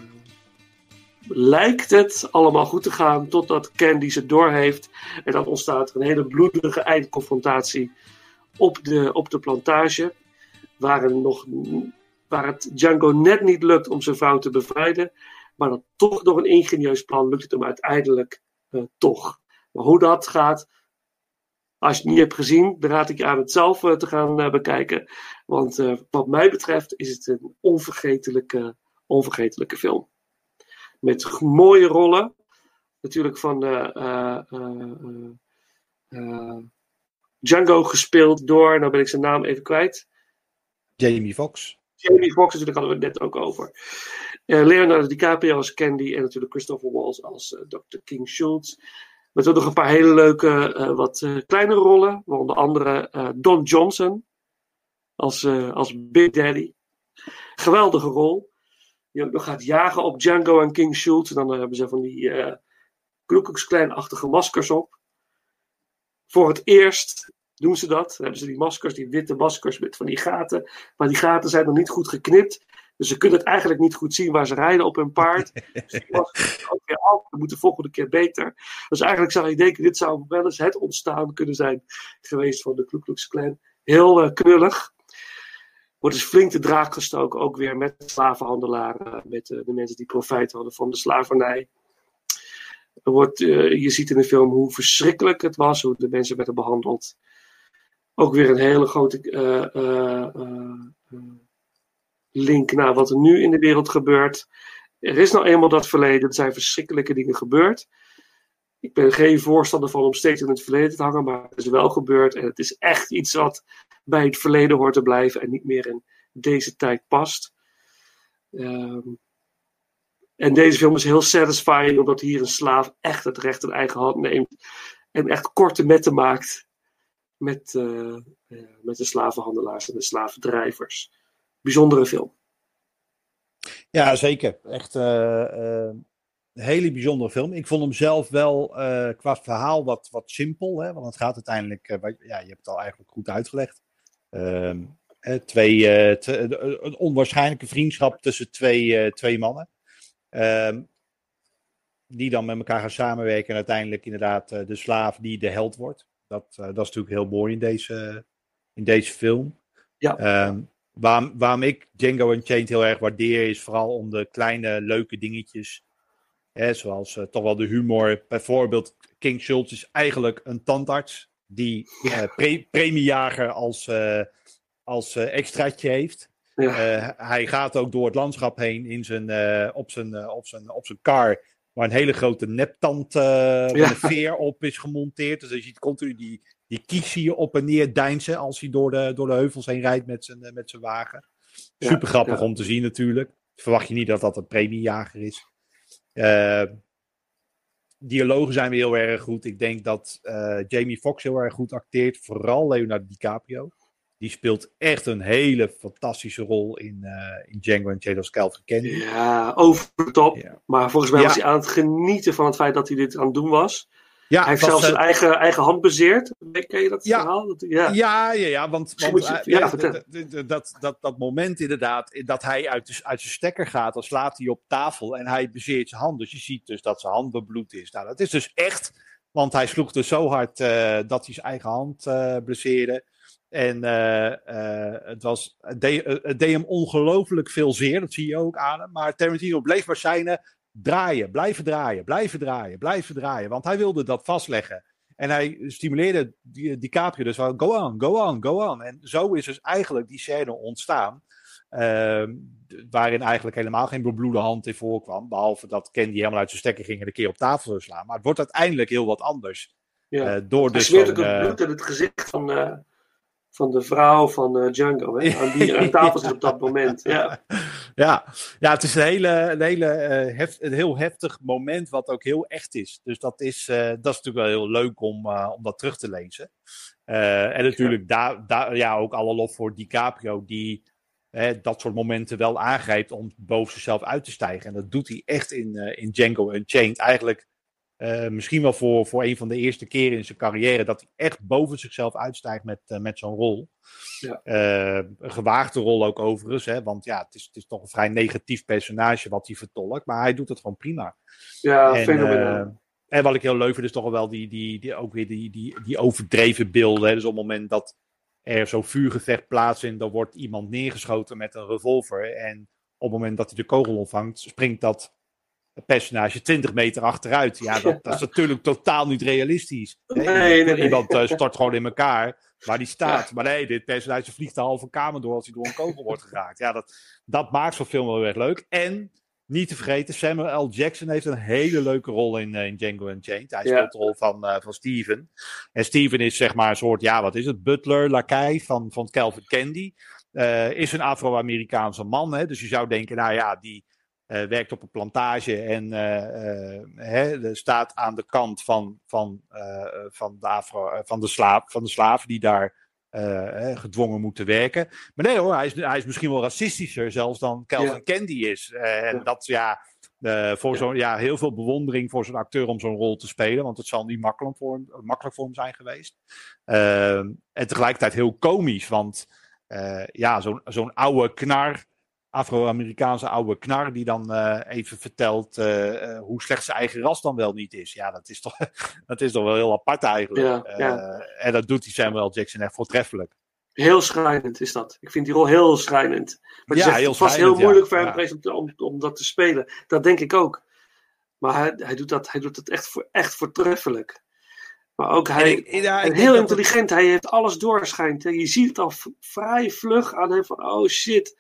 lijkt het allemaal goed te gaan totdat Candy ze doorheeft. En dan ontstaat er een hele bloedige eindconfrontatie op de, op de plantage. Waar, er nog, waar het Django net niet lukt om zijn vrouw te bevrijden. Maar dan toch door een ingenieus plan lukt het hem uiteindelijk uh, toch. Maar hoe dat gaat, als je het niet hebt gezien, dan raad ik je aan het zelf uh, te gaan uh, bekijken. Want uh, wat mij betreft is het een onvergetelijke, onvergetelijke film. Met mooie rollen. Natuurlijk van uh, uh, uh, uh, uh, Django gespeeld door, nou ben ik zijn naam even kwijt. Jamie Foxx. Jamie Foxx, natuurlijk hadden we het net ook over. Uh, Leonardo DiCaprio als Candy en natuurlijk Christopher Waltz als uh, dokter King Schultz. Met ook nog een paar hele leuke, uh, wat uh, kleine rollen. Onder andere uh, Don Johnson als, uh, als Big Daddy. Geweldige rol. Die ook nog gaat jagen op Django en King Schultz. En dan uh, hebben ze van die uh, Ku Klux Klan-achtige maskers op. Voor het eerst doen ze dat. Dan hebben ze die maskers, die witte maskers met van die gaten. Maar die gaten zijn nog niet goed geknipt. Dus ze kunnen het eigenlijk niet goed zien waar ze rijden op hun paard. Dus die maskers ook weer af. Dat moet de volgende keer beter. Dus eigenlijk zou je denken, dit zou wel eens het ontstaan kunnen zijn geweest van de Ku Klux Klan. Heel uh, knullig. Wordt dus flink de draak gestoken. Ook weer met slavenhandelaren. Met uh, de mensen die profijt hadden van de slavernij. Er wordt, uh, je ziet in de film hoe verschrikkelijk het was. Hoe de mensen werden behandeld. Ook weer een hele grote uh, uh, uh, uh, link naar wat er nu in de wereld gebeurt. Er is nou eenmaal dat verleden. Er zijn verschrikkelijke dingen gebeurd. Ik ben geen voorstander van om steeds in het verleden te hangen. Maar het is wel gebeurd. En het is echt iets wat bij het verleden hoort te blijven. En niet meer in deze tijd past. Um, en deze film is heel satisfying. Omdat hier een slaaf echt het recht in eigen hand neemt. En echt korte metten maakt. Met, uh, uh, met de slavenhandelaars en de slavendrijvers. Bijzondere film. Ja, zeker. Echt uh, uh, een hele bijzondere film. Ik vond hem zelf wel uh, qua verhaal wat, wat simpel. Hè? Want het gaat uiteindelijk... Uh, ja, je hebt het al eigenlijk goed uitgelegd. Uh, twee, uh, t- een onwaarschijnlijke vriendschap tussen twee, uh, twee mannen. Uh, die dan met elkaar gaan samenwerken. En uiteindelijk inderdaad uh, de slaaf die de held wordt. Dat, uh, dat is natuurlijk heel mooi in deze, in deze film. Ja. Um, waar, waarom ik Django Unchained heel erg waardeer is vooral om de kleine leuke dingetjes. Hè, zoals uh, toch wel de humor. Bijvoorbeeld King Schultz is eigenlijk een tandarts die uh, pre- premiejager als, uh, als uh, extraatje heeft. Ja. Uh, hij gaat ook door het landschap heen in zijn, uh, op, zijn, uh, op, zijn, op zijn kar. Waar een hele grote neptand uh, met Ja. een veer op is gemonteerd. Dus je ziet continu die, die kies zie je op en neer deinzen als hij door de, door de heuvels heen rijdt met zijn, uh, met zijn wagen. Ja, Super grappig ja. om te zien natuurlijk. Verwacht je niet dat dat een premiejager is. Uh, dialogen zijn weer heel erg goed. Ik denk dat uh, Jamie Foxx heel erg goed acteert. Vooral Leonardo DiCaprio. Die speelt echt een hele fantastische rol in, uh, in Django Unchained als Calvin Candy. Ja, over de top. Ja. Maar volgens mij Ja. was hij aan het genieten van het feit dat hij dit aan het doen was. Ja, hij heeft het was, zelfs zijn uh, eigen, eigen hand bezeerd. Ken je dat Ja. verhaal? Dat, ja. Ja, ja, ja, want, Misschien want moet je- uh, ja, ja, vertel. d- d- d- dat, dat, dat moment inderdaad, dat hij uit, de, uit zijn stekker gaat, dan slaat hij op tafel en hij bezeert zijn hand. Dus je ziet dus dat zijn hand bebloed is. Nou, dat is dus echt, want hij sloeg dus zo hard uh, dat hij zijn eigen hand uh, blesseerde. En uh, uh, het, was, het, deed, het deed hem ongelooflijk veel zeer, dat zie je ook aan hem. Maar Tarantino bleef maar zijne draaien, blijven draaien, blijven draaien, blijven draaien. Want hij wilde dat vastleggen. En hij stimuleerde DiCaprio dus van go on, go on, go on. En zo is dus eigenlijk die scène ontstaan. Uh, waarin eigenlijk helemaal geen bebloede hand in voorkwam. Behalve dat Candy helemaal uit zijn stekker ging en een keer op tafel zou slaan. Maar het wordt uiteindelijk heel wat anders. Ja. Uh, door Hij dus smeert ook zo'n, het uh, bloed in het gezicht van, uh, van de vrouw van uh, Django. Hè? Aan die aan tafel zit op dat moment. Ja. Ja, ja, het is een, hele, een, hele, uh, heft, een heel heftig moment wat ook heel echt is. Dus dat is, uh, dat is natuurlijk wel heel leuk om, uh, om dat terug te lezen. Uh, en natuurlijk daar da, ja, ook alle lof voor DiCaprio die uh, dat soort momenten wel aangrijpt om boven zichzelf uit te stijgen. En dat doet hij echt in, uh, in Django Unchained. Eigenlijk uh, misschien wel voor, voor een van de eerste keren in zijn carrière dat hij echt boven zichzelf uitstijgt met, uh, met zo'n rol. Ja. Uh, een gewaagde rol ook overigens, hè, want ja, het is, het is toch een vrij negatief personage wat hij vertolkt, maar hij doet het gewoon prima. Ja, en, fenomenaal. Uh, en wat ik heel leuk vind is toch wel die, die, die, ook weer die, die, die overdreven beelden. Hè. Dus op het moment dat er zo'n vuurgevecht plaatsvindt, dan wordt iemand neergeschoten met een revolver. En op het moment dat hij de kogel ontvangt, springt dat personage twintig meter achteruit. Ja, dat, dat is natuurlijk totaal niet realistisch. Hè. Nee, iemand nee, nee. iemand uh, stort gewoon in elkaar waar die staat. Ja. Maar nee, dit personage vliegt de halve kamer door als hij door een kogel wordt geraakt. Ja, dat, dat maakt zo'n film wel heel erg leuk. En niet te vergeten, Samuel L. Jackson heeft een hele leuke rol in, uh, in Django Unchained. Hij speelt Ja. de rol van, uh, van Steven. En Steven is zeg maar een soort, ja, wat is het? Butler, lakai van, van Calvin Candy. Uh, is een Afro-Amerikaanse man. Hè? Dus je zou denken, nou ja, die uh, werkt op een plantage en uh, uh, hè, staat aan de kant van, van, uh, van, de, Afro, uh, van, de slaaf, van de slaven die daar Uh, gedwongen moeten werken. Maar nee hoor, hij is, hij is misschien wel racistischer zelfs dan Calvin Ja. Candy is. Uh, en dat ja, uh, voor Ja. zo'n, ja, heel veel bewondering voor zo'n acteur om zo'n rol te spelen, want het zal niet makkelijk voor hem, makkelijk voor hem zijn geweest. Uh, en tegelijkertijd heel komisch, want uh, ja, zo'n, zo'n oude knar, Afro-Amerikaanse oude knar, die dan uh, even vertelt uh, uh, hoe slecht zijn eigen ras dan wel niet is. Ja, dat is toch, dat is toch wel heel apart eigenlijk. Ja, ja. Uh, en dat doet die Samuel Jackson echt voortreffelijk. Heel schrijnend is dat. Ik vind die rol heel schrijnend. Maar Ja, je zegt, heel het was schrijnend, heel moeilijk ja. voor hem Ja. geweest om, om, om dat te spelen. Dat denk ik ook. Maar hij, hij doet dat, hij doet dat echt, voor, echt voortreffelijk. Maar ook hij, En ik- ja, ik en denk heel dat intelligent. Hij heeft alles doorschijnt. Hè. Je ziet het al v- vrij vlug aan hem van, oh shit.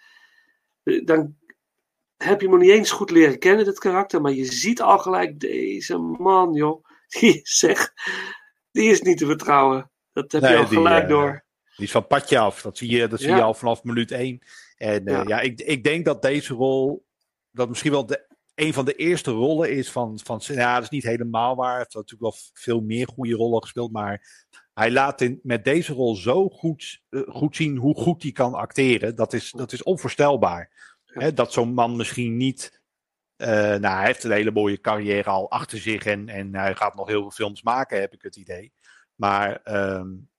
Dan heb je hem nog niet eens goed leren kennen, dit karakter. Maar je ziet al gelijk, deze man, joh. Die is, echt, die is niet te vertrouwen. Dat heb Nee, je al die, gelijk uh, door. Die is van padje af. Dat zie je, dat zie Ja. je al vanaf minuut één. En uh, Ja. ja, ik, ik denk dat deze rol, dat misschien wel de, een van de eerste rollen is van, van ja, dat is niet helemaal waar. Hij heeft natuurlijk wel veel meer goede rollen gespeeld, maar hij laat in, met deze rol zo goed, uh, goed zien hoe goed hij kan acteren. Dat is, dat is onvoorstelbaar. Hè, dat zo'n man misschien niet Uh, nou, hij heeft een hele mooie carrière al achter zich en, en hij gaat nog heel veel films maken, heb ik het idee. Maar um,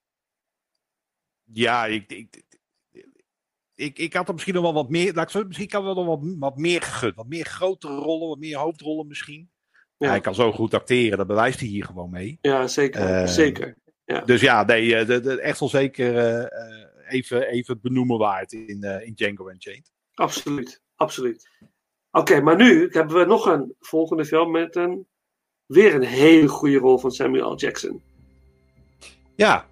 ja, ik, ik, ik, ik had er misschien nog wel wat meer, laat ik zo, misschien kan wel nog wat, wat meer gegund. Wat meer grotere rollen, wat meer hoofdrollen misschien. Ja. Ja, hij kan zo goed acteren, dat bewijst hij hier gewoon mee. Ja, zeker. Uh, zeker. Ja. Dus ja, nee, de, de, echt wel zeker uh, even, even benoemen waard in, uh, in Django Unchained. Absoluut, absoluut. Oké, okay, maar nu hebben we nog een volgende film met een, weer een hele goede rol van Samuel L. Jackson. Ja,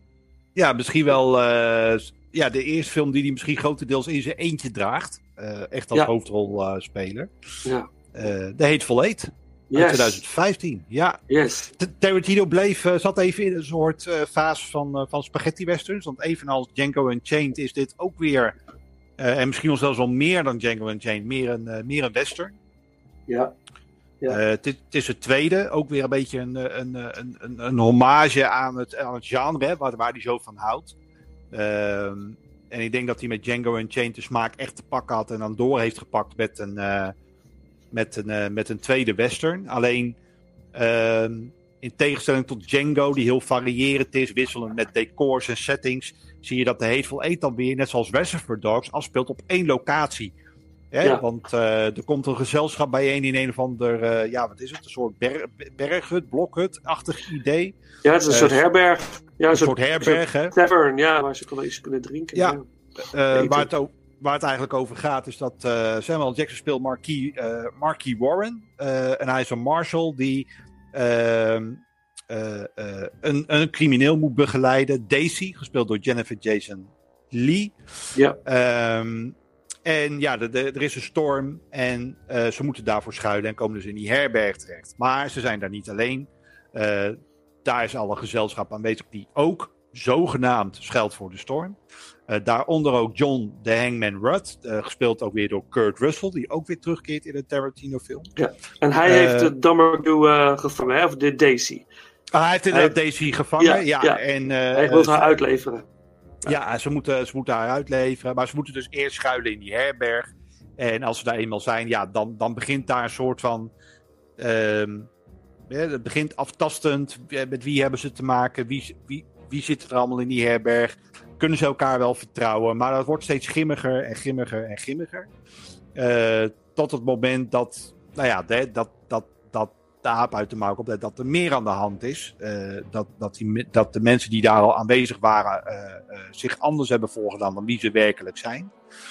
ja misschien wel uh, ja, de eerste film die hij misschien grotendeels in zijn eentje draagt. Uh, echt als ja. hoofdrolspeler. Uh, ja. uh, The Hateful Eight. Yes. twintig vijftien, ja. Yes. Tarantino bleef, uh, zat even in een soort uh, fase van, uh, van spaghetti westerns. Want evenals Django Unchained is dit ook weer, uh, en misschien nog zelfs wel meer dan Django Unchained, meer een, uh, meer een western. Ja. ja. Uh, het is het tweede, ook weer een beetje een, een, een, een, een hommage aan het, aan het genre, waar, waar hij zo van houdt. Uh, en ik denk dat hij met Django Unchained de smaak echt te pakken had en dan door heeft gepakt met een... Uh, Met een, uh, met een tweede western. Alleen uh, in tegenstelling tot Django, die heel variërend is, wisselend met decors en settings, zie je dat de Hateful Eight dan weer, net zoals Reservoir Dogs, afspeelt op één locatie. Hè? Ja. Want uh, er komt een gezelschap bijeen in een of ander, uh, ja, wat is het? Een soort ber- berghut, blokhut-achtig idee. Ja, het is een uh, soort herberg. Ja, een, een soort, soort herberg, hè? Tavern, ja, waar ze kunnen, kunnen drinken. Ja, ja. Uh, waar het ook. Waar het eigenlijk over gaat is dat uh, Samuel Jackson speelt Marquis, uh, Marquis Warren. Uh, en hij is een marshal die uh, uh, uh, een, een crimineel moet begeleiden. Daisy, gespeeld door Jennifer Jason Leigh. Ja. Um, en ja, de, de, er is een storm en uh, ze moeten daarvoor schuilen en komen dus in die herberg terecht. Maar ze zijn daar niet alleen. Uh, daar is al een gezelschap aanwezig die ook zogenaamd schuilt voor de storm. Uh, daaronder ook John the Hangman Rudd, uh, gespeeld ook weer door Kurt Russell, die ook weer terugkeert in een Tarantino-film. Ja, en hij uh, heeft de Dommergue uh, gevangen, hè? Of de Daisy. Uh, hij heeft inderdaad Daisy gevangen, ja. ja, ja. En, uh, hij wil haar uitleveren. Ja, ja ze, moeten, ze moeten haar uitleveren, maar ze moeten dus eerst schuilen in die herberg. En als ze daar eenmaal zijn, ja, dan, dan begint daar een soort van... Uh, ja, het begint aftastend, met wie hebben ze te maken, wie, wie, wie zit er allemaal in die herberg... Kunnen ze elkaar wel vertrouwen, maar dat wordt steeds grimmiger en grimmiger en grimmiger. Uh, tot het moment dat, nou ja, de, dat, dat, dat de aap uit de mouw komt, dat er meer aan de hand is. Uh, dat, dat, die, dat de mensen die daar al aanwezig waren uh, uh, zich anders hebben voorgedaan dan wie ze werkelijk zijn.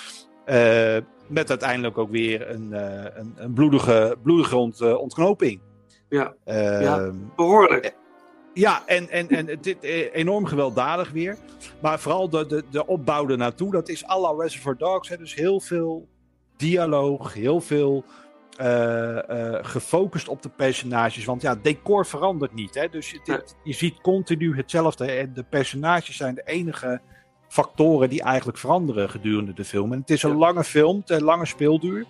Uh, met uiteindelijk ook weer een, uh, een, een bloedige, bloedige ont, uh, ontknoping. Ja, uh, ja behoorlijk. Ja, en, en, en het is enorm gewelddadig weer. Maar vooral de, de, de opbouw ernaartoe, dat is à la Reservoir Dogs. Hè? Dus heel veel dialoog, heel veel uh, uh, gefocust op de personages. Want ja, decor verandert niet. Hè? Dus je, dit, je ziet continu hetzelfde. En de personages zijn de enige factoren die eigenlijk veranderen gedurende de film. En het is een lange film, een lange speelduur.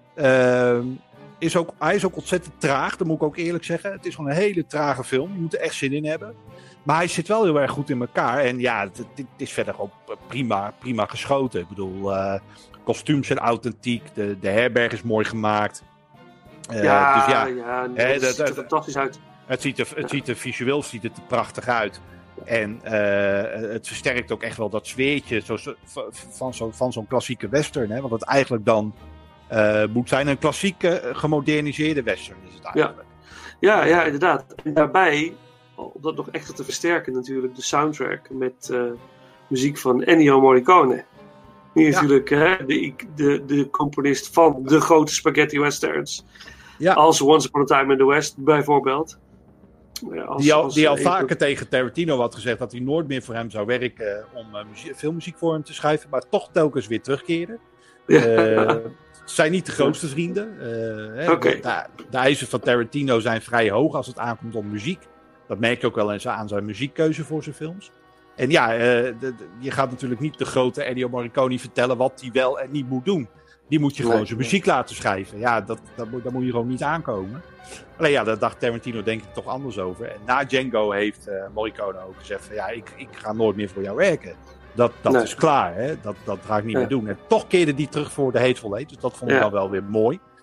Uh, Is ook, hij is ook ontzettend traag, dat moet ik ook eerlijk zeggen. Het is gewoon een hele trage film. Je moet er echt zin in hebben. Maar hij zit wel heel erg goed in elkaar. En ja, het, het is verder ook prima, prima geschoten. Ik bedoel, uh, kostuums zijn authentiek. De, de herberg is mooi gemaakt. Uh, ja, dus ja, ja nee, hè, dat, het ziet er fantastisch uit. Het ziet er, het ziet er visueel ziet het er prachtig uit. En uh, het versterkt ook echt wel dat sfeertje zo, van, zo, van zo'n klassieke western. Hè? Want het eigenlijk dan... Uh, moet zijn een klassieke, gemoderniseerde western is het eigenlijk. Ja, ja, ja inderdaad. En daarbij, om dat nog extra te versterken natuurlijk, de soundtrack met uh, muziek van Ennio Morricone. Die ja. natuurlijk hè, de, de, de componist van de grote spaghetti westerns. Ja. Als Once Upon a Time in the West bijvoorbeeld. Ja, als, die al, als, die al vaker even... tegen Tarantino had gezegd dat hij nooit meer voor hem zou werken om uh, muziek, filmmuziek voor hem te schrijven, maar toch telkens weer terugkeerde. Ja. Uh, zijn niet de grootste vrienden. Uh, okay. de, de eisen van Tarantino zijn vrij hoog als het aankomt op muziek. Dat merk je ook wel eens aan zijn muziekkeuze voor zijn films. En ja, uh, de, de, je gaat natuurlijk niet de grote Ennio Morricone vertellen wat hij wel en niet moet doen. Die moet je gewoon nee, zijn muziek nee. laten schrijven. Ja, dat, dat, daar moet je gewoon niet aankomen. Alleen ja, daar dacht Tarantino denk ik toch anders over. En na Django heeft uh, Morricone ook gezegd van ja, ik, ik ga nooit meer voor jou werken. Dat, dat nee. is klaar, hè? Dat, dat ga ik niet ja. meer doen. En toch keerde die terug voor de Hateful Eight. Dus dat vond ik ja. dan wel weer mooi.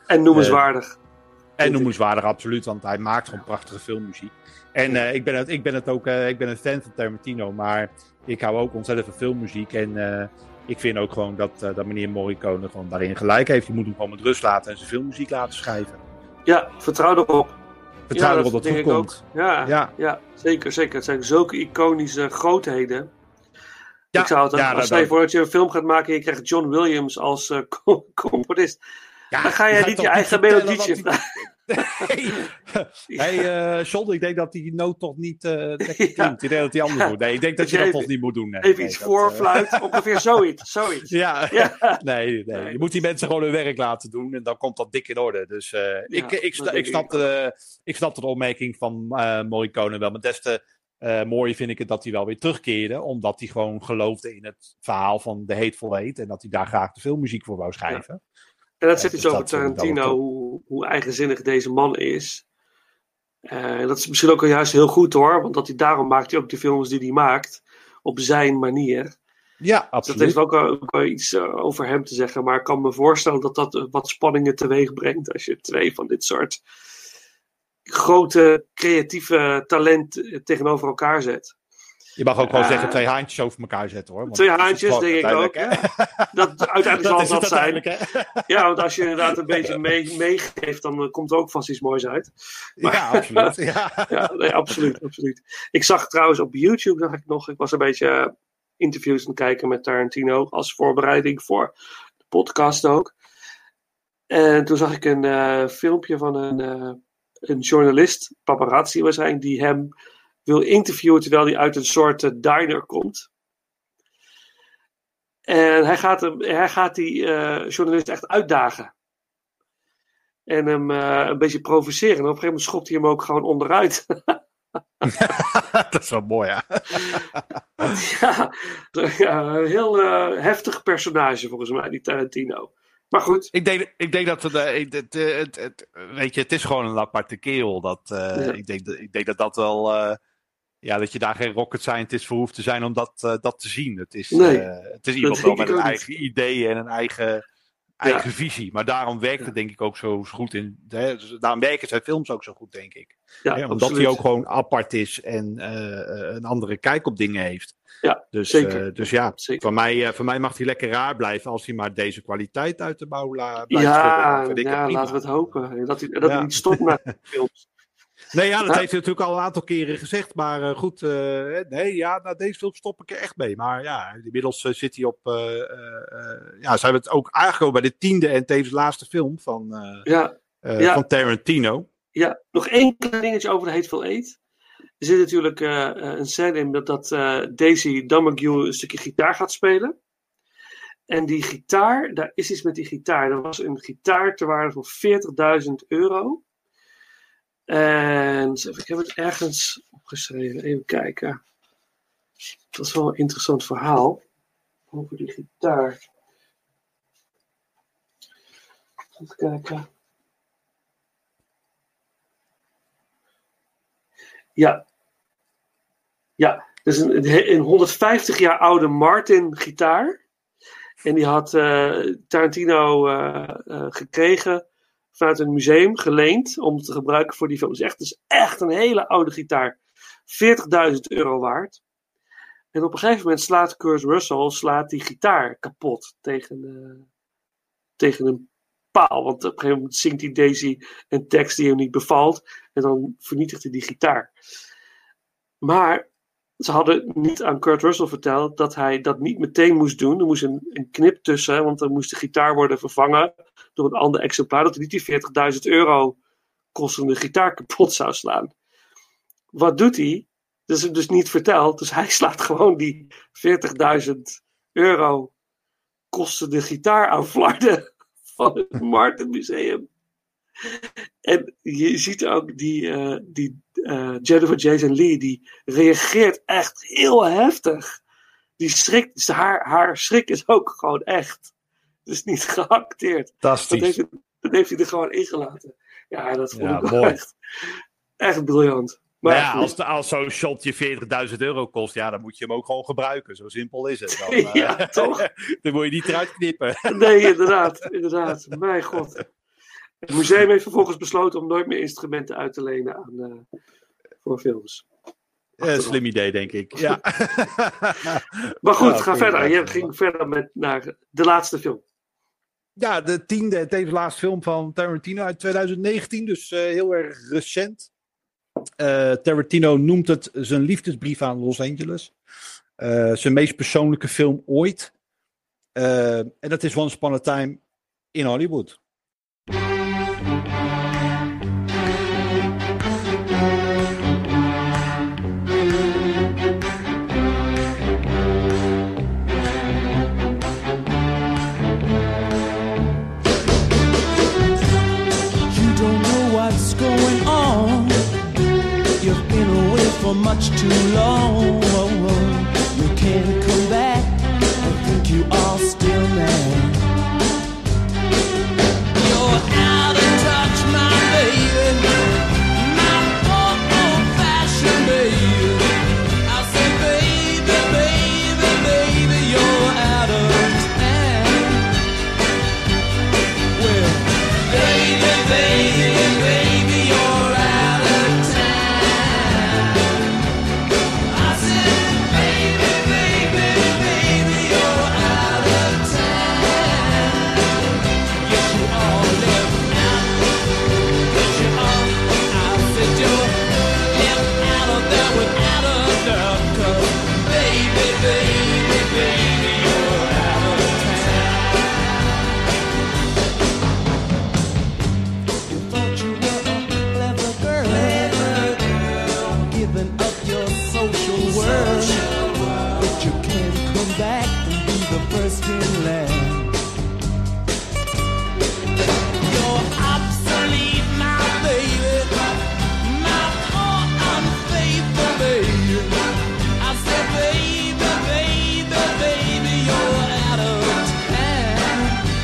En noemenswaardig. Uh, en noemenswaardig, absoluut, want hij maakt gewoon prachtige filmmuziek. En uh, ik, ben het, ik ben het ook, uh, ik ben een fan van Tarantino, maar ik hou ook ontzettend van filmmuziek. En uh, ik vind ook gewoon dat, uh, dat meneer Morricone gewoon daarin gelijk heeft. Je moet hem gewoon met rust laten en zijn filmmuziek laten schrijven. Ja, vertrouw erop. Vertrouw ja, erop dat het goed komt. Ja, ja. ja, zeker, zeker. Het zijn zulke iconische grootheden. Ja, ik zou het, ja, als je voor dat je een film gaat maken en je krijgt John Williams als uh, componist. Ja, dan ga jij niet je eigen melodietje vragen. Nee. Hey, uh, John, ik denk dat die noot toch niet uh, lekker klinkt. Ja. Ik denk dat hij anders ja. moet. Nee, ik denk dat, dat je dat even, toch niet moet doen. Nee. Even nee, iets voorfluit, uh... ongeveer zoiets. zoiets. Ja, ja. Nee, nee, nee. Je moet die mensen gewoon hun werk laten doen en dan komt dat dik in orde. Dus uh, ja, ik, ik, ik, ik, snap de, ik snap de opmerking van uh, Morricone wel. Maar des te uh, mooier vind ik het dat hij wel weer terugkeerde. Omdat hij gewoon geloofde in het verhaal van The Hateful Eight. En dat hij daar graag de filmmuziek voor wou schrijven. Ja. En dat zegt iets dus over Tarantino, hoe, hoe eigenzinnig deze man is. Uh, dat is misschien ook al juist heel goed hoor, want dat hij, daarom maakt hij ook de films die hij maakt, op zijn manier. Ja, absoluut. Dus dat heeft ook wel, ook wel iets uh, over hem te zeggen, maar ik kan me voorstellen dat dat uh, wat spanningen teweeg brengt als je twee van dit soort grote creatieve talent tegenover elkaar zet. Je mag ook gewoon uh, zeggen twee haantjes over elkaar zetten hoor. Want twee haantjes, denk ik ook. Ja. Dat, uiteindelijk dat zal dat zijn. Ja, want als je inderdaad een beetje mee, meegeeft, dan uh, komt er ook vast iets moois uit. Maar, ja, absoluut. Ja. ja, nee, absoluut, absoluut. Ik zag trouwens op YouTube, zag ik nog, ik was een beetje uh, interviews aan het kijken met Tarantino als voorbereiding voor de podcast ook. En toen zag ik een uh, filmpje van een, uh, een journalist, paparazzi waarschijnlijk, die hem wil interviewen terwijl hij uit een soort uh, diner komt. En hij gaat, hem, hij gaat die uh, journalist echt uitdagen. En hem uh, een beetje provoceren. En op een gegeven moment schopt hij hem ook gewoon onderuit. Dat is wel mooi, ja. ja, ja, een heel uh, heftig personage volgens mij, die Tarantino. Maar goed. Ik denk, ik denk dat het, het, het, het, het, weet je, het is gewoon een aparte kerel. Dat, uh, ja. ik, denk, ik denk dat dat wel... Uh, Ja, dat je daar geen rocket scientist voor hoeft te zijn om dat, uh, dat te zien. Het is, nee, uh, het is iemand wel met een eigen niet. idee en een eigen, eigen ja. visie. Maar daarom werkt het denk ik ook zo goed in. Hè? Dus daarom werken zijn films ook zo goed, denk ik. Ja, hè? Omdat hij ook gewoon apart is en uh, een andere kijk op dingen heeft. Ja, dus, zeker. Uh, dus ja, zeker. Voor, mij, uh, voor mij mag hij lekker raar blijven als hij maar deze kwaliteit uit de bouw la- blijft. Ja, ja laten we het hopen. Dat hij, dat ja. hij niet stopt met films. Nee, ja, dat ja. heeft hij natuurlijk al een aantal keren gezegd. Maar uh, goed, uh, nee, ja, nou, deze film stop ik er echt mee. Maar ja, inmiddels uh, zit hij op... Uh, uh, uh, ja, zijn we het ook aangekomen bij de tiende en tevens laatste film van, uh, ja. Uh, ja. van Tarantino. Ja, nog één klein dingetje over de Hateful Eight. Er zit natuurlijk uh, een scène in dat, dat uh, Daisy Domergue een stukje gitaar gaat spelen. En die gitaar, daar is iets met die gitaar. Er was een gitaar ter waarde van veertigduizend euro. En ik heb het ergens opgeschreven. Even kijken. Dat is wel een interessant verhaal. Over die gitaar. Even kijken. Ja. Ja. Dat is een, een honderdvijftig jaar oude Martin gitaar. En die had uh, Tarantino uh, uh, gekregen vanuit een museum, geleend om te gebruiken voor die film. Dus echt, dus echt een hele oude gitaar. veertigduizend euro waard. En op een gegeven moment slaat Kurt Russell slaat die gitaar kapot tegen, uh, tegen een paal. Want op een gegeven moment zingt die Daisy een tekst die hem niet bevalt. En dan vernietigt hij die gitaar. Maar ze hadden niet aan Kurt Russell verteld dat hij dat niet meteen moest doen. Er moest een, een knip tussen, want dan moest de gitaar worden vervangen door een ander exemplaar, dat hij niet die veertigduizend euro kostende gitaar kapot zou slaan. Wat doet hij? Dat is hem dus niet verteld. Dus hij slaat gewoon die veertigduizend euro kostende gitaar aan flarden van het Martin Museum. En je ziet ook die, uh, die uh, Jennifer Jason Leigh, die reageert echt heel heftig. Die schrikt, dus haar, haar schrik is ook gewoon echt. Dus niet geacteerd. Dat heeft, hij, dat heeft hij er gewoon ingelaten. Ja, dat vond ja, ik wel echt, echt briljant. Maar nou ja, als, de, als zo'n shot je veertigduizend euro kost, ja, dan moet je hem ook gewoon gebruiken. Zo simpel is het. Dan, ja, uh, toch? Dan moet je niet eruit knippen. Nee, inderdaad. inderdaad. Mijn god. Het museum heeft vervolgens besloten om nooit meer instrumenten uit te lenen aan, uh, voor films. Uh, slim idee, denk ik. Ja. Maar goed, ja, ga verder. Je ging verder met naar de laatste film. Ja, de tiende en tevens laatste film van Tarantino uit twintig negentien. Dus uh, heel erg recent. Uh, Tarantino noemt het zijn liefdesbrief aan Los Angeles. Uh, zijn meest persoonlijke film ooit. Uh, en dat is Once Upon a Time in Hollywood. You've been away for much too long. You can't come back. I think you are still mad. You're out of touch, my baby. My old, old-fashioned baby. I said, baby, baby, baby, you're out of time. Well, baby, baby, baby, you're out of time. I said, baby, baby, baby, you're out of time. Yes, you are left out. Yes, you are. I said you're left out of there without a doubt. 'Cause baby, baby, baby, you're out of time. You thought you were a clever girl, clever girl, giving up your social world, but you can't come back and be the first in line. You're obsolete, my baby, my poor unfaithful baby. I said, baby, baby, baby, you're out of time.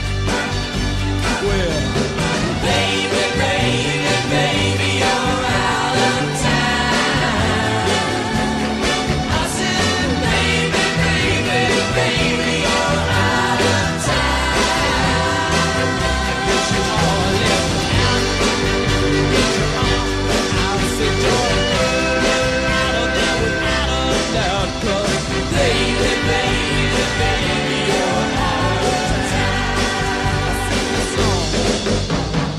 Well, baby, baby, baby, you're out of time. I said, baby, baby, baby, you're out of time. Yes, you are left out. Yes, you are. I said, you're out of there without a doubt. 'Cause baby, baby, baby, you're out of time. I sing the song.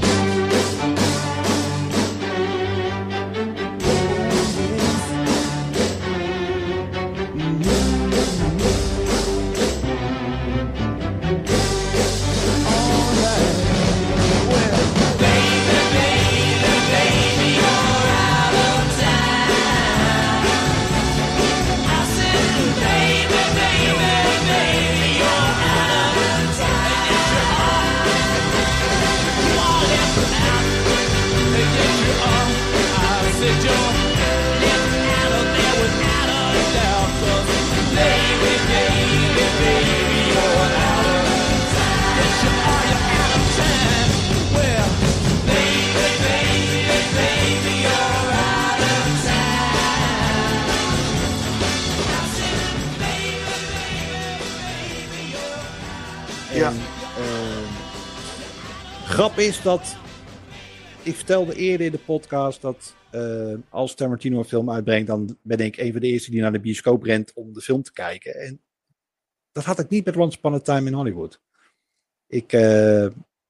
En, uh, grap is dat ik vertelde eerder in de podcast dat uh, als Tarantino een film uitbrengt, dan ben ik een van de eerste die naar de bioscoop rent om de film te kijken. En dat had ik niet met Once Upon a Time in Hollywood. Ik, uh,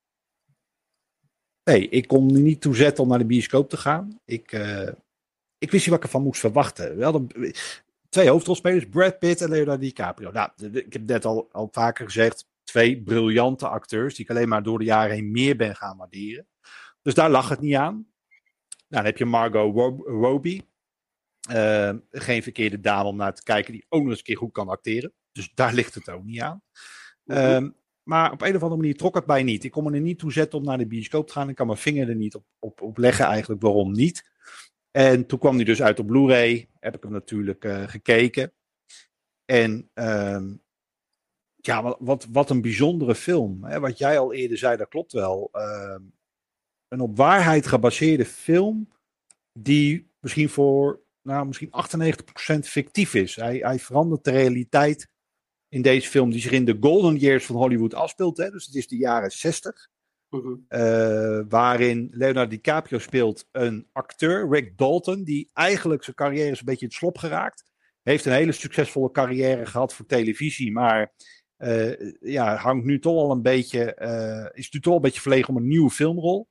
nee, ik kon er niet toe zetten om naar de bioscoop te gaan. Ik, uh, ik wist niet wat ik ervan moest verwachten. We hadden twee hoofdrolspelers, Brad Pitt en Leonardo DiCaprio. Nou, ik heb net al, al vaker gezegd, twee briljante acteurs die ik alleen maar door de jaren heen meer ben gaan waarderen. Dus daar lag het niet aan. Nou, dan heb je Margot Robbie. Uh, geen verkeerde dame om naar te kijken die ook nog eens een keer goed kan acteren. Dus daar ligt het ook niet aan. Uh, maar op een of andere manier trok het mij niet. Ik kon me er niet toe zetten om naar de bioscoop te gaan. Ik kan mijn vinger er niet op, op, op leggen eigenlijk waarom niet. En toen kwam hij dus uit op Blu-ray. Heb ik hem natuurlijk uh, gekeken. En uh, ja, wat, wat, wat een bijzondere film. Hè? Wat jij al eerder zei, dat klopt wel. Uh, een op waarheid gebaseerde film die misschien voor nou, misschien achtennegentig procent fictief is. Hij, hij verandert de realiteit in deze film die zich in de golden years van Hollywood afspeelt. Hè? Dus het is de jaren zestig. Mm-hmm. Uh, waarin Leonardo DiCaprio speelt een acteur, Rick Dalton, die eigenlijk zijn carrière is een beetje in het slop geraakt. Heeft een hele succesvolle carrière gehad voor televisie, maar uh, ja, hangt nu toch al een beetje, uh, is nu toch een beetje verlegen om een nieuwe filmrol.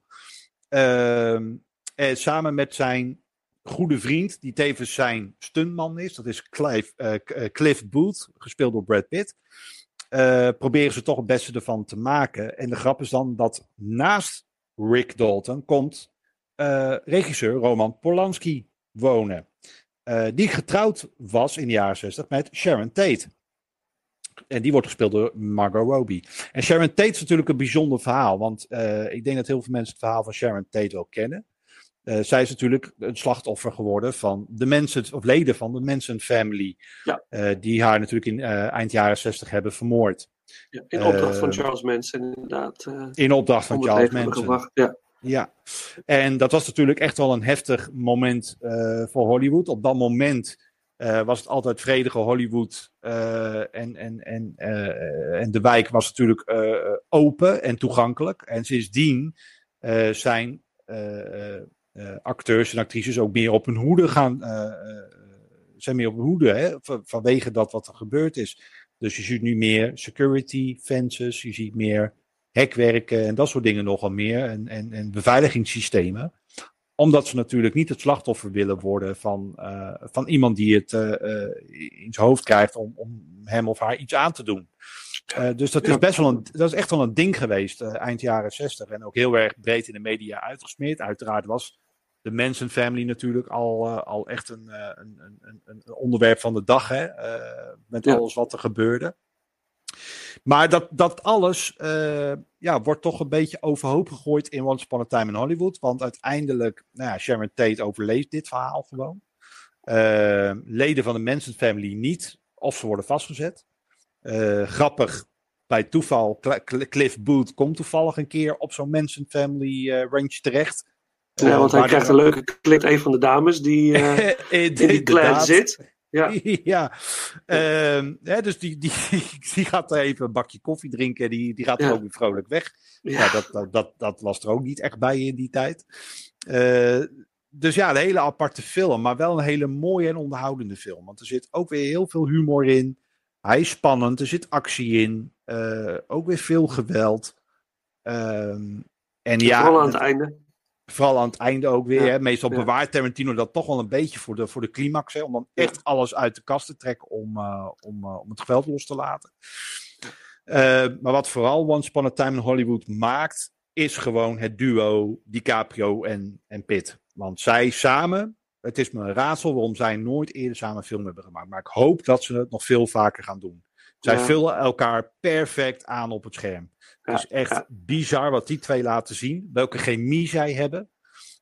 Uh, en samen met zijn goede vriend, die tevens zijn stuntman is, dat is Clive, uh, Cliff Booth, gespeeld door Brad Pitt. Uh, proberen ze toch het beste ervan te maken. En de grap is dan dat naast Rick Dalton komt uh, regisseur Roman Polanski wonen. Uh, die getrouwd was in de jaren zestig met Sharon Tate. En die wordt gespeeld door Margot Robbie. En Sharon Tate is natuurlijk een bijzonder verhaal. Want uh, ik denk dat heel veel mensen het verhaal van Sharon Tate wel kennen. Uh, zij is natuurlijk een slachtoffer geworden van de mensen, of leden van de Manson family. Ja. Uh, die haar natuurlijk in uh, eind jaren zestig hebben vermoord. Ja, in opdracht uh, van Charles Manson inderdaad. Uh, in opdracht van Charles Manson. Gebracht, ja. Ja, en dat was natuurlijk echt wel een heftig moment uh, voor Hollywood. Op dat moment uh, was het altijd vredige Hollywood. Uh, en, en, en, uh, en de wijk was natuurlijk uh, open en toegankelijk. En sindsdien uh, zijn uh, uh, acteurs en actrices ook meer op hun hoede gaan. Uh, uh, zijn meer op hun hoede, hè, van, vanwege dat wat er gebeurd is. Dus je ziet nu meer security fences, je ziet meer hekwerken en dat soort dingen nogal meer. En, en, en beveiligingssystemen. Omdat ze natuurlijk niet het slachtoffer willen worden van, uh, van iemand die het uh, uh, in zijn hoofd krijgt om, om hem of haar iets aan te doen. Uh, dus dat is best wel een, dat is echt wel een ding geweest uh, eind jaren zestig. En ook heel erg breed in de media uitgesmeerd. Uiteraard was de Manson family natuurlijk al, uh, al echt een, uh, een, een, een onderwerp van de dag. Hè? Uh, met ja. alles wat er gebeurde. Maar dat, dat alles uh, ja, wordt toch een beetje overhoop gegooid in Once Upon a Time in Hollywood. Want uiteindelijk, nou ja, Sharon Tate overleeft dit verhaal gewoon. Uh, leden van de Manson family niet. Of ze worden vastgezet. Uh, grappig, bij toeval, Cliff Booth komt toevallig een keer op zo'n Manson family uh, range terecht. Ja, uh, want hij krijgt er... een leuke klik, een van de dames die uh, in die clan zit. Ja, ja. Uh, hè, dus die, die, die gaat er even een bakje koffie drinken. Die, die gaat er ja. ook weer vrolijk weg. Ja. Ja, dat, dat, dat, dat was er ook niet echt bij in die tijd. Uh, dus ja, een hele aparte film. Maar wel een hele mooie en onderhoudende film. Want er zit ook weer heel veel humor in. Hij is spannend. Er zit actie in. Uh, ook weer veel geweld. Uh, en ja, vooral aan het einde. Vooral aan het einde ook weer. Ja, hè. Meestal ja. bewaart Tarantino dat toch wel een beetje voor de, voor de climax. Hè, om dan echt ja. alles uit de kast te trekken om, uh, om, uh, om het geweld los te laten. Uh, maar wat vooral Once Upon a Time in Hollywood maakt, is gewoon het duo DiCaprio en, en Pitt. Want zij samen, het is me een raadsel waarom zij nooit eerder samen een film hebben gemaakt. Maar ik hoop dat ze het nog veel vaker gaan doen. Zij ja. vullen elkaar perfect aan op het scherm. Het is echt ja. bizar wat die twee laten zien. Welke chemie zij hebben.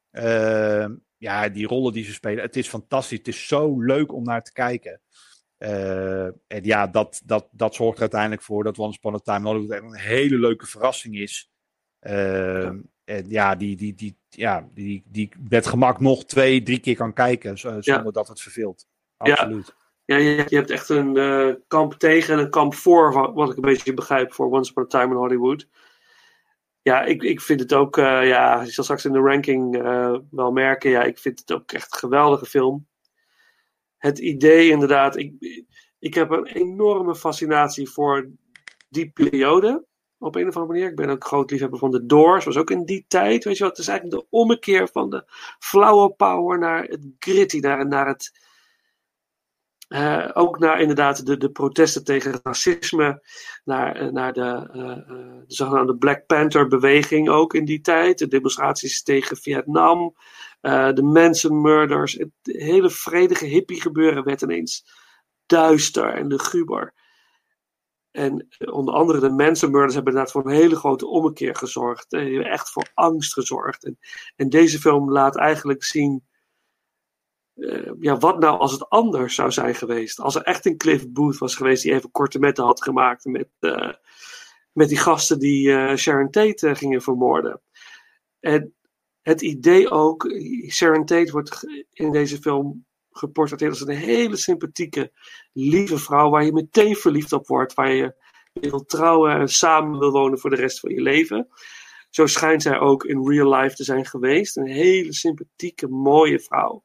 Uh, ja, die rollen die ze spelen. Het is fantastisch. Het is zo leuk om naar te kijken. Uh, en ja, dat, dat, dat zorgt er uiteindelijk voor dat Once Upon a Time in Hollywood echt een hele leuke verrassing is. Uh, ja. En ja, die, die, die, ja die, die met gemak nog twee, drie keer kan kijken. Zonder ja. dat het verveelt. Absoluut. Ja. Ja, je, je hebt echt een uh, kamp tegen en een kamp voor, wat ik een beetje begrijp, voor Once Upon a Time in Hollywood. Ja, ik, ik vind het ook, uh, ja, je zal straks in de ranking uh, wel merken, ja, ik vind het ook echt een geweldige film. Het idee inderdaad, ik, ik heb een enorme fascinatie voor die periode, op een of andere manier. Ik ben ook groot liefhebber van de Doors, was ook in die tijd, weet je wat, het is eigenlijk de ommekeer van de flower power naar het gritty, naar, naar het... Uh, ook naar inderdaad de, de protesten tegen racisme, naar, naar de, uh, uh, de zogenaamde Black Panther beweging ook in die tijd, de demonstraties tegen Vietnam, uh, de Manson murders, het hele vredige hippie gebeuren werd ineens duister en luguber. En onder andere de Manson murders hebben inderdaad voor een hele grote ommekeer gezorgd, die hebben echt voor angst gezorgd. En, en deze film laat eigenlijk zien, Uh, ja, wat nou als het anders zou zijn geweest? Als er echt een Cliff Booth was geweest die even korte metten had gemaakt met, uh, met die gasten die uh, Sharon Tate uh, gingen vermoorden. En het idee ook, Sharon Tate wordt in deze film geportretteerd als een hele sympathieke, lieve vrouw waar je meteen verliefd op wordt, waar je wil trouwen en samen wil wonen voor de rest van je leven. Zo schijnt zij ook in real life te zijn geweest. Een hele sympathieke, mooie vrouw.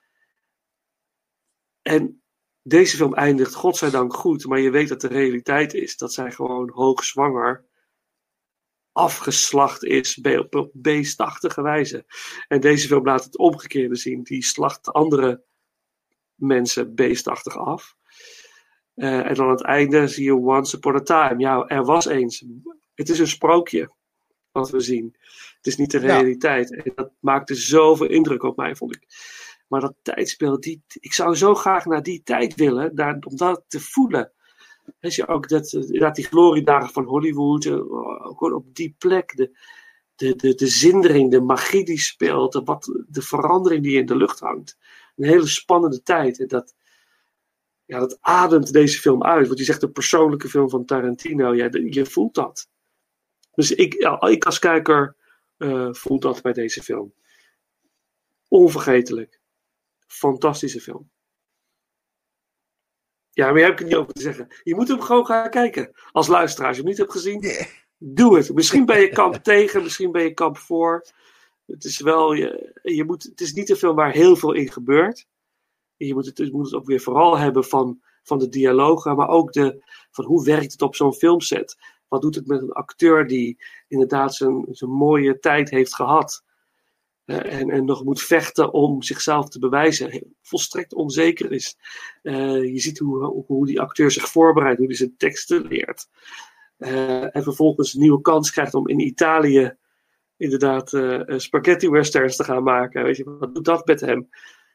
En deze film eindigt godzijdank goed, maar je weet dat de realiteit is dat zij gewoon hoogzwanger afgeslacht is op beestachtige wijze. En deze film laat het omgekeerde zien. Die slacht andere mensen beestachtig af. Uh, en dan aan het einde zie je Once Upon a Time. Ja, er was eens. Het is een sprookje wat we zien. Het is niet de realiteit. Ja. En dat maakte zoveel indruk op mij, vond ik. Maar dat tijdsbeeld, die, ik zou zo graag naar die tijd willen, daar, om dat te voelen. Als je ook dat, dat die gloriedagen van Hollywood, uh, gewoon op die plek, de, de, de, de zindering, de magie die speelt, de, wat, de verandering die in de lucht hangt. Een hele spannende tijd. En dat, ja, dat ademt deze film uit. Want je zegt een persoonlijke film van Tarantino, ja, de, je voelt dat. Dus ik, ja, ik als kijker uh, voel dat bij deze film. Onvergetelijk. Fantastische film. Ja, maar daar heb ik het niet over te zeggen. Je moet hem gewoon gaan kijken. Als luisteraar, als je hem niet hebt gezien, yeah. doe het. Misschien ben je kamp tegen, misschien ben je kamp voor. Het is wel, je, je moet, het is niet een film waar heel veel in gebeurt. Je moet het, je moet het ook weer vooral hebben van, van de dialogen, maar ook de, van hoe werkt het op zo'n filmset. Wat doet het met een acteur die inderdaad zijn, zijn mooie tijd heeft gehad. Uh, en, en nog moet vechten om zichzelf te bewijzen. Volstrekt onzeker is. Uh, je ziet hoe, hoe die acteur zich voorbereidt. Hoe hij zijn teksten leert. Uh, en vervolgens een nieuwe kans krijgt om in Italië inderdaad uh, spaghetti westerns te gaan maken. Weet je, wat doet dat met hem?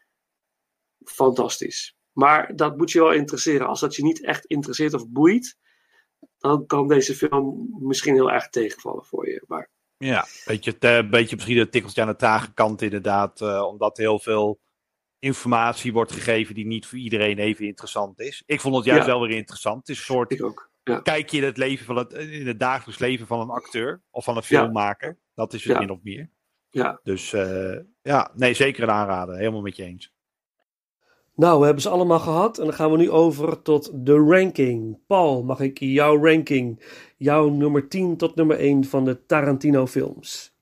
Fantastisch. Maar dat moet je wel interesseren. Als dat je niet echt interesseert of boeit, dan kan deze film misschien heel erg tegenvallen voor je. Maar ja, een beetje, uh, beetje misschien een tikkeltje aan de trage kant inderdaad. Uh, omdat heel veel informatie wordt gegeven die niet voor iedereen even interessant is. Ik vond het juist ja. wel weer interessant. Het is een soort Ik ook. Ja. kijkje in het, leven van het, in het dagelijks leven van een acteur. Of van een filmmaker. Ja. Dat is het ja. min of meer. Ja. Dus uh, ja, nee, zeker een aanrader. Helemaal met je eens. Nou, we hebben ze allemaal gehad. En dan gaan we nu over tot de ranking. Paul, mag ik jouw ranking, jouw nummer tien tot nummer één van de Tarantino films?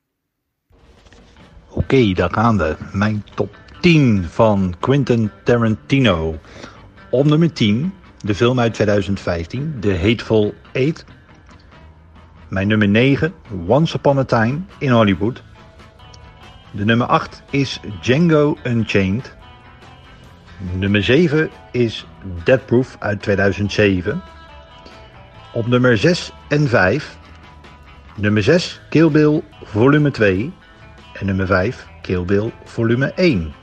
Oké, okay, daar gaan we. Mijn top tien van Quentin Tarantino. Op nummer tien, de film uit twintig vijftien, The Hateful Eight. Mijn nummer negen, Once Upon a Time in Hollywood. De nummer acht is Django Unchained. Nummer zeven is Death Proof uit tweeduizend zeven. Op nummer zes en vijf. Nummer zes, Kill Bill volume twee. En nummer vijf, Kill Bill volume één.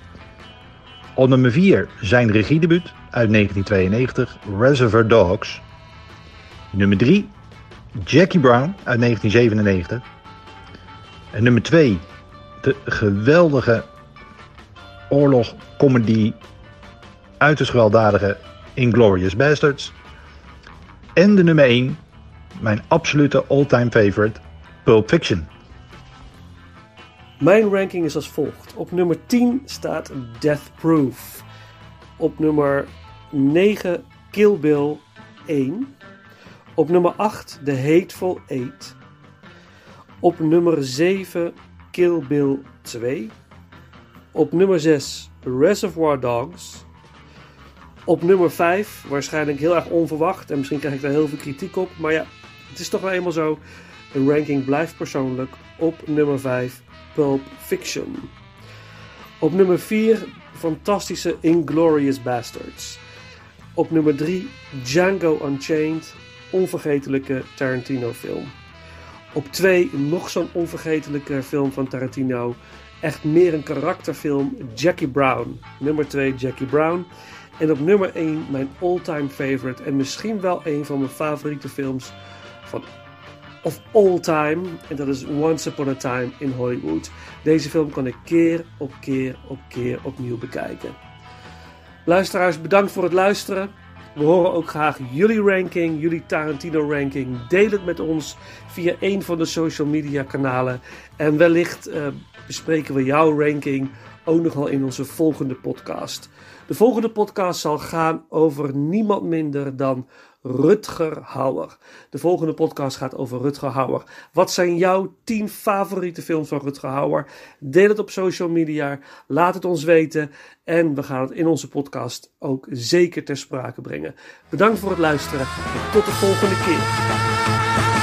Op nummer vier zijn regiedebuut uit negentien tweeënnegentig, Reservoir Dogs. Nummer drie, Jackie Brown uit negentien zevenennegentig. En nummer twee, de geweldige oorlogscomedy, uiterst gewelddadige Inglourious Basterds. En de nummer één, mijn absolute all-time favorite, Pulp Fiction. Mijn ranking is als volgt. Op nummer tien staat Death Proof. Op nummer negen Kill Bill één. Op nummer acht The Hateful Eight. Op nummer zeven Kill Bill twee. Op nummer zes Reservoir Dogs. Op nummer vijf, waarschijnlijk heel erg onverwacht. En misschien krijg ik daar heel veel kritiek op. Maar ja, het is toch wel eenmaal zo. Een ranking blijft persoonlijk. Op nummer vijf Pulp Fiction. Op nummer vier fantastische Inglourious Basterds. Op nummer drie Django Unchained. Onvergetelijke Tarantino film. Op twee nog zo'n onvergetelijke film van Tarantino. Echt meer een karakterfilm, Jackie Brown. Nummer twee, Jackie Brown. En op nummer één, mijn all-time favorite. En misschien wel een van mijn favoriete films van of all time. En dat is Once Upon a Time in Hollywood. Deze film kan ik keer op keer op keer opnieuw bekijken. Luisteraars, bedankt voor het luisteren. We horen ook graag jullie ranking, jullie Tarantino ranking. Deel het met ons via een van de social media kanalen. En wellicht uh, bespreken we jouw ranking ook nog wel in onze volgende podcast. De volgende podcast zal gaan over niemand minder dan Rutger Hauer. De volgende podcast gaat over Rutger Hauer. Wat zijn jouw tien favoriete films van Rutger Hauer? Deel het op social media. Laat het ons weten. En we gaan het in onze podcast ook zeker ter sprake brengen. Bedankt voor het luisteren en tot de volgende keer.